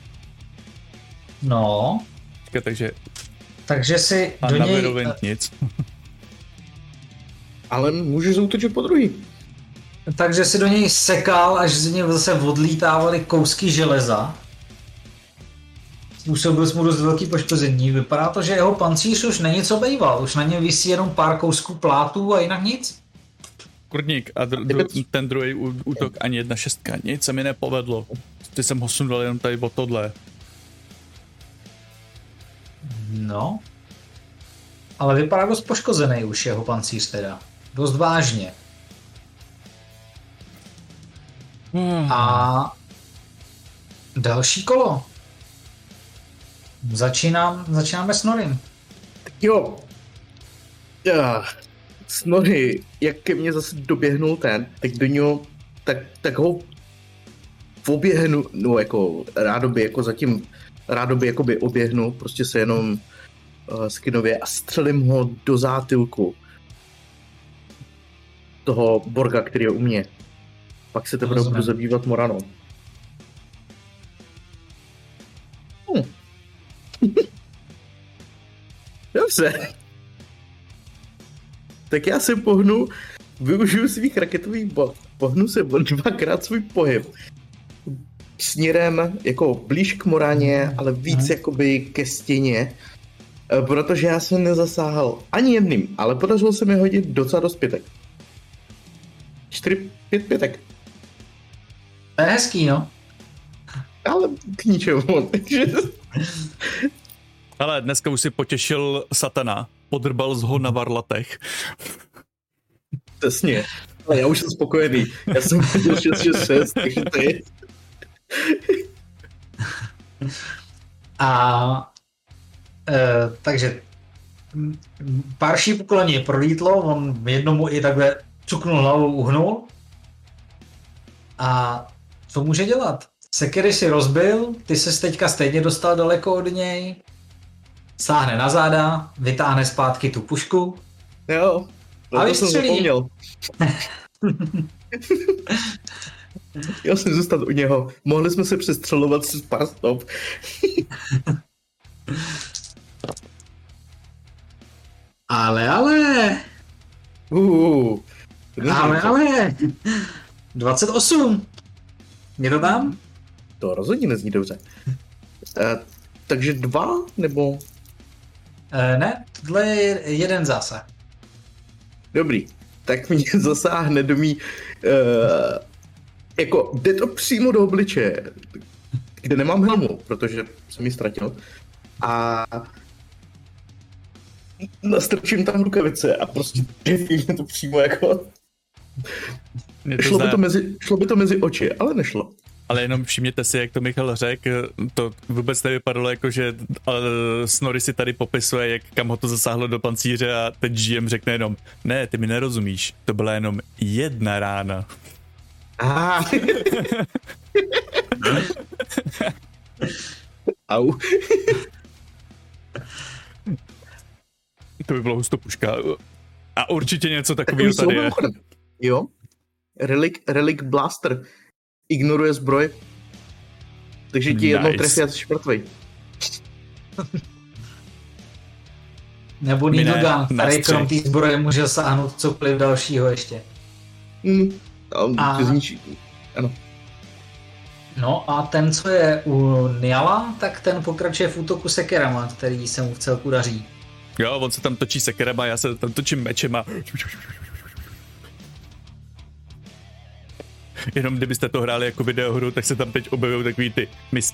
No. Takže si a do něj... nic. Ale můžeš zautočit po druhý. Takže si do něj sekal, až z něj zase odlítávaly kousky železa. Způsobil mu dost velký poškození. Vypadá to, že jeho pancíř už není co bejval. Už na něm visí jenom pár kousků plátů a jinak nic. Kurník a ten druhý útok ani 1 šestka. Nic se mi nepovedlo. Ty jsem ho sundal jenom tady o tohle. No. Ale vypadá dost poškozený už jeho pancíř teda. Dost vážně. A další kolo. Začínáme s Snorrim. Jo. Snorri, jak ke mně zase doběhnul tak do něho, tak ho oběhnu, no jako rádoby jakoby oběhnu, prostě se jenom skinově a střelím ho do zátylku toho Borga, který je u mě. Pak se teprve budu zabývat Moranou. Dobře. Tak já se využiju svých raketových bod. Pohnu se 2krát svůj pohyb. Směrem jako blíž k Moraně, ale víc jakoby ke stěně. Protože já jsem nezasáhl ani jedným, ale podařilo se mi hodit docela dost pětek. 4-5 pětek. To je hezký, no. Ale k ničemu. Ale dneska už si potěšil satana. Podrbal ho na varlatech. Přesně. Ale já už jsem spokojený. Já jsem viděl 6-6, takže to je... Takže pár šípů něj prolítlo, on jednomu i takhle cuknul hlavou, uhnul. A co může dělat? Sekery si rozbil, ty ses teďka stejně dostal daleko od něj, sáhne na záda, vytáhne zpátky tu pušku. Jo, a vystřelí. Já jsem zůstat u něho. Mohli jsme se přestřelovat s pár stop. Ale. Ale. 28. Je to tam? To rozhodně nezní dobře. Takže 2, nebo? Ne, tohle je jeden zásah. Dobrý. Tak mě zasáhne do mý... jako, jde to přímo do obličeje, kde nemám helmu, protože jsem ji ztratil. A nastrčím tam rukavice a prostě trefím to přímo jako... Šlo by to mezi oči, ale nešlo. Ale jenom všimněte si, jak to Michal řekl, to vůbec nevypadalo jako, že Snorri si tady popisuje, jak kam ho to zasáhlo do pancíře a teď GM řekne jenom, ne, ty mi nerozumíš, to byla jenom jedna rána. Au. To by bylo hustopuška. A určitě něco takového tady je. Jo. Relic Blaster. Ignoruje zbroj. Takže ti jednou trefí a jsi mrtvej. Nebo Needle Gun, který krom té zbroje může sáhnout cokoliv dalšího ještě. Ano. No a ten, co je u Niala, tak ten pokračuje v útoku sekerama, který se mu v celku daří. Jo, on se tam točí sekerama, já se tam točím mečem a... Jenom kdybyste to hráli jako videohru, tak se tam teď objevují takový ty mis.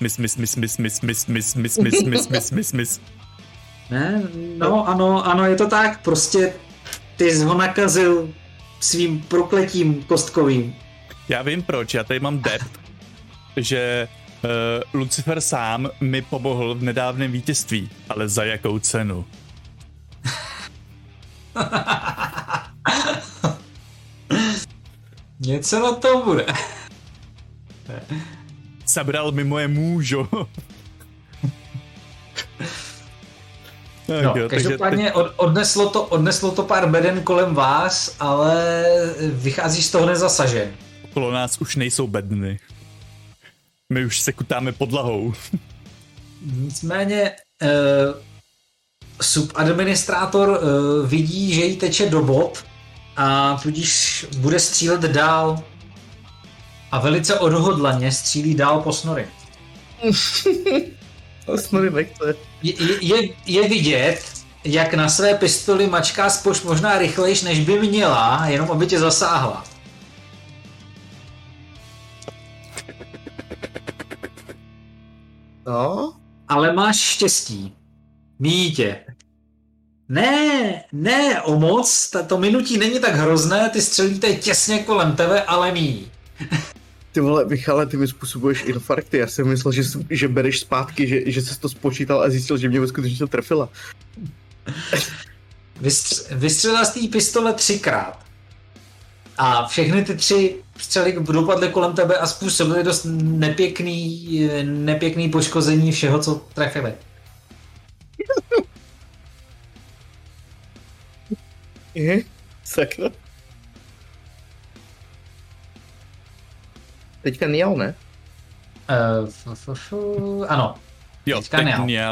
Ne, no ano, je to tak, prostě ty jsi ho nakazil svým prokletím kostkovým. Já vím proč, já tady mám dept, že Lucifer sám mi pomohl v nedávném vítězství, ale za jakou cenu? Něco na to bude. Zabral mi moje mužo. No, každopádně odneslo to pár beden kolem vás, ale vycházíš z toho nezasažen. Okolo nás už nejsou bedny. My už se kutáme podlahou. Nicméně subadministrátor vidí, že jí teče do bod a tudíž bude střílet dál. A velice odhodlaně střílí dál po Snorri. Snorri nechce. Je vidět, jak na své pistoli mačká spož možná rychlejš, než by měla, jenom aby tě zasáhla. No? Ale máš štěstí. Míjí tě. Ne, o moc, to minutí není tak hrozné, ty střelíte těsně kolem tebe, ale míjí. Ty vole, Michale, ty mi způsobuješ infarkty, já jsem myslel, že bereš zpátky, že jsi to spočítal a zjistil, že mě ve skutečnosti trefila. Vystřelila z té pistole 3krát. A všechny ty 3 střely dopadly kolem tebe a způsobily dost nepěkný poškození všeho, co trefili. Sakra. Teďka Nial, ne? Ano. Jo, teď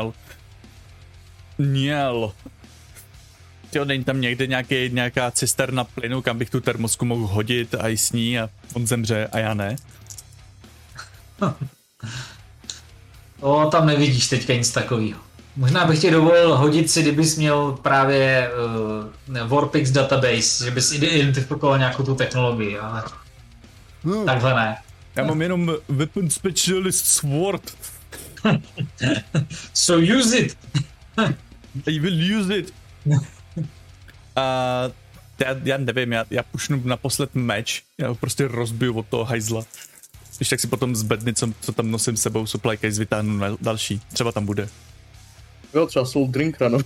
Nial. Jo, není tam někde nějaká cisterna plynu, kam bych tu termosku mohl hodit a jí s ní a on zemře a já ne? Tam nevidíš teďka nic takového. Možná bych ti dovolil hodit si, kdybys měl právě Warpix database, že bys identifikoval nějakou tu technologii, ale takhle ne. Já mám jenom Weapon Specialist Sword. So use it! I will use it. Já nevím, já pušnu naposled meč, já ho prostě rozbiju od toho hajzla. Když tak si potom z bedny, co tam nosím s sebou, supply case vytáhnu na další, třeba tam bude. Jo, třeba Soul Drink Run.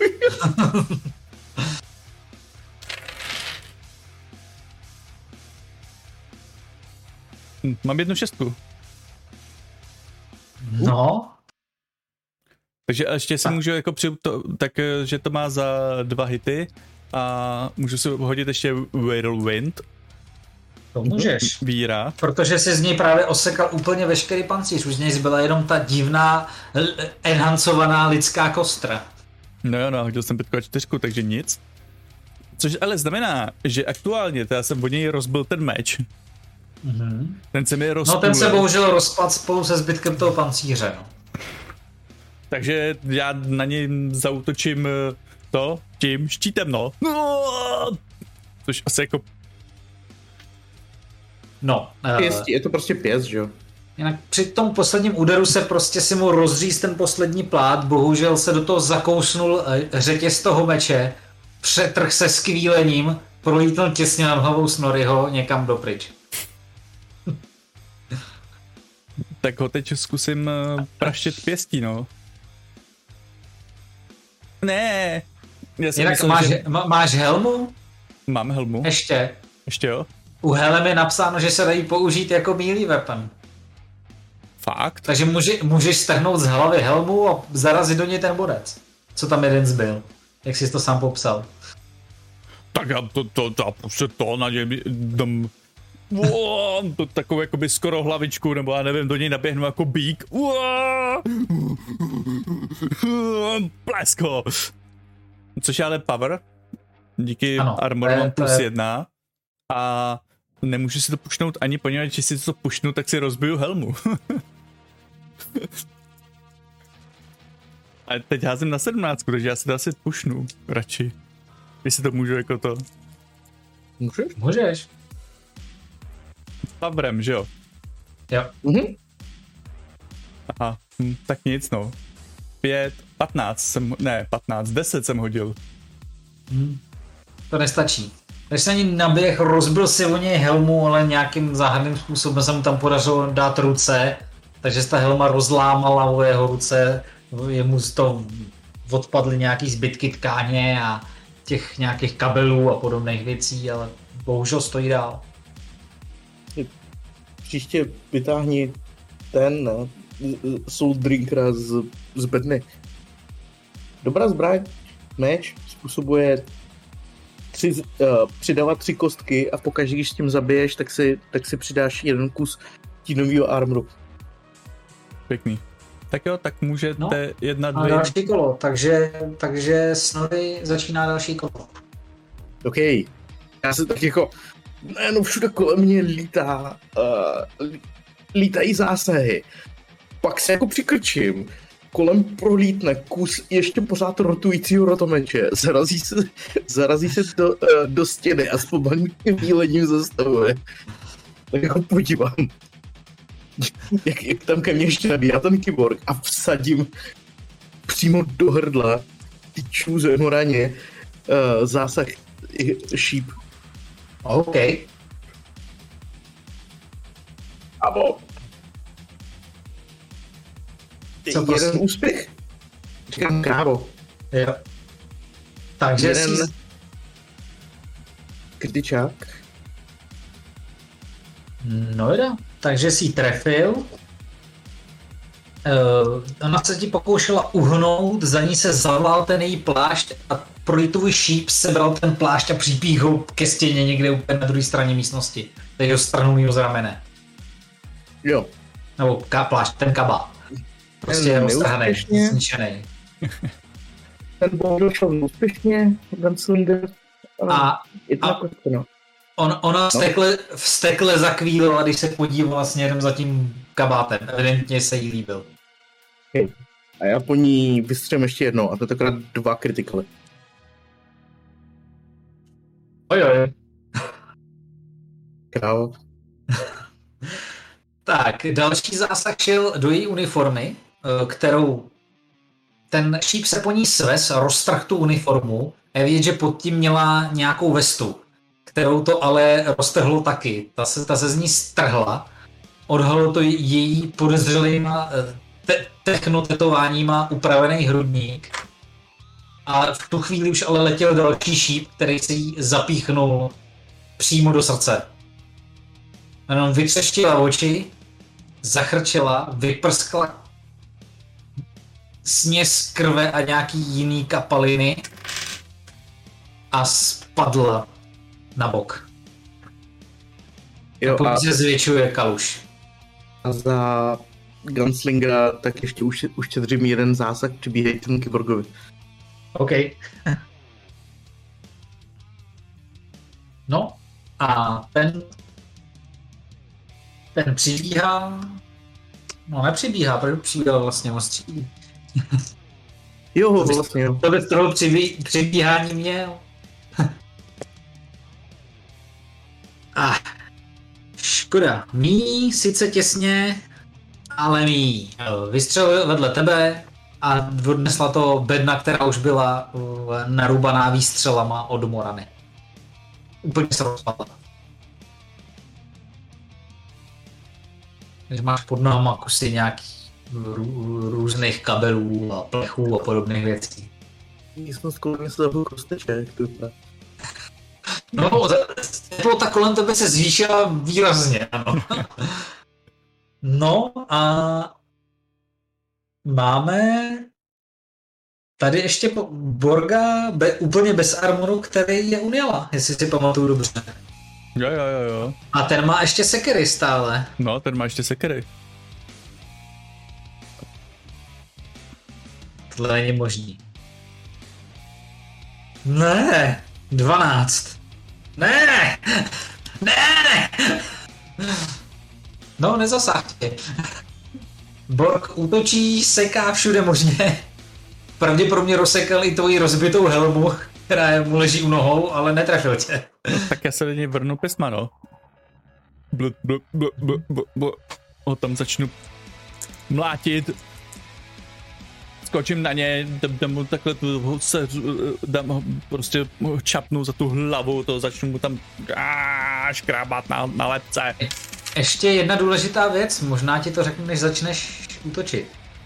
Mám 1 6. No. Takže ještě si můžu jako takže to má za 2 hity a můžu si hodit ještě Whirlwind. To můžeš. Víra. Protože si z něj právě osekal úplně veškerý pancíř. Už z něj zbyla jenom ta divná, enhancovaná lidská kostra. No, hodil jsem 5x4, takže nic. Což ale znamená, že aktuálně já jsem od něj rozbil ten meč. Mm-hmm. Ten se mi rozpůl. No ten se bohužel rozpad spolu se zbytkem toho pancíře, no. Takže já na něj zaútočím tím štítem, no. Což asi jako... No. Pěstí, je to prostě pěst, že jo? Jinak při tom posledním úderu se prostě si mu rozříz ten poslední plát, bohužel se do toho zakousnul řetěz toho meče, přetrh se skvílením, prolítl těsně nad hlavou Snorriho někam dopryč. Tak ho teď zkusím praštit pěstí, no. Ne. Jinak myslel, máš helmu? Mám helmu. Ještě jo? U helem je napsáno, že se dají použít jako melee weapon. Fakt? Takže můžeš strhnout z hlavy helmu a zarazit do něj ten bodec. Co tam jeden zbyl. Jak jsi to sám popsal. Tak já prostě to na něj dám to takovou jakoby skoro hlavičku, nebo já nevím, do něj naběhnu jako bík. Plesko. Což je ale power. Díky armoru mám +1. A nemůžu si to pušnout ani poněvadž, že si to pušnu, tak si rozbiju helmu. A teď házím na 17, takže já si to asi pušnu radši. Když si to můžu jako to. Můžeš. Pavrem, že jo? Jo. Mhm. Aha, tak nic no. 5, 15 10 jsem hodil. To nestačí. Takže se ani naběh, rozbil si o něj helmu, ale nějakým záhadným způsobem se mu tam podařilo dát ruce, takže se ta helma rozlámala o jeho ruce, jemu z toho odpadly nějaký zbytky tkáně a těch nějakých kabelů a podobných věcí, ale bohužel stojí dál. Příště vytáhni ten Soul Drinkera z bedny. Dobrá zbraň, meč způsobuje přidávat 3 kostky a pokaždé, když s tím zabiješ, tak si přidáš 1 kus tínovýho armoru. Pěkný. Tak jo, tak můžete 1, 2... A další kolo, takže Snorri začíná další kolo. OK. Já se tak jako... No všude kolem mě lítají zásahy. Pak se jako přikrčím. Kolem prolítne kus ještě pořád rotujícího rotomeče. Zarazí se do stěny a s pomalým výlením zastavuje. Tak jako podívám, jak tam ke mně ještě nabíhá ten kyborg a vsadím přímo do hrdla ty čůzemu raně zásah šíp. OK. Abo. Co prosím? Jeden úspěch. Říkám kávo. Jo. Takže jeden kritičák. No jo, takže jsi trefil. Ona se ti pokoušela uhnout, za ní se zavlál ten její plášť a prolitový šíp sebral ten plášť a připíhl ke stěně někde úplně na druhé straně místnosti. Takže ho strhnul jí z ramene. Jo. Nebo plášť, ten kabát. Prostě je roztrhaný, zničený. Ten bol došel úspěšně, Gunslinger. Ona vztekle zakvílila, když se podívala směrem za tím kabátem. Evidentně se jí líbil. Okay. A já po ní vystřelím ještě jednou, a to je takové 2 kritikaly. Ojoj. Krávo. Tak, další zásah šel do její uniformy, kterou ten šíp se po ní svez, roztrhl tu uniformu a je vidět, že pod tím měla nějakou vestu, kterou to ale roztrhlo taky. Ta se z ní strhla, odhalilo to její podezřelýma technotetováníma upravený hrudník a v tu chvíli už ale letěl další šíp, který se jí zapíchnul přímo do srdce. Jenom vytřeštila oči, zachrčela, vyprskla směs krve a nějaký jiný kapaliny a spadla na bok. Jo, a se zvětšuje kaluš. A za Gunslingera tak ještě uštědřím jeden zásah přibíhajícím kyborgovi. OK. No a ten přibíhá, no nepřibíhá, protože přibíhá vlastně ostří. Jo, vlastně jo. To by toho přibíhání měl. Škoda. Míjí sice těsně, ale míjí. Vystřelil vedle tebe a odnesla to bedna, která už byla narubaná výstřelama od Morany. Úplně se rozpadla. Takže máš pod nohama kusy nějakých různých kabelů a plechů a podobných věcí. Jsem skoro se zabil kosteček, tuhle. No, teplota kolem tebe se zvýšila výrazně, ano. No a máme tady ještě Borga úplně bez armoru, který je Uniala, jestli si pamatuju dobře. Jo. A ten má ještě sekery stále. No, ten má ještě sekery. Tohle není možný. Ne, 12. Ne! No, nezasáh tě. Borg útočí, seká všude možně. Pravděpodobně rozsekal i tvoji rozbitou helmu, která mu leží u nohou, ale netrefil tě. Tak já se do něj vrnu pěstma, no. O, tam začnu mlátit. Skočím na ně, dám mu takhle prostě čapnu za tu hlavu, to začnu mu tam škrábat na lepce. Ještě jedna důležitá věc, možná ti to řeknu, než začneš útočit.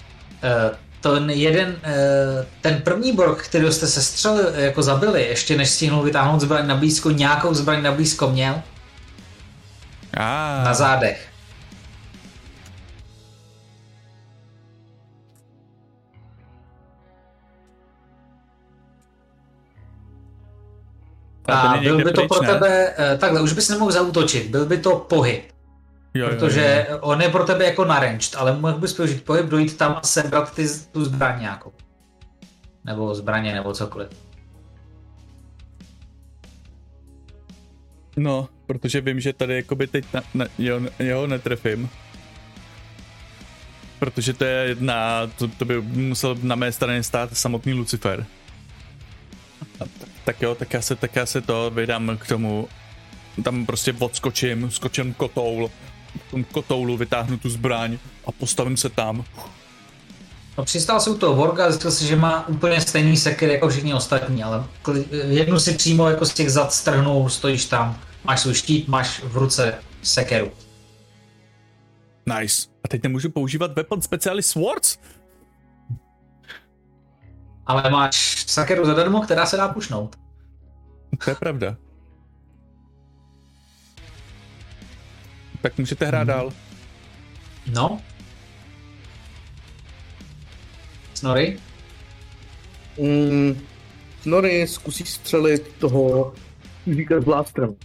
Ten první Borg, který jste se střelili, jako zabili, ještě než stihnul vytáhnout zbraň na blízko, nějakou zbraň na blízko měl. Na zádech. A byl by to pro tebe, takhle, už bys nemohl zaútočit, byl by to pohyb. Protože on je pro tebe jako naranged, ale mohl bys použít pohyb, dojít tam a sebrat tu zbraň nějakou. Nebo zbraně, nebo cokoliv. No, protože vím, že tady jakoby teď jeho netrefím. Protože to je to by musel na mé straně stát samotný Lucifer. Tak jo, tak já se to vydám k tomu. Tam prostě skočím kotoul. V tom kotoulu vytáhnu tu zbraň a postavím se tam. No, přistál si u toho Borga a zjistil si, že má úplně stejný seker jako všichni ostatní, ale jednu si přímo jako z těch zad strhnul, stojíš tam, máš svůj štít, máš v ruce sekeru. Nice. A teď nemůžu používat Weapon Specialist Swords? Ale máš sekeru zadarmo, která se dá pušnout. To je pravda. Tak můžete hrát dál. No. Snorri? Snorri zkusí střelit toho říkat blástrem.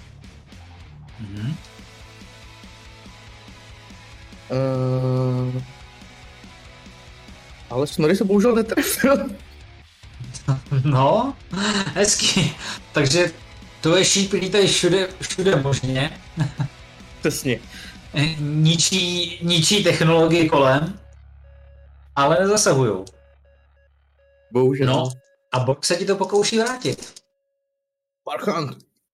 Ale Snorri se bohužel netrefil. No, hezky. Takže to je šíp, lítají všude možně. Přesně. Ničí technologii kolem, ale nezasahujou. Bohužel. No, a Borg se ti to pokouší vrátit. Parchant.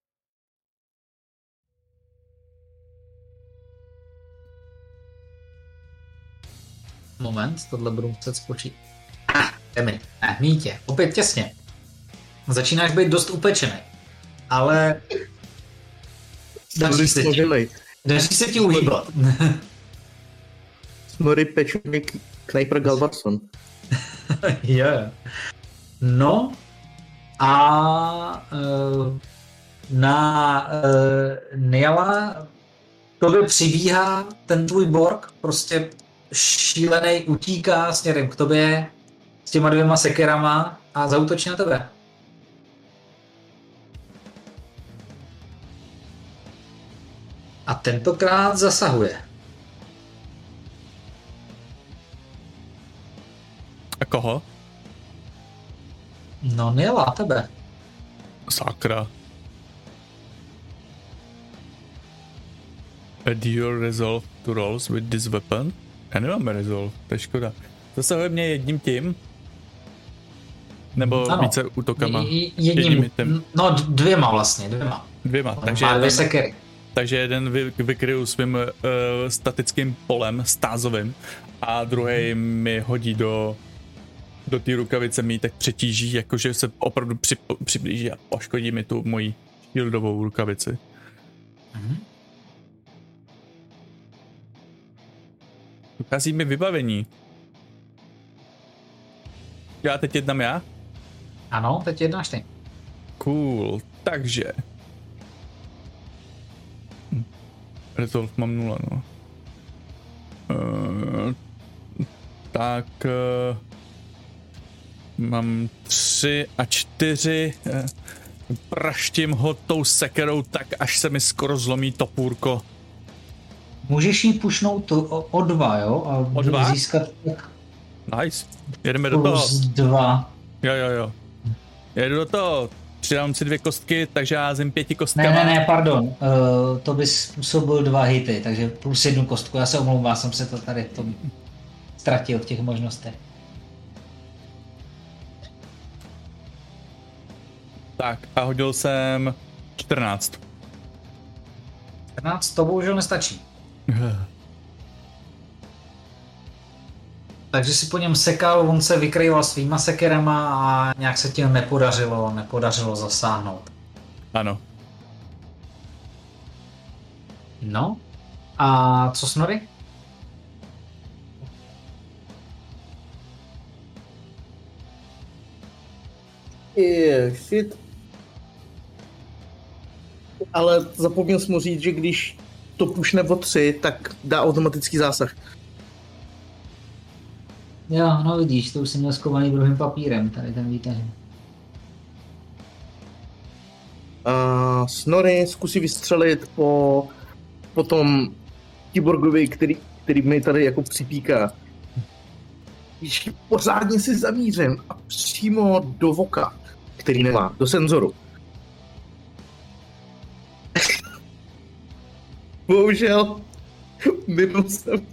Moment, tohle budu muset spočít. Mítě, opět těsně. Začínáš být dost upečený, ale daří se ti uhýbat. Snorri pečený Kniper Galvarson. Yeah. No a na Niala tobě přibíhá ten tvůj Borg, prostě šílenej, utíká směrem k tobě s těma 2 sekerama a zaútočí na tebe. A tentokrát zasahuje. A koho? No, Niela, tebe. Sakra. Add your resolve to rolls with this weapon? Já nemám resolve, to je škoda. Zasahuje mě jedním tím? Nebo ano. Více útokama? Jedním, no dvěma vlastně, dvěma. Takže má 2 sekery. Takže jeden vykryju svým statickým polem, stázovým, a druhý mi hodí do té rukavice, mi tak přetíží, jakože se opravdu přiblíží a poškodí mi tu moji shieldovou rukavici. Ukází mi vybavení. Já teď jednám já? Ano, teď jednáš ty. Cool, takže... Resolve mám 0, no. Tak... mám 3 a 4. Praštím ho tou sekerou tak, až se mi skoro zlomí topůrko. Můžeš jí pušnout o 2, jo? A o 2? Získat... Nice. Jedeme do toho. 2. Jo. Jedu do toho. Přidám si 2 kostky, takže házím 5 kostkama. Ne, pardon. To by způsobil 2 hity, takže plus 1 kostku. Já se omlouvám, jsem se to tady v tom ztratil v těch možnostech. Tak a hodil jsem 14. 14 to bohužel nestačí. Takže si po něm sekal, on se vykrýval svýma sekerama a nějak se ti nepodařilo zasáhnout. Ano. No, a co Snorri? Shit. Ale zapomněl jsem mu říct, že když to pušne o 3, tak dá automatický zásah. Jo, no vidíš, to už jsem měl skovaný druhým papírem, tady ten výtah. Snorri zkusí vystřelit po tom kyborgovi, který mi tady jako připíká. Když pořádně si zamířím a přímo do voka, který nemá, do senzoru. Bohužel, minul jsem.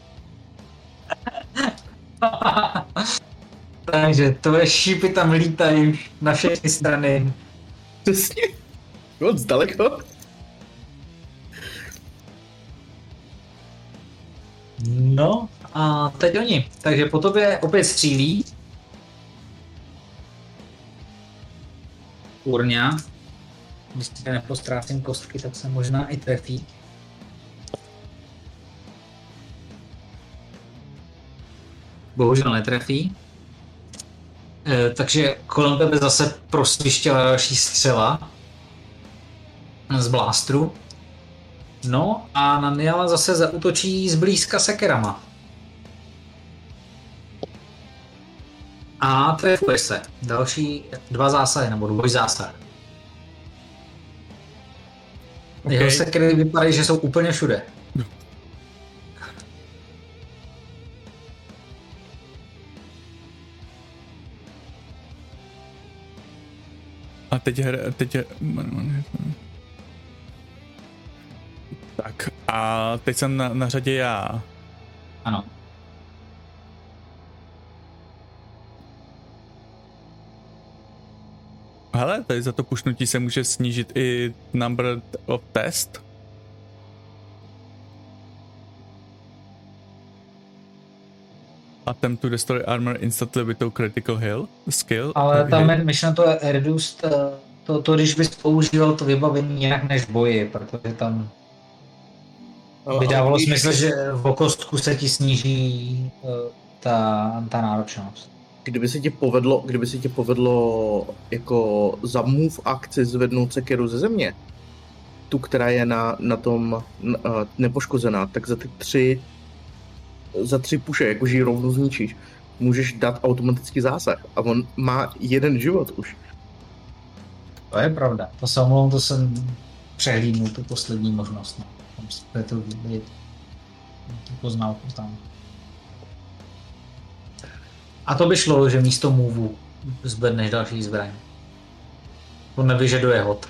Takže tvoje šípy tam lítají na všechny strany. Přesně. Moc daleko. No a teď oni. Takže po tobě opět střílí. Urňa. Když si nepostrácím kostky, tak se možná i trefí. Bohužel netrefí. Takže kolem tebe zase prosvištěla další střela z blástru. No a na Niala zase zaútočí zblízka sekerama. A trefuje se. Další 2 zásahy, nebo dvojzásah. Okay. Jeho sekery vypadají, že jsou úplně všude. A teď tak a teď jsem na řadě já. Ano. Hele, tady za to pušnutí se může snížit i number of test. Attempt to destroy armor instantly with a critical skill. Ale tam myšleno to je reduced, to když bys používal to vybavení jinak než v boji, protože tam by dávalo smysl, že v kostku se ti sníží ta náročnost. Kdyby se ti povedlo jako za move akci zvednout sekeru ze země, tu, která je na tom nepoškozená, tak za 3 puše, jakože ji rovnou zničíš, můžeš dát automatický zásah a on má 1 život už. To je pravda, to se omlouvám, to jsem přehlídnul tu poslední možnost. To je to vidět. Tu poznámku tam. A to by šlo, že místo movu zbedneš další zbraň. To nevyžaduje hod.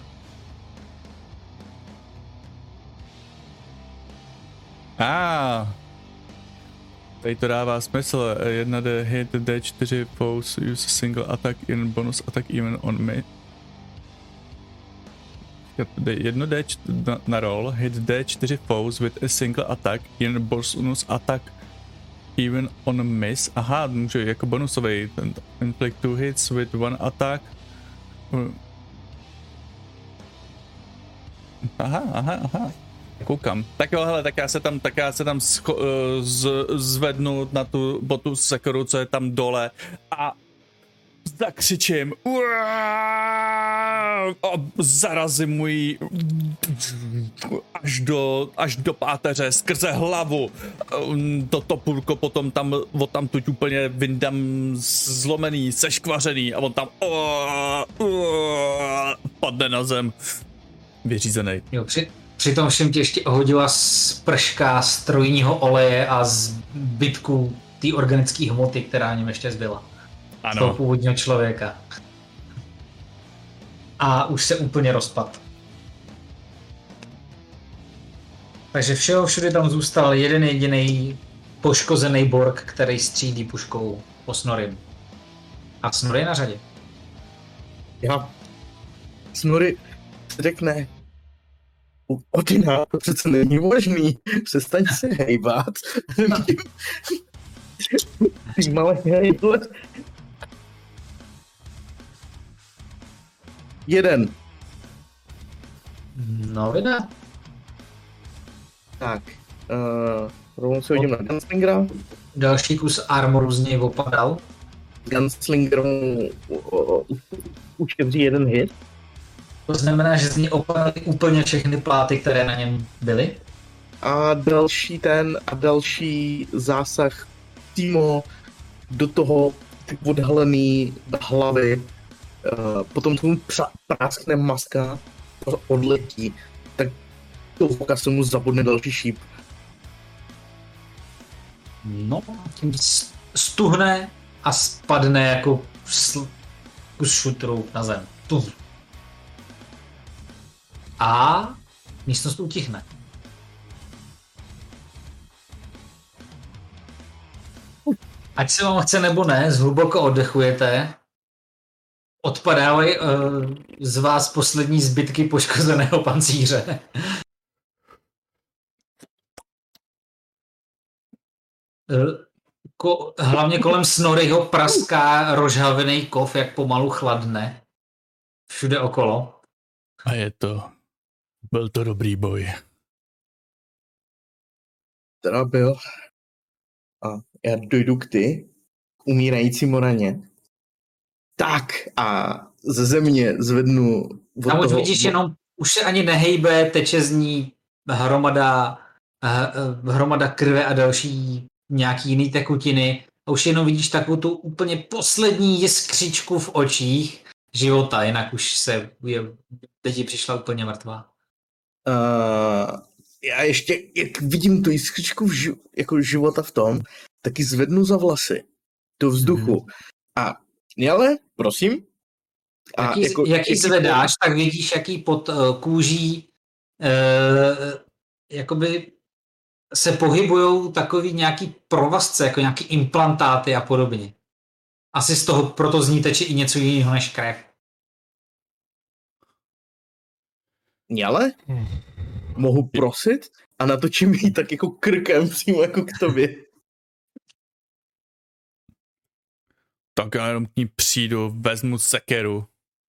Tady to dává smysl. 1D hit D4 foes use single attack in bonus attack even on me. 1D na roll hit D4 foes with a single attack in bonus attack even on miss. Aha, může jako bonusový. Inflict 2 hits with one attack. Aha. Koukám. Tak jo, hele, tak já se tam zvednu na tu botu sekeru, co je tam dole a zakřičím a zarazím můj až do páteře skrze hlavu. To topůrko potom tam odtamtud úplně vyndám zlomený, seškvařený a on tam padne na zem. Vyřízený. Jo, při tom všem tě ještě hodila sprška strojního oleje a zbytku té organické hmoty, která něm ještě zbyla. Ano. Z toho původního člověka. A už se úplně rozpad. Takže všude tam zůstal jeden jediný poškozený Borg, který střílí puškou po Snorrim. A Snorri je na řadě. Snorri řekne: Odina, to přece není možný. Přestaň se hejbat. Ty malé hejble. 1. No vida. Tak. Rovnou se hodím na Gunslingera. Další kus armoru z něj opadal. Gunslinger mu ušetří jeden hit. To znamená, že z něj opadaly úplně všechny pláty, které na něm byly. A další zásah přímo do toho odhalený hlavy. Potom tomu práskne maska, odletí, tak do oka se mu zabodne další šíp. No, tím stuhne a spadne jako kus šutrů na zem. A místnost utichne. Ať se vám chce nebo ne, zhluboko oddechujete. Odpadávají z vás poslední zbytky poškozeného pancíře. Hlavně kolem Snorriho praská rozhavený kov, jak pomalu chladne. Všude okolo. A byl to dobrý boj. Teda byl. A já dojdu k k umírající Moraně. Tak a ze země zvednu... Tam už vidíš jenom, už se ani nehejbe, teče z ní hromada krve a další nějaký jiný tekutiny. A už jenom vidíš takovou tu úplně poslední jiskřičku v očích života, jinak už teď přišla úplně mrtvá. Já ještě, jak vidím tu jiskřičku jako života v tom, taky zvednu za vlasy do vzduchu. A ale, prosím. A jaký zvedáš, tak vidíš, jaký pod kůží jakoby se pohybujou takový nějaký provazce, jako nějaký implantáty a podobně. Asi z toho proto z ní teče i něco jiného než krev. Ale mohu prosit a natočím ji tak jako krkem přímo jako k tobě. Tak já jenom k ní přijdu, vezmu sekeru.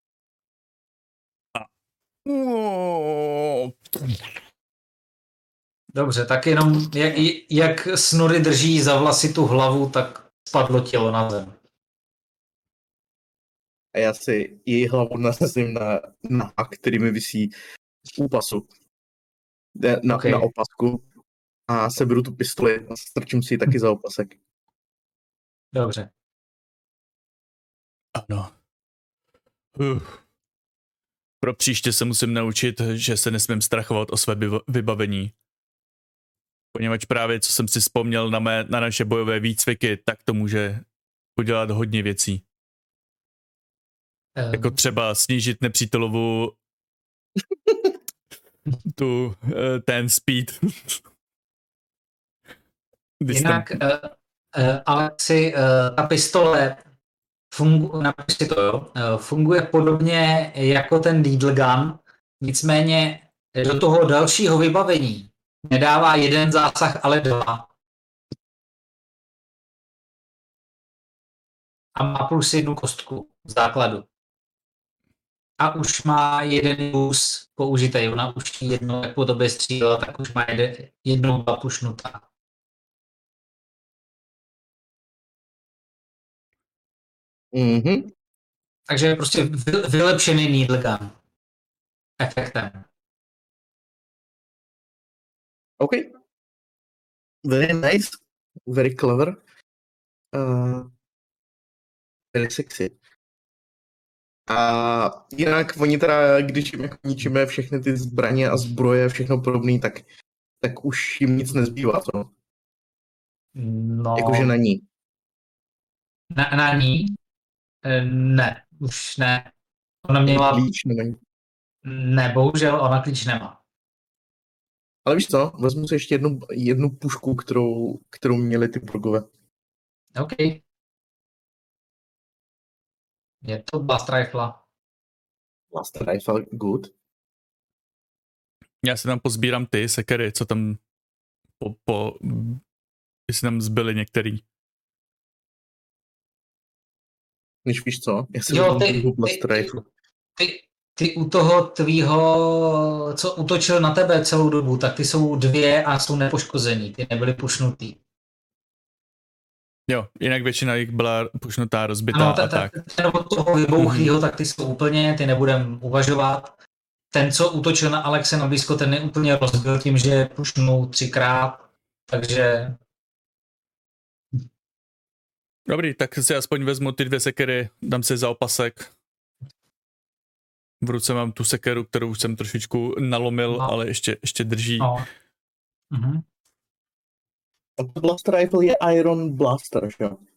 Dobře, tak jenom jak Snorri drží za vlasy tu hlavu, tak spadlo tělo na zem. A já si její hlavu nasazím na hak, který mi visí z úpasu. Na opasku. A seberu tu pistoli a strčím si ji taky za opasek. Dobře. Ano. Pro příště se musím naučit, že se nesmím strachovat o své vybavení. Poněvadž právě, co jsem si vzpomněl na naše bojové výcviky, tak to může udělat hodně věcí. Jako třeba snížit nepřítelovu ten speed. Jinak, Alexi, ta pistole funguje podobně jako ten needle gun, nicméně do toho dalšího vybavení nedává jeden zásah, ale 2. A má plus 1 kostku v základu. A už má jeden kus použitej. Ona už jednou, jak po tobě střílela, tak už má jednou pušnutá. Mhm. Takže je prostě vylepšený needle gun. Efektem. OK. Very nice. Very clever. Very sexy. A jinak oni teda, když jim jako ničíme všechny ty zbraně a zbroje, všechno podobné, tak už jim nic nezbývá, co? No, Jakože na ní. Na ní? Ne, už ne. Ona měla... Klíč nemají. Ne, bohužel ona klíč nemá. Ale víš co, vezmu si ještě jednu pušku, kterou měli ty Borgové. OK. Je to blast rifle. Blast rifle, good. Já si tam pozbírám ty sekery, co tam jestli tam zbyly některý. Než víš co, já si vezmu blast rifle. Ty u toho tvýho, co útočil na tebe celou dobu, tak ty jsou 2 a jsou nepoškození, ty nebyly pušnutý. Jo, jinak většina jich byla pušnutá, rozbitá a tak. Ten od toho vybouchlýho, tak ty jsou úplně, ty nebudem uvažovat. Ten, co útočil na Alexe na blízko, ten je úplně rozbil tím, že pušnul 3krát, takže... Dobrý, tak si aspoň vezmu ty 2 sekery, dám si za opasek. V ruce mám tu sekeru, kterou jsem trošičku nalomil, ale ještě drží. No. Mhm. A blast rifle je Iron Blaster, že jo?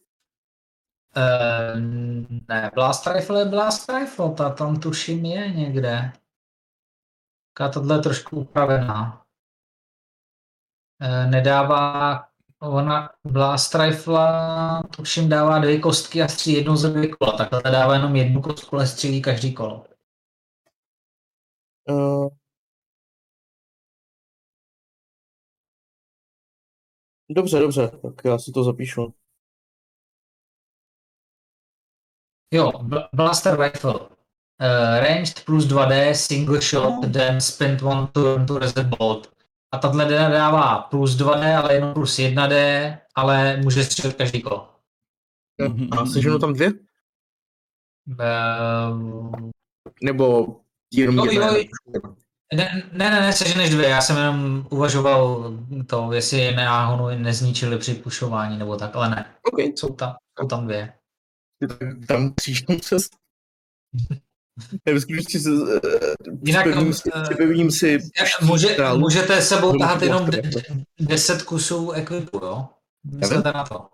Ne, blast rifle je blast rifle, ta tam tuším je někde. Tato je trošku upravená. Nedává, ona blast rifle tuším dává 2 kostky a střílí jednou za 2 kola, takhle dává jenom 1 kostku, ale střílí každý kolo. Dobře, tak já si to zapíšu. Jo, blaster rifle. Ranged plus 2D, single shot, then spend 1 turn to reset bolt. A tato dává plus 2D, ale jenom plus 1D, ale může střílet každý kolo. A seženu tam 2? Nebo jenom jedna? Ne, seženeš 2, já jsem jenom uvažoval to, jestli je náhodou nezničili při pušování nebo tak, ale ne. Okay. Jsou tam 2. Tam křížem přes. Nevím, se jinak připevním si můžete sebou tahat jenom 10 kusů ekvipu, jo? Myslete na to.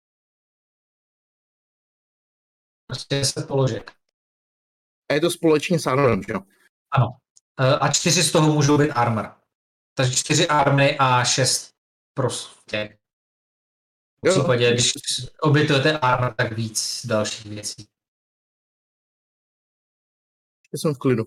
Prostě 10 položek. A je to společně s armorem, jo? Ano. A 4 z toho můžou být armor. Takže 4 army a 6 prostě. V případě, když obětujete armor, tak víc dalších věcí. Já jsem v klidu.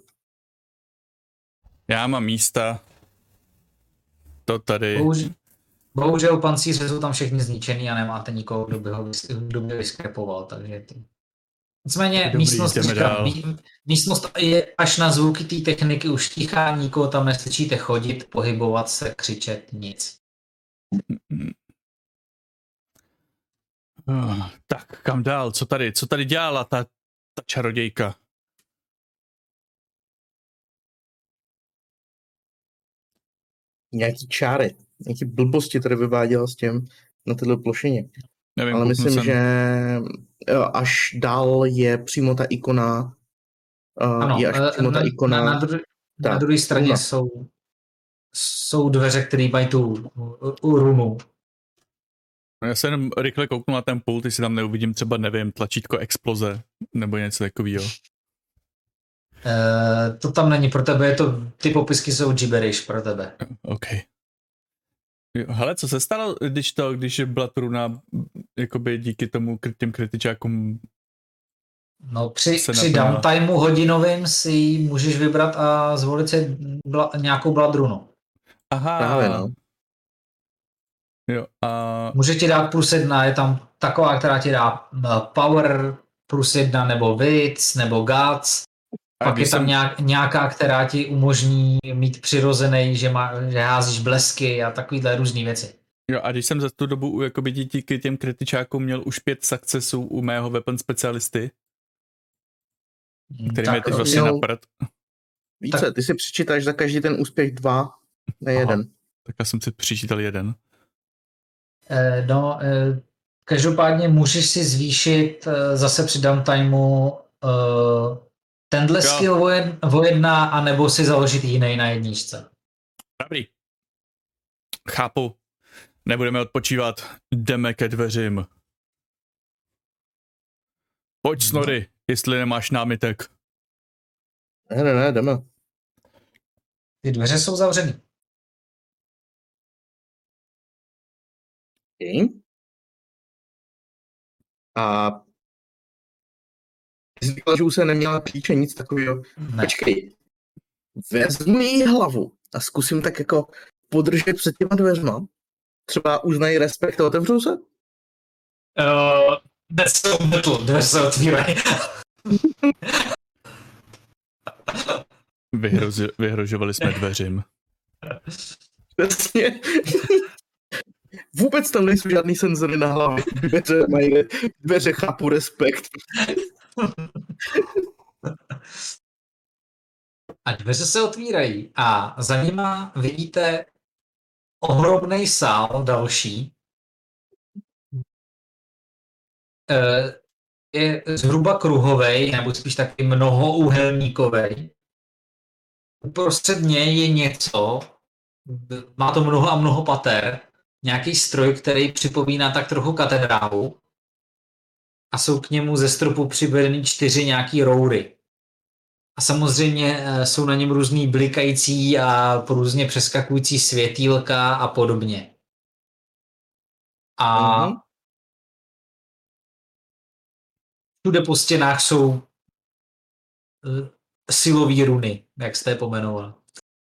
Já mám místa. To tady... Bohužel pancíře jsou tam všechny zničený a nemáte nikoho, kdo by vyskrepoval, takže ty... Nicméně místnost je až na zvuky té techniky už tichá, nikoho tam nestačíte chodit, pohybovat se, křičet, nic. Tak, kam dál? Co tady dělala ta čarodějka? Nějaký čáry, nějaký blbosti tady vyváděla s tím na této plošině. Nevím, ale myslím, že až dál je přímo ta ikona. Ano, je až přímo ta ikona. Na druhé straně jsou jsou dveře, které mají tu runu. Já se jenom rychle kouknu na ten pult, jestli tam neuvidím třeba, nevím, tlačítko exploze, nebo něco takového. To tam není pro tebe, ty popisky jsou gibberish pro tebe. OK. Hele, co se stalo, když byla ta runa, jakoby díky tomu těm kritičákům? No při downtimeu hodinovým si můžeš vybrat a zvolit si nějakou bladrunu. Aha. Právě, no. Jo, a... Může ti dát +1, je tam taková, která ti dá power +1, nebo wits, nebo guts. Pak je tam nějaká, která ti umožní mít přirozený, že házíš blesky a takovýhle různý věci. Jo, a když jsem za tu dobu jakoby díky těm kritičákům měl už 5 successů u mého weapon specialisty, který mě teď vlastně naprd. Více, ty si přičítáš za každý ten úspěch 2, ne 1. Tak já jsem si přičítal 1. Každopádně můžeš si zvýšit zase při downtimeu tenhle skill o 1, anebo si založit jiný na jedničce. Dobrý. Chápu. Nebudeme odpočívat. Jdeme ke dveřím. Pojď, Snorri, jestli nemáš námitek. Ne, jdeme. Ty dveře jsou zavřený. A jsi říkala, že už se neměla klíče, nic takového. Ne. Počkej, vezmu jí hlavu a zkusím tak jako podržet před těma dveřma. Třeba uznají respekt a otevřou se? Dveře se otvírají. Vyhrožovali jsme dveřím. Přesně. Vůbec tam nejsou žádný senzory na hlavě. Dveře chápu respekt. A dveře se otvírají a za nima vidíte ohromný sál další. Je zhruba kruhovej, nebo spíš taky mnohoúhelníkovej. Uprostřed něj je něco, má to mnoho a mnoho pater, nějaký stroj, který připomíná tak trochu katedrálu a jsou k němu ze stropu přivedený 4 nějaký roury. A samozřejmě jsou na něm různý blikající a různě přeskakující světýlka a podobně. A všude po stěnách jsou silové runy, jak jste je pomenoval.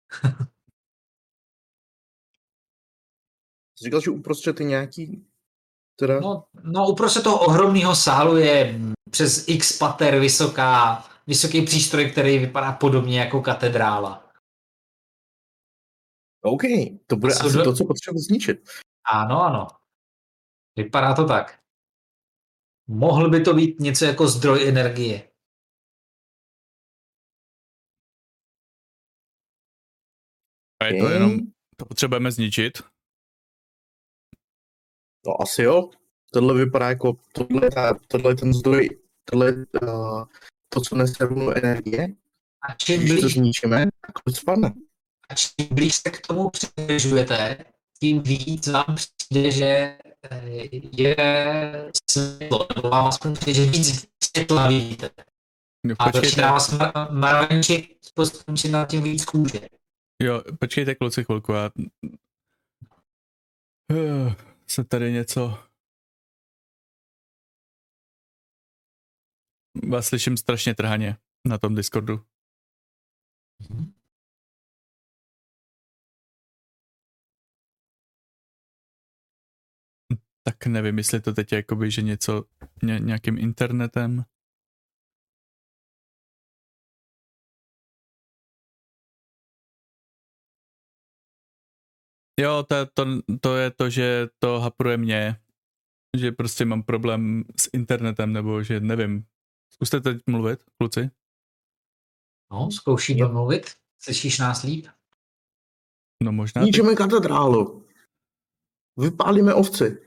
Jsi říkal, že uprostřed je nějaký... Teda... No uprostřed toho ohromného sálu je přes x pater vysoký přístroj, který vypadá podobně jako katedrála. OK, to bude asi to, co potřebuji zničit. Ano. Vypadá to tak. Mohl by to být něco jako zdroj energie. A je to jenom, to potřebujeme zničit? No asi jo. Tohle vypadá jako, tohle je ten zdroj, to, co nese runu energie. A čím když to zničíme, tak to spadne. A čím blíž se k tomu přibližujete, tím víc vám přijde, že je světlo, nebo vám aspoň přijde, že víc světla vidíte. No, a začíná vás mravenčit, skončit na tím víc kůže. Jo, počkejte kluci chvilku, já se tady něco... Vás slyším strašně trhaně na tom Discordu. Tak nevím, jestli to teď je jakoby, že něco nějakým internetem. Jo, to je to, že to hapruje mě, že prostě mám problém s internetem, nebo že nevím. Zkuste teď mluvit, kluci? No, zkoušíme mluvit. Slyšíš nás líp? No možná. Ničíme katedrálu. Vypálíme ovci.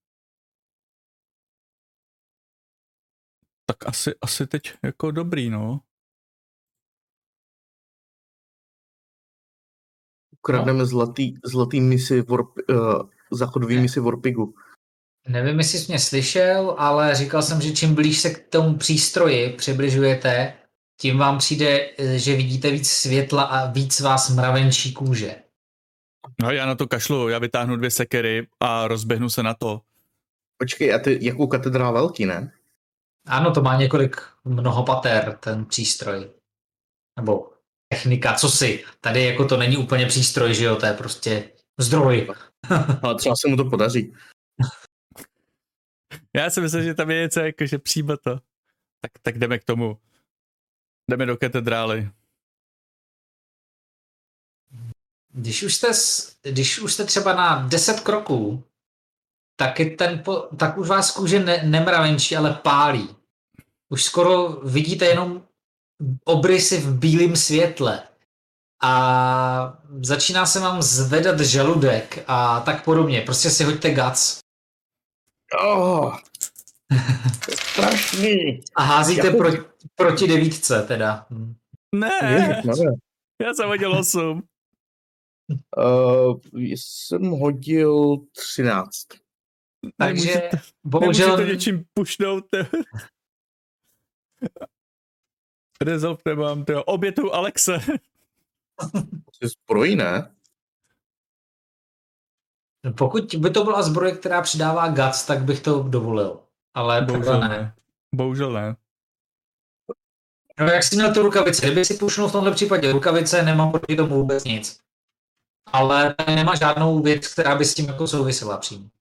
Tak asi teď jako dobrý, no. Ukradneme zlatý misi záchodový misi Warpigu. Nevím, jestli jsi mě slyšel, ale říkal jsem, že čím blíž se k tomu přístroji přibližujete, tím vám přijde, že vidíte víc světla a víc vás mravenčí kůže. No já na to kašlu, já vytáhnu 2 sekery a rozběhnu se na to. Počkej, a ty jakou katedrál velký, ne? Ano, to má mnoho pater, ten přístroj. Nebo technika, co si. Tady jako to není úplně přístroj, že jo, to je prostě zdroj. Ale třeba se mu to podaří. Já si myslím, že tam je něco jakože přímo to. Tak jdeme k tomu. Jdeme do katedrály. Když už jste třeba na 10 kroků, tak už vás kůže nemravenčí, ale pálí. Už skoro vidíte jenom obrysy v bílém světle. A začíná se vám zvedat žaludek a tak podobně. Prostě si hoďte guts. To je strašný. A házíte proti 9 teda. Ne, já jsem hodil 8. Jsem hodil 13. Takže bohužel... Nemůžete něčím pušnout. Resolve nemám, obětu Alexe. To je zbroj, ne? Pokud by to byla zbroj, která přidává guts, tak bych to dovolil. Ale bohužel ne. Bohužel ne. No jak jsi měl tu rukavici? Kdyby si pušnul v tomhle případě rukavice, nemám proti tomu vůbec nic. Ale nemá žádnou věc, která by s tím jako souvisela přímo.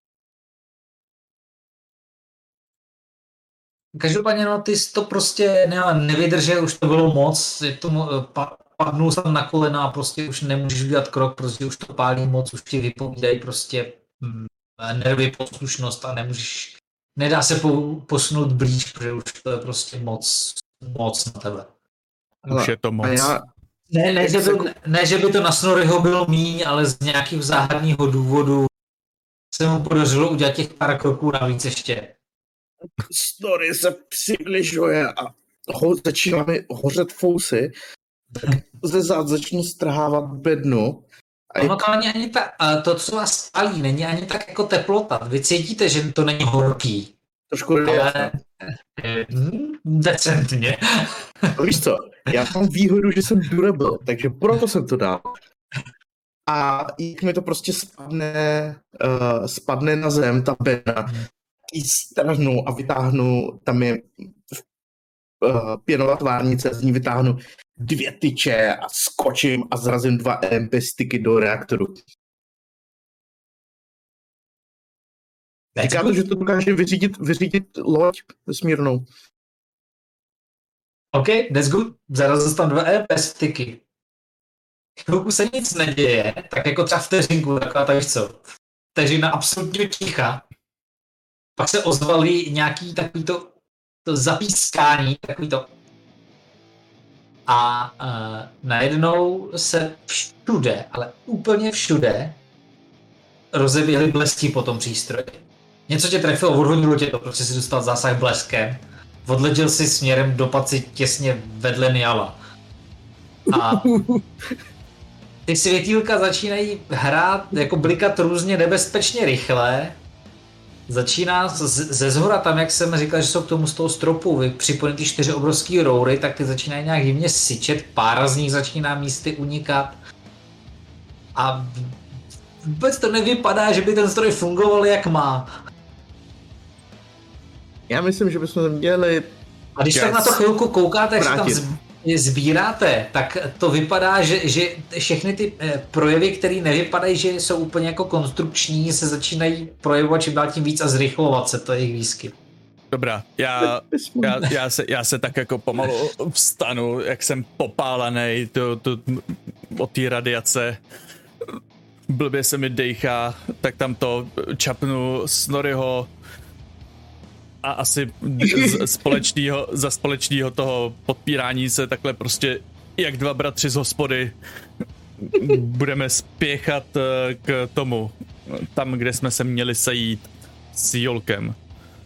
Každopádně no, ty jsi to prostě nevydržel, už to bylo moc, padnul jsem na kolena a prostě už nemůžeš udělat krok, prostě už to pálí moc, už ti vypovídají prostě nervy, poslušnost a nedá se posunout blíž, protože už to je prostě moc na tebe. Už je to moc. Ne, že by to na Snorriho bylo míň, ale z nějakého záhadného důvodu se mu podařilo udělat těch pár kroků navíc ještě. Snorri se přibližuje a začíná mi hořet fousy, tak ze zád začnu strhávat bednu. Ono to není ani to, co vás spálí, není ani tak jako teplota. Vy cítíte, že to není horký. Trošku ale decentně. Víš co, já mám výhodu, že jsem durable, takže proto jsem to dal. A jak mi to prostě spadne na zem, ta bedna, ji strhnu a vytáhnu, tam je pěnová tvárnice, z ní vytáhnu 2 tyče a skočím a zrazím 2 EMP sticky do reaktoru. Říká to, že to dokáže vyřídit loď vesmírnou. OK, that's good. Zarazil tam 2 EMP sticky. Chvilku se nic neděje, tak jako třeba vteřinku, taková tak co. Vteřina absolutně ticha. Pak se ozvalí nějaký takovýto zapískání, takovýto. A najednou se všude, ale úplně všude rozeběhly blesky po tom přístroji. Něco tě trefilo, odhodilo tě to, protože si dostal zásah bleskem. Odletěl si směrem, dopad si těsně vedle Niala. A ty světýlka začínají hrát, jako blikat různě nebezpečně rychle. Začíná ze zhora tam, jak jsem říkal, že jsou k tomu z toho stropu připojeny ty 4 obrovský roury, tak ty začínají nějak divně syčet, pár z nich začíná místy unikat. A vůbec to nevypadá, že by ten stroj fungoval jak má. Já myslím, že bychom měli... A když tak na to chvilku koukáte, jak se tam sbíráte, tak to vypadá, že všechny ty projevy, které nevypadají, že jsou úplně jako konstrukční, se začínají projevovat čím dál tím víc a zrychlovat se to jejich výskyt. Dobrá, já se tak jako pomalu vstanu, jak jsem popálený od té radiace. Blbě se mi dejchá, tak tam to čapnu Snorriho a asi za společného toho podpírání se takhle prostě jak 2 bratři z hospody budeme spěchat k tomu, tam, kde jsme se měli sejít s Jolkem.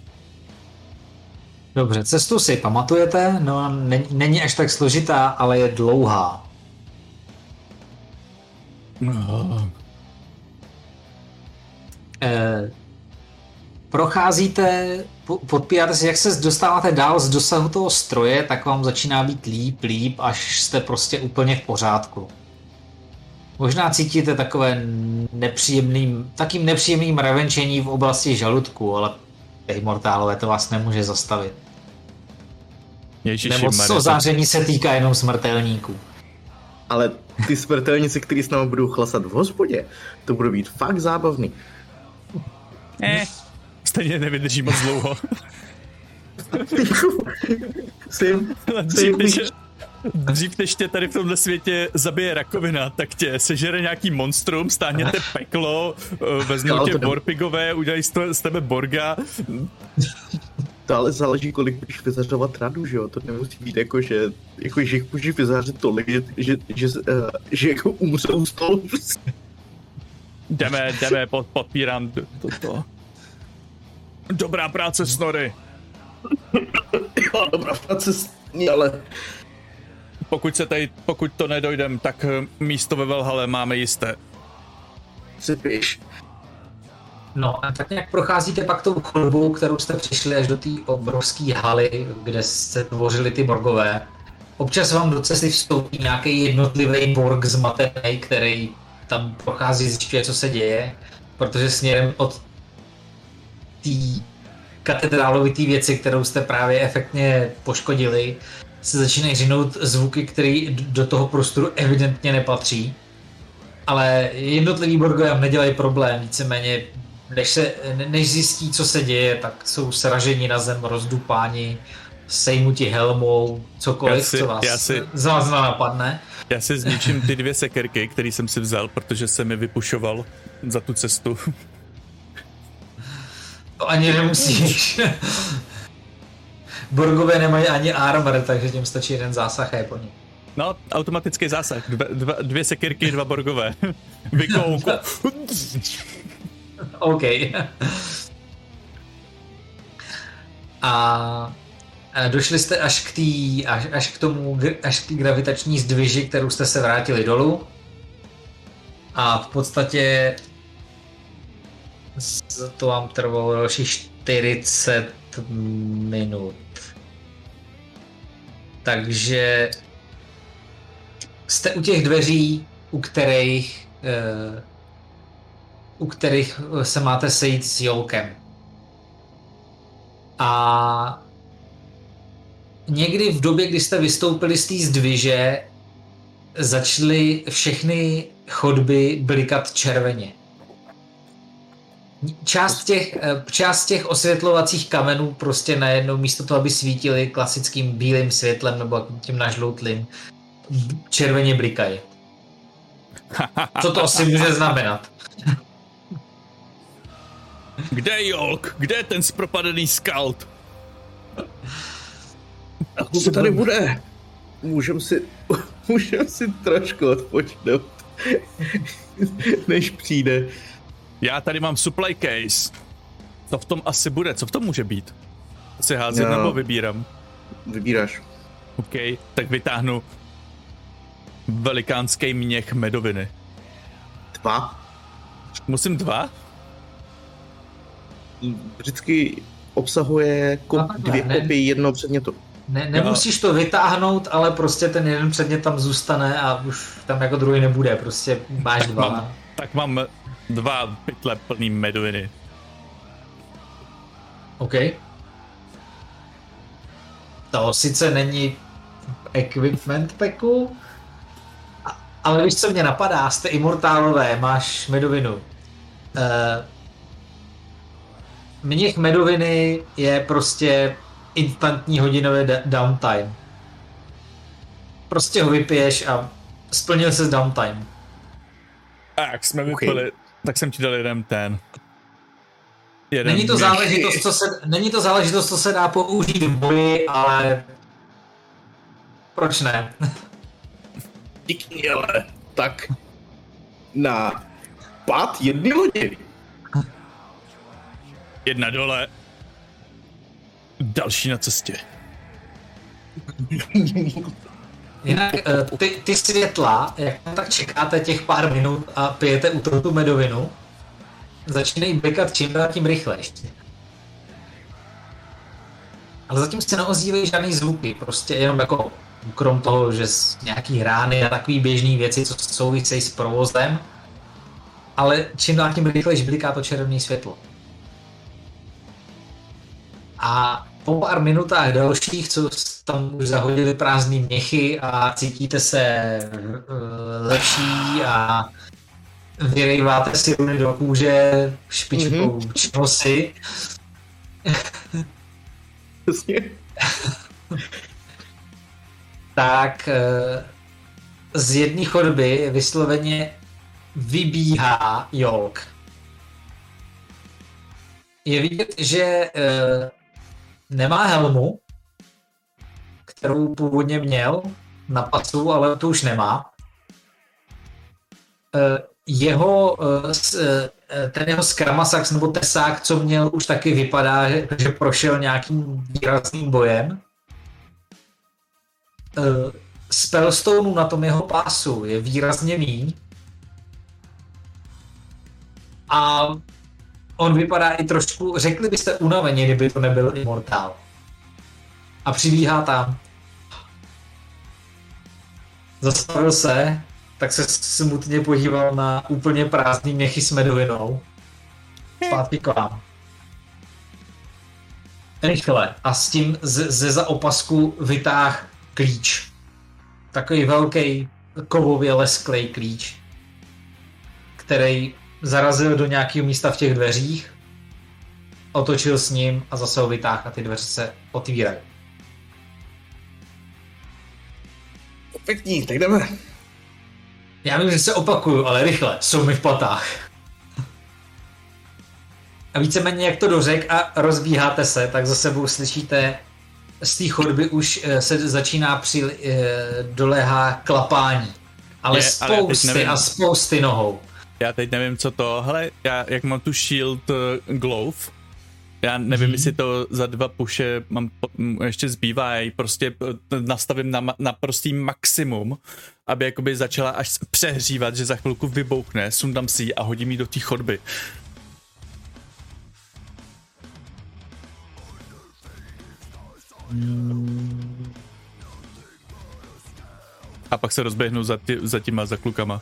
Dobře, cestu si pamatujete, no není až tak složitá, ale je dlouhá. Procházíte, podpíráte si, jak se dostáváte dál z dosahu toho stroje, tak vám začíná být líp, až jste prostě úplně v pořádku. Možná cítíte takým nepříjemným mravenčení v oblasti žaludku, ale Immortálové to vás nemůže zastavit. Nemoc ozáření se týká jenom smrtelníků. Ale ty smrtelníci, kteří s námi budou chlasat v hospodě, to bude být fakt zábavný. Stejně nevydrží moc dlouho. Dřív než tě tady v tomhle světě zabije rakovina, tak tě sežere nějaký monstrum, stáhněte peklo, vezmou tě borpigové, udělají z tebe borga. To ale záleží, kolik budeš vyzařovat radu, že jo? To nemusí být jako, že jich můžeš vyzařit tolik, že jako umřou z toho. Jdeme, podpírám toto. Dobrá práce, Snorri. Jo, dobrá práce, ale... Pokud to nedojdem, tak místo ve Valhalle máme jisté. Sypiš. No a tak nějak procházíte pak tou chodbou, kterou jste přišli až do té obrovské haly, kde se tvořili ty borgové. Občas vám do cesty vstoupí nějaký jednotlivý borg zmatený, který tam prochází, zjišťuje, co se děje, protože směrem od té katedrálovité věci, kterou jste právě efektně poškodili, se začínají řinout zvuky, které do toho prostoru evidentně nepatří. Ale jednotlivý borgové vám nedělají problém, víceméně než zjistí, co se děje, tak jsou sraženi na zem, rozdupáni, sejmuti helmou, cokoliv, co vás napadne. Já si zničím ty 2 sekerky, které jsem si vzal, protože jsem mi vypušoval za tu cestu. To ani nemusíš. Borgové nemají ani armor, takže tím stačí jeden zásah a je po ní. No, automatický zásah. 2 sekirky, 2 borgové. Vykouku. OK. A došli jste až k té gravitační zdviži, kterou jste se vrátili dolů. A v podstatě to vám trvalo další 40 minut. Takže jste u těch dveří, u kterých se máte sejít s Jolkem. A někdy v době, kdy jste vystoupili z té zdviže, začaly všechny chodby blikat červeně. Část těch osvětlovacích kamenů prostě najednou místo toho, aby svítily klasickým bílým světlem nebo tím nažloutlým, červeně blikají. Co to asi může znamenat? Kde je Jolk? Kde je ten zpropadený scout? Co tady bude? Můžem si trošku odpočnout, než přijde. Já tady mám supply case. Co v tom asi bude? Co v tom může být? Si házet nebo vybírám? Vybíráš. OK, tak vytáhnu velikánský měch medoviny. 2? Musím 2? Vždycky obsahuje 2 kopie jednoho předmětu. Nemusíš to vytáhnout, ale prostě ten jeden předmět tam zůstane a už tam jako druhý nebude, prostě máš 2. Tak mám 2 pytle plný medoviny. OK. To sice není equipment packu, ale víš, co mě napadá, jste Immortálové, máš medovinu. Měch medoviny je prostě instantní hodinové downtime. Prostě ho vypiješ a splnil se downtime. A jak jsme vypili, tak jsem ti dal jeden ten. Není to záležitost, co se dá použít v boji, ale proč ne? Díky, ale tak na pád jedny lodi. 1 dole. Další na cestě. Jinak ty světla, jak tak čekáte těch pár minut a pijete u toho tu medovinu, začínají blikat čím dál tím rychlejš. Ale zatím se neozývají žádný zvuky, prostě jenom jako krom toho, že nějaký hrány a takový běžný věci, co souvisejí s provozem, ale čím dál tím rychlejš bliká to červené světlo. A po pár minutách dalších, co tam už zahodili prázdný měchy a cítíte se lepší a vyrejváte si runy do kůže špičkou čnosy. Tak z jedné chodby vysloveně vybíhá Jolk. Je vidět, že nemá helmu, kterou původně měl na pasu, ale to už nemá. Ten jeho skramasax nebo tesák, co měl, už taky vypadá, že prošel nějakým výrazným bojem. Spellstoneu na tom jeho pásu je výrazně míň. A on vypadá i trošku, řekli byste, unaveně, kdyby to nebyl Immortal. A přibíhá tam. Zastavil se, tak se smutně podíval na úplně prázdný měchy s medovinou. Zpátky k vám. Rychle. A s tím ze za opasku vytáhl klíč. Takový velký kovově lesklej klíč, který zarazil do nějakého místa v těch dveřích, otočil s ním a zase ho vytáhl a ty dveře se otvírají. Perfektní, tak jdeme. Já vím, že se opakuju, ale rychle, jsou mi v patách. A víceméně jak to dořek a rozbíháte se, tak za sebou slyšíte z té chodby už se začíná doléhá klapání. Ale spousty nohou. Já teď nevím, co to, hele, já jak mám tu shield glove, já nevím, jestli to za 2 puše ještě zbývá, já ji prostě nastavím na prostý maximum, aby jakoby začala až přehřívat, že za chvilku vybouchne, sundám si ji a hodím ji do té chodby. A pak se rozběhnu za klukama.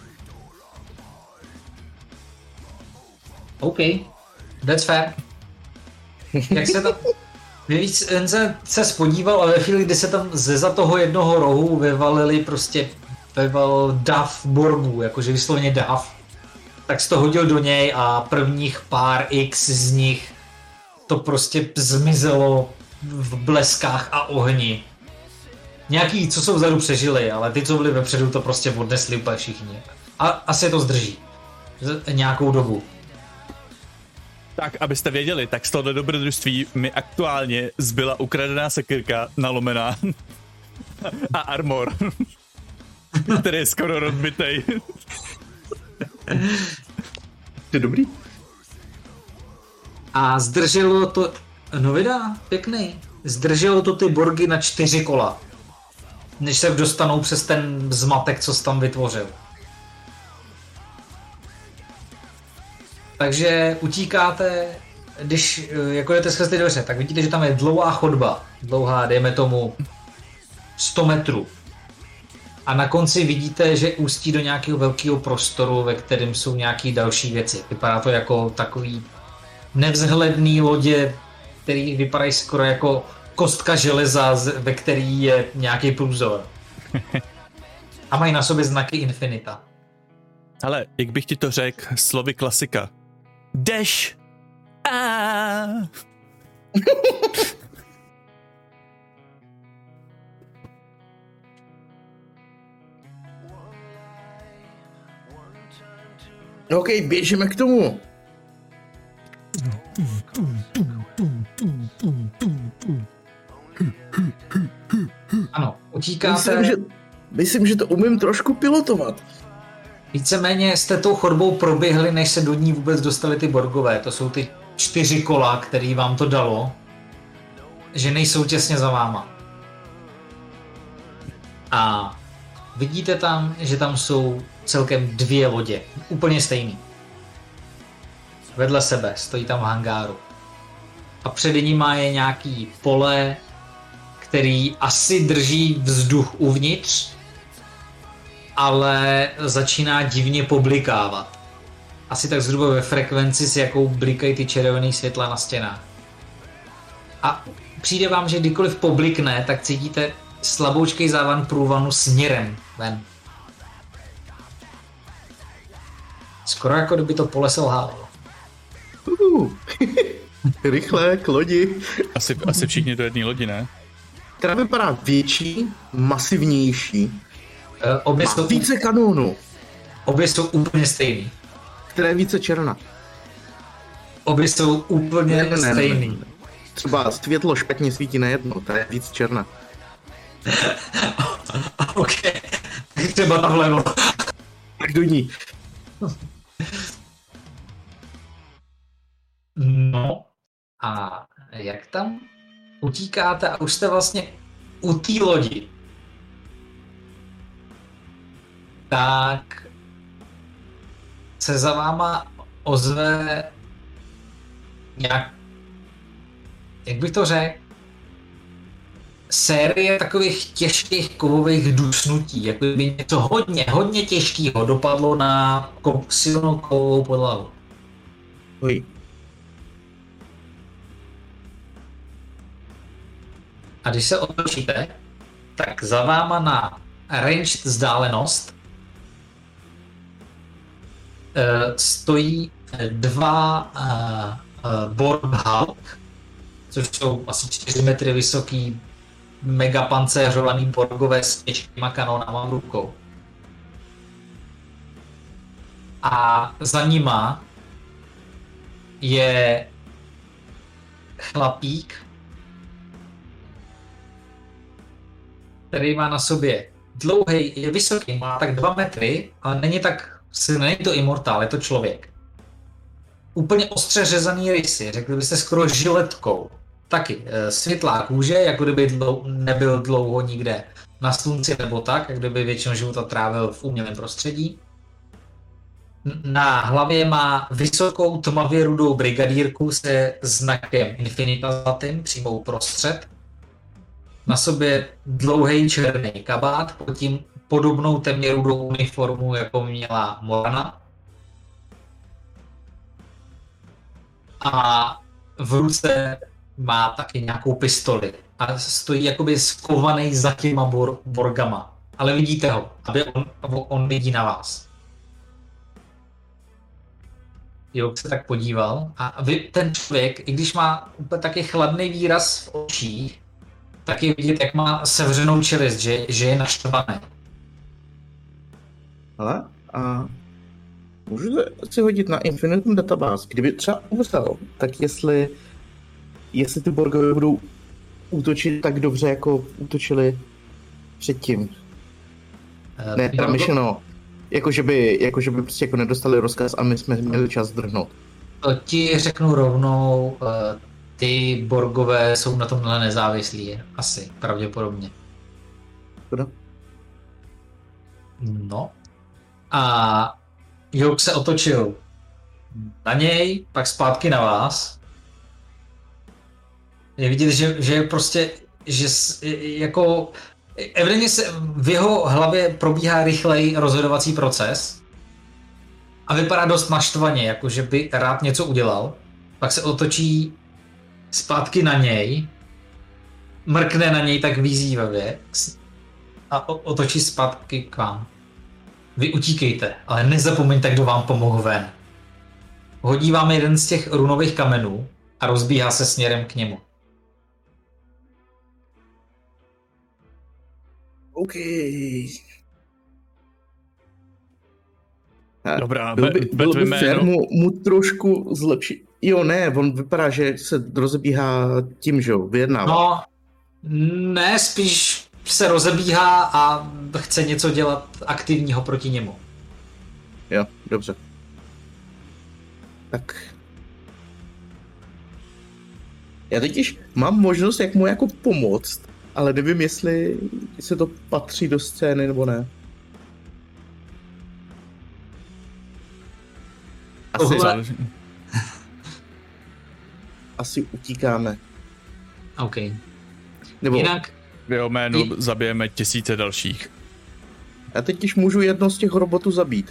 OK, that's fair. Jak se tam... Jen se spodíval a ve chvíli, kdy se tam za toho jednoho rohu vyval dav borgů, jakože vysloveně dav, tak jsi to hodil do něj a prvních pár x z nich to prostě zmizelo v bleskách a ohni. Nějaký, co jsou vzadu, přežili, ale ty, co byli vepředu, to prostě odnesli úplně všichni. A asi to zdrží. Nějakou dobu. Tak, abyste věděli, tak z tohoto dobrodružství mi aktuálně zbyla ukradená sekyrka nalomená a armor, který je skoro rozbitej. Je dobrý. A zdrželo to, Novida, pěkný, zdrželo to ty borgy na 4 kola, než se dostanou přes ten zmatek, co jsi tam vytvořil. Takže utíkáte, když jako jdete skrz ty dveře, tak vidíte, že tam je dlouhá chodba, dlouhá, dejme tomu 100 metrů. A na konci vidíte, že ústí do nějakého velkého prostoru, ve kterém jsou nějaké další věci. Vypadá to jako takový nevzhledný lodě, který vypadají skoro jako kostka železa, ve který je nějaký průzor. A mají na sobě znaky Infinita. Ale jak bych ti to řekl slovy klasika. Dash! OK, běžíme k tomu. Ano, utíkáte. Myslím, že to umím trošku pilotovat. Víceméně jste tou chodbou proběhli, než se do ní vůbec dostali ty borgové. To jsou ty 4 kola, který vám to dalo, že nejsou těsně za váma. A vidíte tam, že tam jsou celkem 2 lodě, úplně stejný. Vedle sebe, stojí tam v hangáru. A před nima je nějaký pole, který asi drží vzduch uvnitř, ale začíná divně poblikávat. Asi tak zhruba ve frekvenci, s jakou blikají ty červený světla na stěnách. A přijde vám, že kdykoliv poblikne, tak cítíte slaboučkej závan průvanu směrem ven. Skoro jako kdyby to pole selhávalo. Rychle, k lodi. Asi všichni do jedné lodi, ne? Která vypadá větší, masivnější. Obě Má jsou, více kanónů. obě jsou úplně stejný. Která je více černá. Obě jsou úplně stejný. Ne. Třeba světlo špatně svítí na jedno, ta je víc černá. OK, třeba tam vlevo. Tak do ní. No a jak tam utíkáte a už jste vlastně u té lodi, tak se za váma ozve nějak, jak bych to řekl, série takových těžkých kovových dusnutí, jako by něco hodně těžkého dopadlo na silnou kovovou podlahu. Oj. A když se otočíte, tak za váma na ranged vzdálenost stojí 2 Borg Hulk, což jsou asi 4 metry vysoký megapancéřovaný borgové s těžkýma kanónama v rukou. A za nima je chlapík, který má na sobě dlouhý, je vysoký, má tak 2 metry, ale není to immortál, je to člověk. Úplně ostře řezaný rysy, řekli byste skoro žiletkou. Taky světlá kůže, jako kdyby nebyl dlouho nikde na slunci nebo tak, jak kdyby většinu života trávil v umělém prostředí. Na hlavě má vysokou tmavě rudou brigadírku se znakem Infinita zlatým přímo uprostřed. Na sobě dlouhý černý kabát, pod tím podobnou temně rudou uniformu, jako měla Morana. A v ruce má taky nějakou pistoli a stojí jakoby skovaný za těma borgama. Ale vidíte ho, aby on vidí na vás. Jo, se tak podíval a ten člověk, i když má úplně taky chladný výraz v očích, tak je vidět, jak má sevřenou čelist, že je naštvaný. Ale a můžu si hodit na Infinitum Database, kdyby třeba umřel, tak jestli ty Borgové budou útočit tak dobře, jako útočili předtím. Ne, teda myšleno, jakože by prostě jako nedostali rozkaz a my jsme měli čas zdrhnout. To ti řeknu rovnou, ty Borgové jsou na tomhle nezávislí, asi, pravděpodobně. Kdo? No. A Jouk se otočil na něj, pak zpátky na vás. Je vidět, že prostě, že jako evidentně se v jeho hlavě probíhá rychlej rozhodovací proces a vypadá dost naštvaně, jako že by rád něco udělal. Pak se otočí zpátky na něj, mrkne na něj tak vyzývavě a otočí zpátky k vám. Vy utíkejte, ale nezapomeňte, kdo vám pomohl ven. Hodí vám jeden z těch runových kamenů a rozbíhá se směrem k němu. OK. Dobrá, bylo by fér mu trošku zlepšit. Jo, ne, on vypadá, že se rozebíhá tím, že jo, vyjednává. No, ne, spíš se rozebíhá a chce něco dělat aktivního proti němu. Jo, dobře. Tak. Já totiž mám možnost, jak mu jako pomoct, ale nevím, jestli se to patří do scény nebo ne. Asi utíkáme. OK. Nebo jinak... V jeho jménu zabijeme tisíce dalších. Já teď již můžu jedno z těch robotů zabít.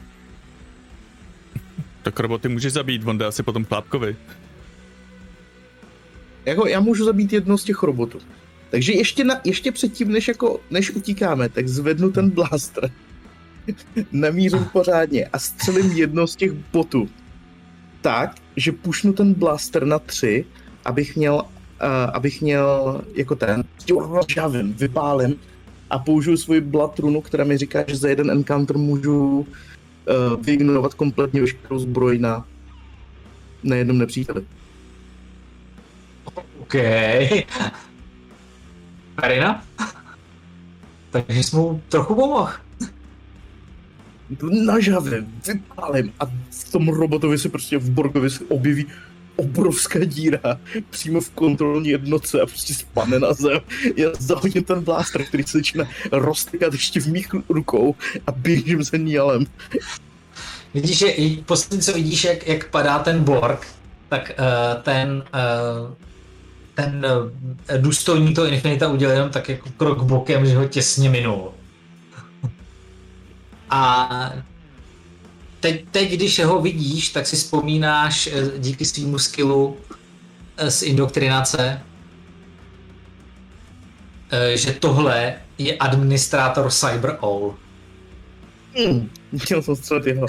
Tak roboty můžeš zabít, on jde asi potom Chlápkovi. Jako já můžu zabít jedno z těch robotů. Takže ještě předtím, než utíkáme, tak zvednu ten blaster. Namířím pořádně a střelím jedno z těch botů. Tak, že pušnu ten blaster na 3, abych měl jako ten žavím, vypálím a použiju svoji blood runu, která mi říká, že za jeden encounter můžu vyignorovat kompletně veškerou zbroj na jednom nepříteli. OK. Karina? Takže jsi mu trochu pomohl. Nažavím, vypálím a v tom robotovi se prostě v Borgovi se objeví obrovská díra přímo v kontrolní jednotce a prostě spadne na zem. Já zahodím ten blaster, který se začíná roztykat ještě v mých rukou a běžím za Nialem. Vidíš, že poslední, co vidíš, jak padá ten Borg, tak ten důstojník toho Infinita udělal jenom tak jako krok bokem, že ho těsně minul. A teď, když ho vidíš, tak si vzpomínáš díky svýmu skillu z indoktrinace, že tohle je administrátor Cyber Owl. Chtěl jsem střelit jeho.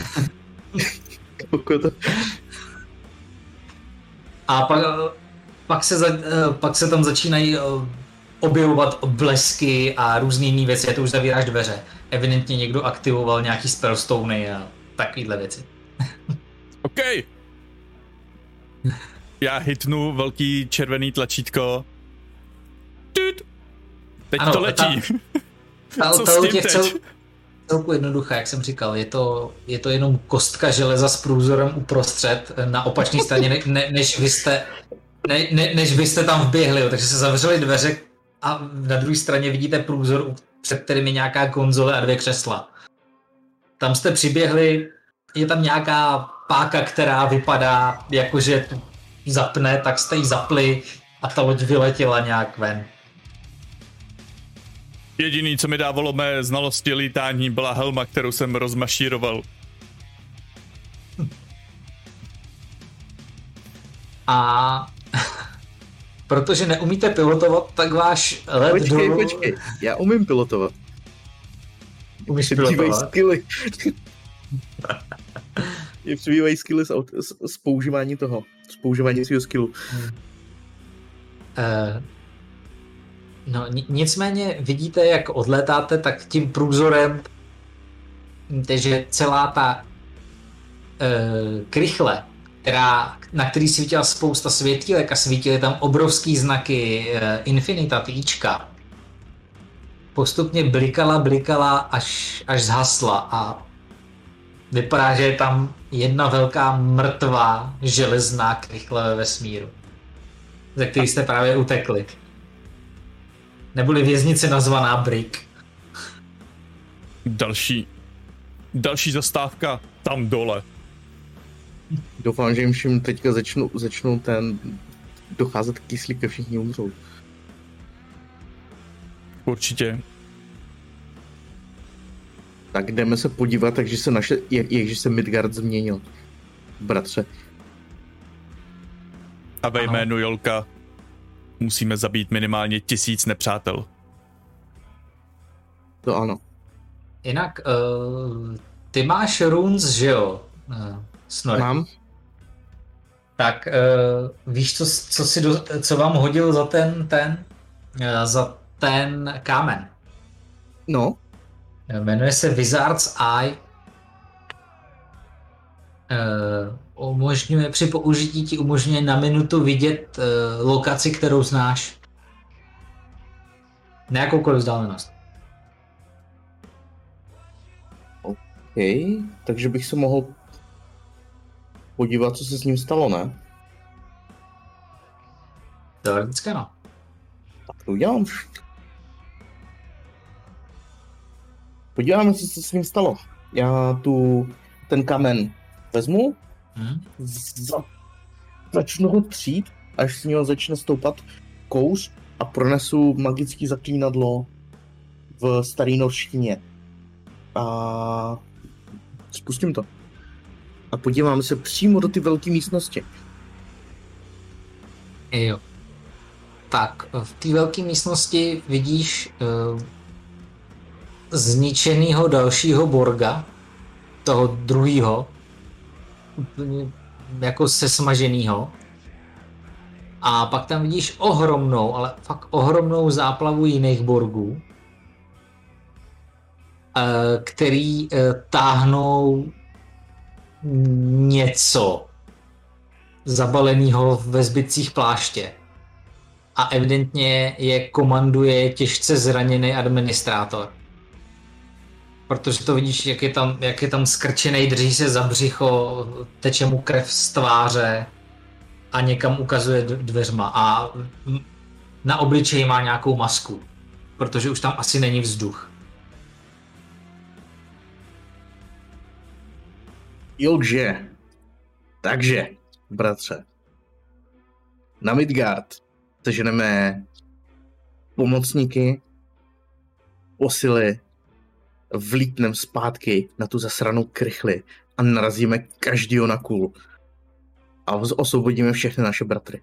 A pak se tam začínají objevovat blesky a různé jiné věci, a to už zavíráš dveře. Evidentně někdo aktivoval nějaký spellstony a takovýhle věci. OK. Já hitnu velký červený tlačítko. Teď ano, to letí. Co s tím teď? Celku jednoduchá, jak jsem říkal, je to jenom kostka železa s průzorem uprostřed na opačné straně, než vy jste tam vběhli, jo. Takže se zavřely dveře a na druhé straně vidíte průzor, před kterým je nějaká konzole a 2 křesla. Tam jste přiběhli, je tam nějaká páka, která vypadá jako, že zapne, tak jste ji zapli a ta loď vyletěla nějak ven. Jediný, co mi dávalo mé znalosti lítání, byla helma, kterou jsem rozmašíroval. A protože neumíte pilotovat, tak váš let Počkej, já umím pilotovat. Umíš pilotovat? Skilly. Je přibývají skilly z používání toho, z používání svého skillu. No, nicméně vidíte, jak odletáte, tak tím průzorem, že celá ta krychle, na který svítila spousta světílek a svítily tam obrovský znaky Infinita, týčka, postupně blikala, až zhasla a vypadá, že je tam jedna velká mrtvá železná krychle ve vesmíru, ze který jste právě utekli. Neboli věznice nazvaná Brick. Další zastávka tam dole. Doufám, že jim všim teďka začnou docházet kyslík a všichni umřou. Určitě. Tak jdeme se podívat, jakže se Midgard změnil. Bratře. A ve jménu Jolka musíme zabít minimálně 1000 nepřátel. To ano. Jinak, ty máš runes, že jo? Snorky. Mám. Tak víš, co vám hodil za ten kámen? No. Jmenuje se Wizard's Eye. Při použití ti umožňuje na minutu vidět lokaci, kterou znáš. Na jakoukoliv vzdálenost. OK, takže bych se mohl podívat, co se s ním stalo, ne? Teoreticky no. Tak to udělám. Podíváme se, co s ním stalo. Já ten kamen vezmu, začnu ho třít, až z něho začne stoupat kouř a pronesu magický zaklínadlo v starý norštině. A spustím to. A podíváme se přímo do ty velké místnosti. Jo. Tak, v té velké místnosti vidíš zničenýho dalšího Borga, toho druhýho, úplně jako sesmaženýho. A pak tam vidíš ohromnou, ale fakt ohromnou záplavu jiných Borgů, který táhnou něco zabaleného ve zbytcích pláště. A evidentně je komanduje těžce zraněný administrátor. Protože to vidíš, jak je tam skrčenej, drží se za břicho, teče mu krev z tváře a někam ukazuje dveřma. A na obličeji má nějakou masku, protože už tam asi není vzduch. Jolže. Takže, bratře, na Midgard seženeme pomocníky, posily, vlítnem zpátky na tu zasranou krychli a narazíme každýho na kůl. A osvobodíme všechny naše bratry.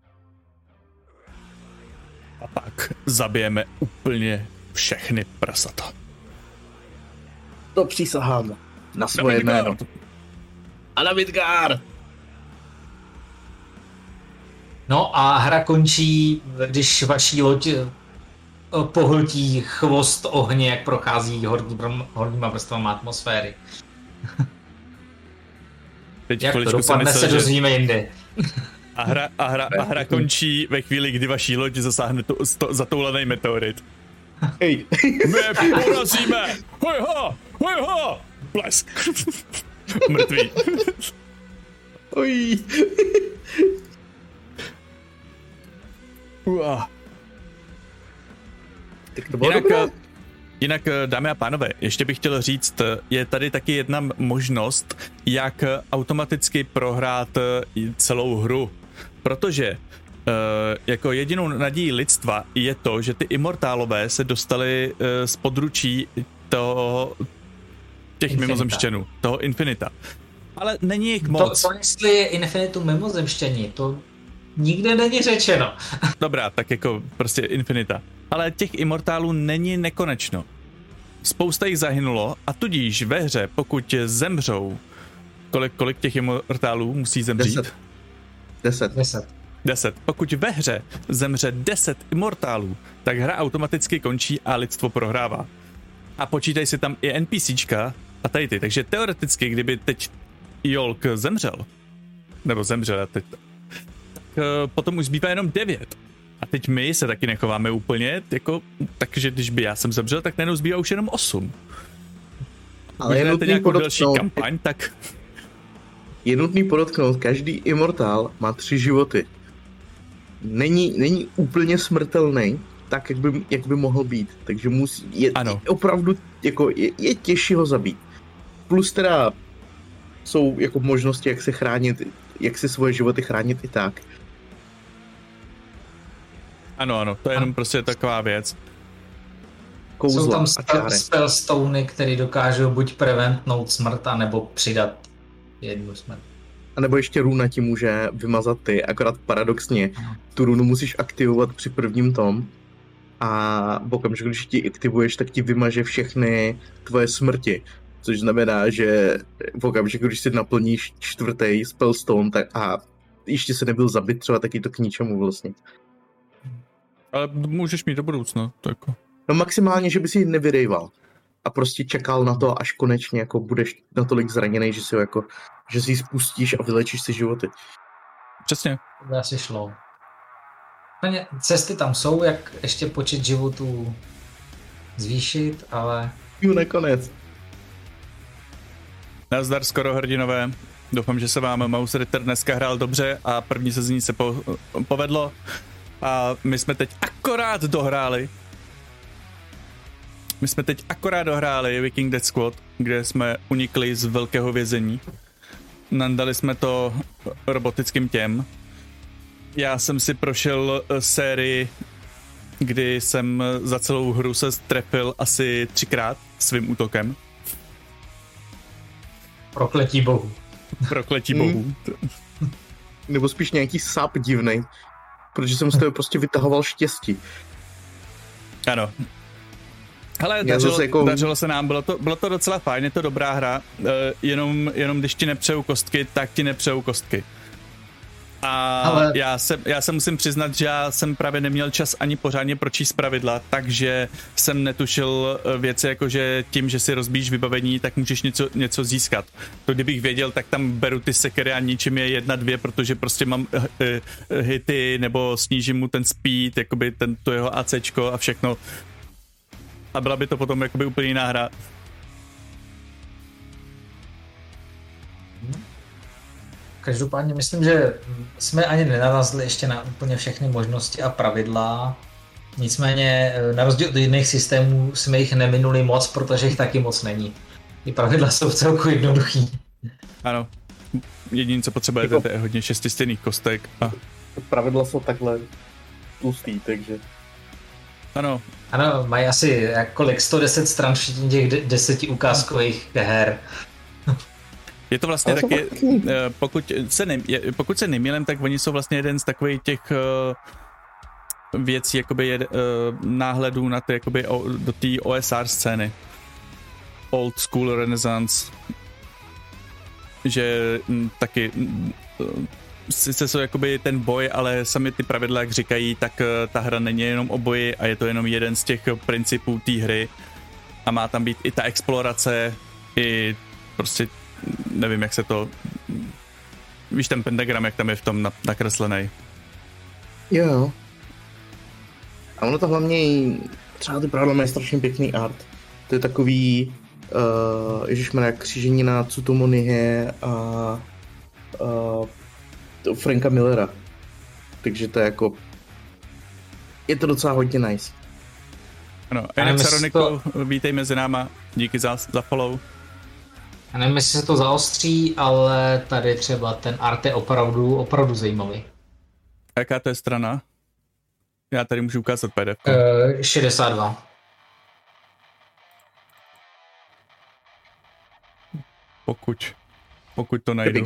A pak zabijeme úplně všechny prasata. To přísahám na svoje jméno. A na Midgard! No a hra končí, když vaší loď pohltí chvost ohně, jak prochází horníma vrstvama atmosféry. Teď jak to dopadne, se dozvíme jindy. A hra končí ve chvíli, kdy vaší loď zasáhne zatoulený meteorit. Hej. My porazíme! Hojha! Blesk! Mrtvý. Oj. Tak to bylo Jinak, dámy a pánové, ještě bych chtěl říct, je tady taky jedna možnost, jak automaticky prohrát celou hru. Protože jako jedinou nadějí lidstva je to, že ty immortálové se dostali z područí těch mimozemšťanů, toho Infinita. Ale není jich moc. To jestli je Infinitum mimozemšťaní, to nikde není řečeno. Dobrá, tak jako prostě Infinita. Ale těch immortálů není nekonečno. Spousta jich zahynulo a tudíž ve hře, pokud zemřou, kolik těch immortálů musí zemřít? 10. Pokud ve hře zemře 10 immortálů, tak hra automaticky končí a lidstvo prohrává. A počítaj si tam i NPCčka a tady ty. Takže teoreticky, kdyby teď Jolk zemřel, teď, tak potom už zbývá jenom 9. A teď my se taky nechováme úplně, jako, takže když by já jsem zemřel, tak najednou zbývá už jenom 8. Ale je nutný podotknout, kampaň, tak... Je nutný podotknout, každý immortál má 3 životy. Není úplně smrtelný, tak jak by mohl být. Takže je opravdu jako, je těžší ho zabít. Plus teda jsou jako možnosti, jak se chránit, jak si svoje životy chránit i tak. Ano, to je jenom prostě taková věc. Kouzla jsou tam spellstony, které dokážou buď preventnout smrt, anebo přidat jednu smrt. A nebo ještě runa ti může vymazat ty, akorát paradoxně. Tu runu musíš aktivovat při prvním tom a v okamžiku, když ti aktivuješ, tak ti vymaže všechny tvoje smrti. Což znamená, že v okamžiku, když si naplníš 4. spellstone tak a ještě se nebyl zabit, třeba taky to k ničemu vlastně. Ale můžeš mít do budoucna, to jako... No maximálně, že by si ji nevydejval a prostě čekal na to, až konečně jako budeš natolik zraněný, že si ji spustíš a vylečíš si životy. Přesně. To by asi šlo. Cesty tam jsou, jak ještě počet životů zvýšit, ale... Nakonec. Nazdar skoro hrdinové. Doufám, že se vám Mouse Ritter dneska hrál dobře a první sezení se povedlo. A my jsme teď akorát dohráli My jsme teď akorát dohráli Viking Death Squad, kde jsme unikli z velkého vězení. Nandali jsme to robotickým těm. Já jsem si prošel sérii, kdy jsem za celou hru se strefil asi 3krát svým útokem. Prokletí bohu. Prokletí bohu. Nebo spíš nějaký sáp divnej, protože jsem z toho prostě vytahoval štěstí. Ano. Hele, dařilo se nám, bylo to docela fajn, je to dobrá hra, jenom když ti nepřeju kostky, tak ti nepřeju kostky. A ale... já se musím přiznat, že já jsem právě neměl čas ani pořádně pročíst pravidla, takže jsem netušil věci jako, že tím, že si rozbíjíš vybavení, tak můžeš něco získat. To kdybych věděl, tak tam beru ty sekery a ničím je 1-2, protože prostě mám hity, nebo snížím mu ten speed, jakoby to jeho ACčko a všechno. A byla by to potom jakoby úplně jiná hra. Každopádně myslím, že jsme ani nenarazili ještě na úplně všechny možnosti a pravidla. Nicméně na rozdíl od jiných systémů jsme jich neminuli moc, protože jich taky moc není. Ty pravidla jsou vcelku jednoduchý. Ano. Jediné, co potřebujete, to je hodně šestistěnných kostek. A... Pravidla jsou takhle tlustý, takže... Ano. Ano, mají asi kolik 110 stran všichni těch 10 ukázkových her. Je to vlastně taky, pokud se nemýlím, tak oni jsou vlastně jeden z takových těch věcí, jakoby náhledů na ty, jakoby do té OSR scény. Old School Renaissance. Že taky sice jsou jakoby ten boj, ale sami ty pravidla, jak říkají, tak ta hra není jenom o boji a je to jenom jeden z těch principů té hry a má tam být i ta explorace, i prostě nevím, jak se to... Víš ten pentagram, jak tam je v tom nakreslený. Jo. A ono to hlavně třeba ty pravidla mají strašně pěkný art. To je takový ježišmarja, křížení na Tsutomu-Nihei a Franka Millera. Takže to je jako... Je to docela hodně nice. Ano, Enexaroniku, vítej mezi náma. Díky za follow. Já nevím, jestli se to zaostří, ale tady třeba ten art je opravdu zajímavý. A jaká to je strana? Já tady můžu ukázat PDF. 62. Pokud to najdu.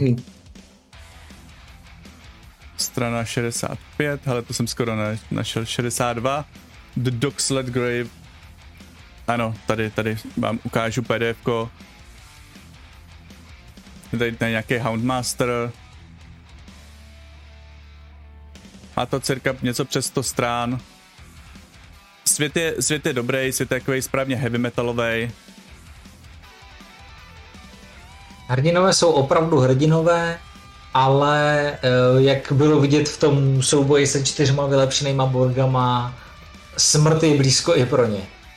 Strana 65, hele, to jsem skoro našel 62. The Docksled Grave. Ano, tady vám ukážu PDF-ko. Tady nějaký Houndmaster. Má to cirka něco přes 100 strán. Svět je dobrý, svět je takový správně heavy metalový. Hrdinové jsou opravdu hrdinové, ale jak bylo vidět v tom souboji se 4 vylepšenýma borgama, smrt je blízko i pro ně.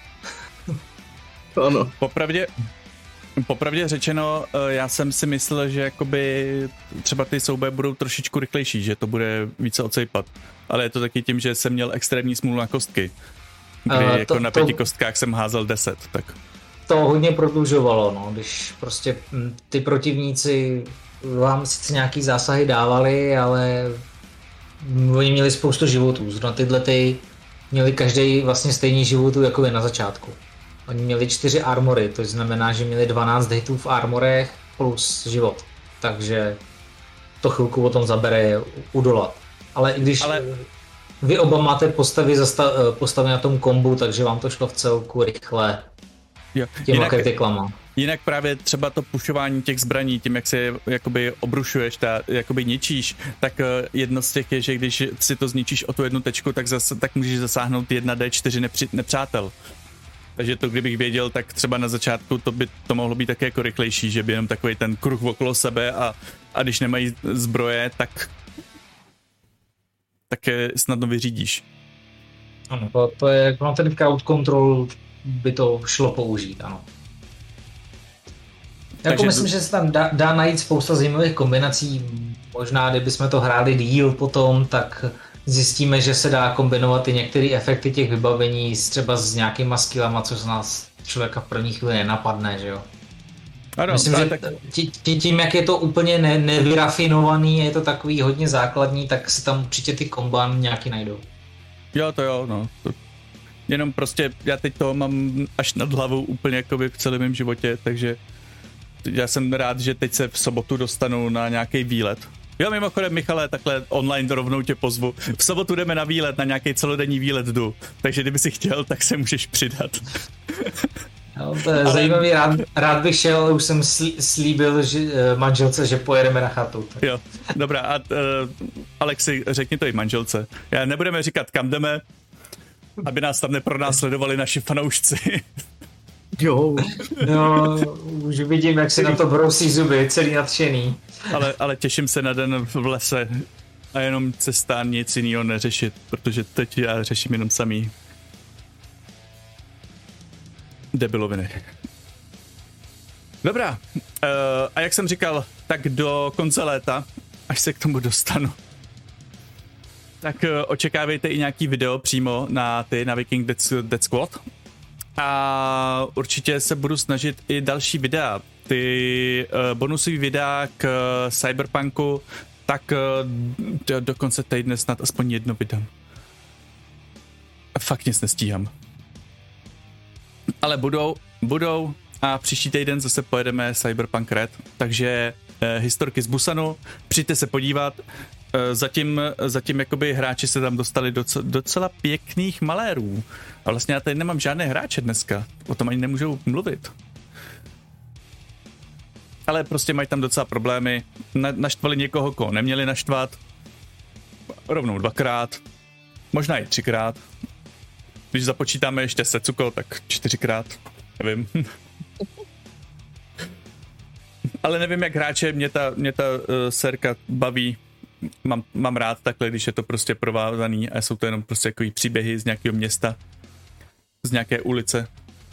Ano. Popravdě řečeno, já jsem si myslel, že jakoby třeba ty souboje budou trošičku rychlejší, že to bude více ocejpat. Ale je to taky tím, že jsem měl extrémní smůlu na kostky. Kdy jako na 5 kostkách jsem házel 10, tak... To hodně prodlužovalo, no, když prostě ty protivníci vám sice nějaký zásahy dávali, ale oni měli spoustu životů. Zrovna tyhle měli každý vlastně stejný životů jako je na začátku. Oni měli 4 armory, to znamená, že měli 12 hitů v armorech plus život. Takže to chvilku o tom zabere je udolat. Ale i když vy oba máte postavy na tom kombu, takže vám to šlo v celku rychle. Jo. Těma kritiklama. Jinak právě třeba to pušování těch zbraní, tím jak se jakoby obrušuješ, jakoby ničíš, tak jedno z těch je, že když si to zničíš o tu jednu tečku, tak můžeš zasáhnout 1D4 nepřátel. Takže to kdybych věděl, tak třeba na začátku to mohlo být také jako rychlejší, že by jenom takový ten kruh okolo sebe a když nemají zbroje, tak je snadno vyřídíš. Ano, to je ten crowd control, by to šlo použít, ano. Jako myslím, že se tam dá najít spousta zajímavých kombinací. Možná, kdybychom to hráli díl potom, tak zjistíme, že se dá kombinovat i některé efekty těch vybavení třeba s nějakýma skillama, co z nás člověka v první chvíli nenapadne, že jo. Ano, myslím, že tak... tím, jak je to úplně nevyrafinovaný, je to takový hodně základní, tak se tam určitě ty komban nějaký najdou. Jo, to jo, no. Jenom prostě já teď toho mám až nad hlavou úplně jakoby v celém mém životě, takže já jsem rád, že teď se v sobotu dostanu na nějaký výlet. Jo, mimochodem, Michale, takhle online rovnou tě pozvu. V sobotu jdeme na výlet, na nějaký celodenní výlet jdu, takže kdyby si chtěl, tak se můžeš přidat. No, to je zajímavý, rád bych šel, ale už jsem slíbil že, manželce, že pojedeme na chatu. Tak. Jo, dobrá, a Alexi, řekni to i manželce. Já nebudeme říkat, kam jdeme, aby nás tam nepronásledovali naši fanoušci. Jo. No, už vidím, jak se na to brousí zuby, celý nadšený. Ale těším se na den v lese a jenom cesta, nic jiného neřešit, protože teď já řeším jenom samý debiloviny. Dobrá, a jak jsem říkal, tak do konce léta, až se k tomu dostanu, tak očekávejte i nějaký video přímo na Viking Dead Squad. A určitě se budu snažit i další videa. Ty bonusové videa k Cyberpunku, tak do konce týdne snad aspoň jedno vydám. Fakt nic nestíhám. Ale budou a příští týden zase pojedeme Cyberpunk Red, takže historky z Busanu, přijďte se podívat. Zatím jakoby hráči se tam dostali do docela pěkných malérů. A vlastně já tady nemám žádné hráče dneska. O tom ani nemůžou mluvit. Ale prostě mají tam docela problémy. Naštvali někoho, koho neměli naštvat. Rovnou 2krát. Možná i 3krát. Když započítáme ještě Setsuko, tak 4krát. Nevím. Ale nevím, jak hráče, mě ta serka baví. Mám rád takhle, když je to prostě provázaný a jsou to jenom prostě takový příběhy z nějakého města, z nějaké ulice.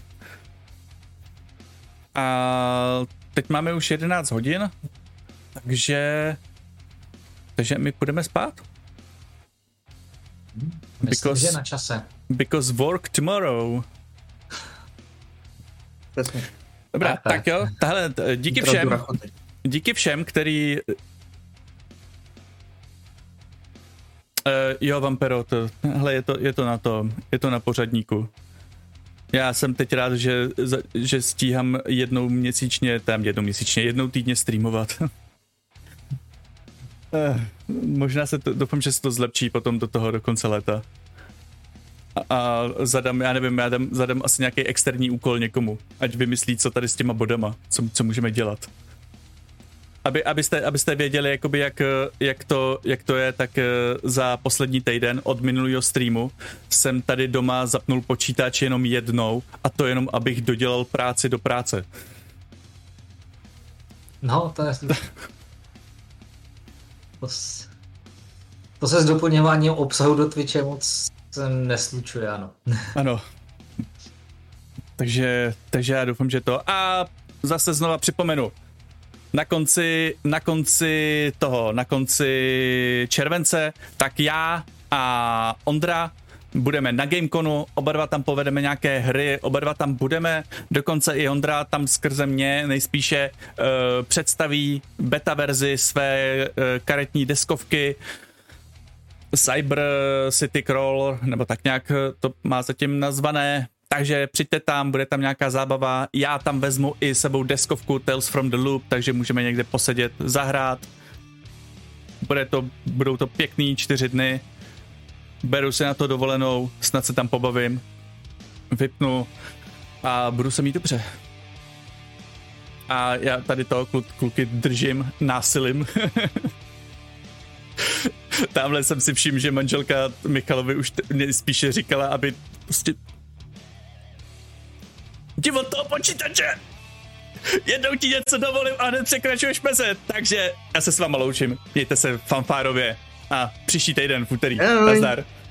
A teď máme už 11 hodin, takže my půjdeme spát. Myslím, že na čase. Because work tomorrow. Přesně. Dobrá, tak jo, tahle, díky všem, který... Jo, Vampero, hele, je to na pořadníku. Já jsem teď rád, že stíhám jednou týdně streamovat. Možná doufám, že se to zlepší potom do konce léta. A zadám asi nějaký externí úkol někomu, ať vymyslí, co tady s těma bodama, co můžeme dělat. Abyste věděli, jakoby jak to je, tak za poslední týden od minulého streamu jsem tady doma zapnul počítač jenom jednou a to jenom, abych dodělal práci do práce. No, to je... To se s doplňováním obsahu do Twitche moc neslučuje, ano. Ano. Takže já doufám, že to... A zase znova připomenu. Na konci července, tak já a Ondra budeme na Gameconu, oba dva tam povedeme nějaké hry, oba dva tam budeme, dokonce i Ondra tam skrze mě nejspíše představí beta verzi své karetní deskovky Cyber City Crawl, nebo tak nějak to má zatím nazvané. Takže přijďte tam, bude tam nějaká zábava, já tam vezmu i sebou deskovku Tales from the Loop, takže můžeme někde posedět, zahrát. Budou to pěkný 4 dny, beru si na to dovolenou, snad se tam pobavím, vypnu a budu se mít dobře. A já tady toho kluky držím násilím. Tamhle jsem si všiml, že manželka Michalovi už spíše říkala, aby prostě jdi od toho počítače! Jednou ti něco dovolím a nepřekračuješ meze, takže já se s váma loučím. Mějte se fanfárově a příští týden v úterý. Nazdar.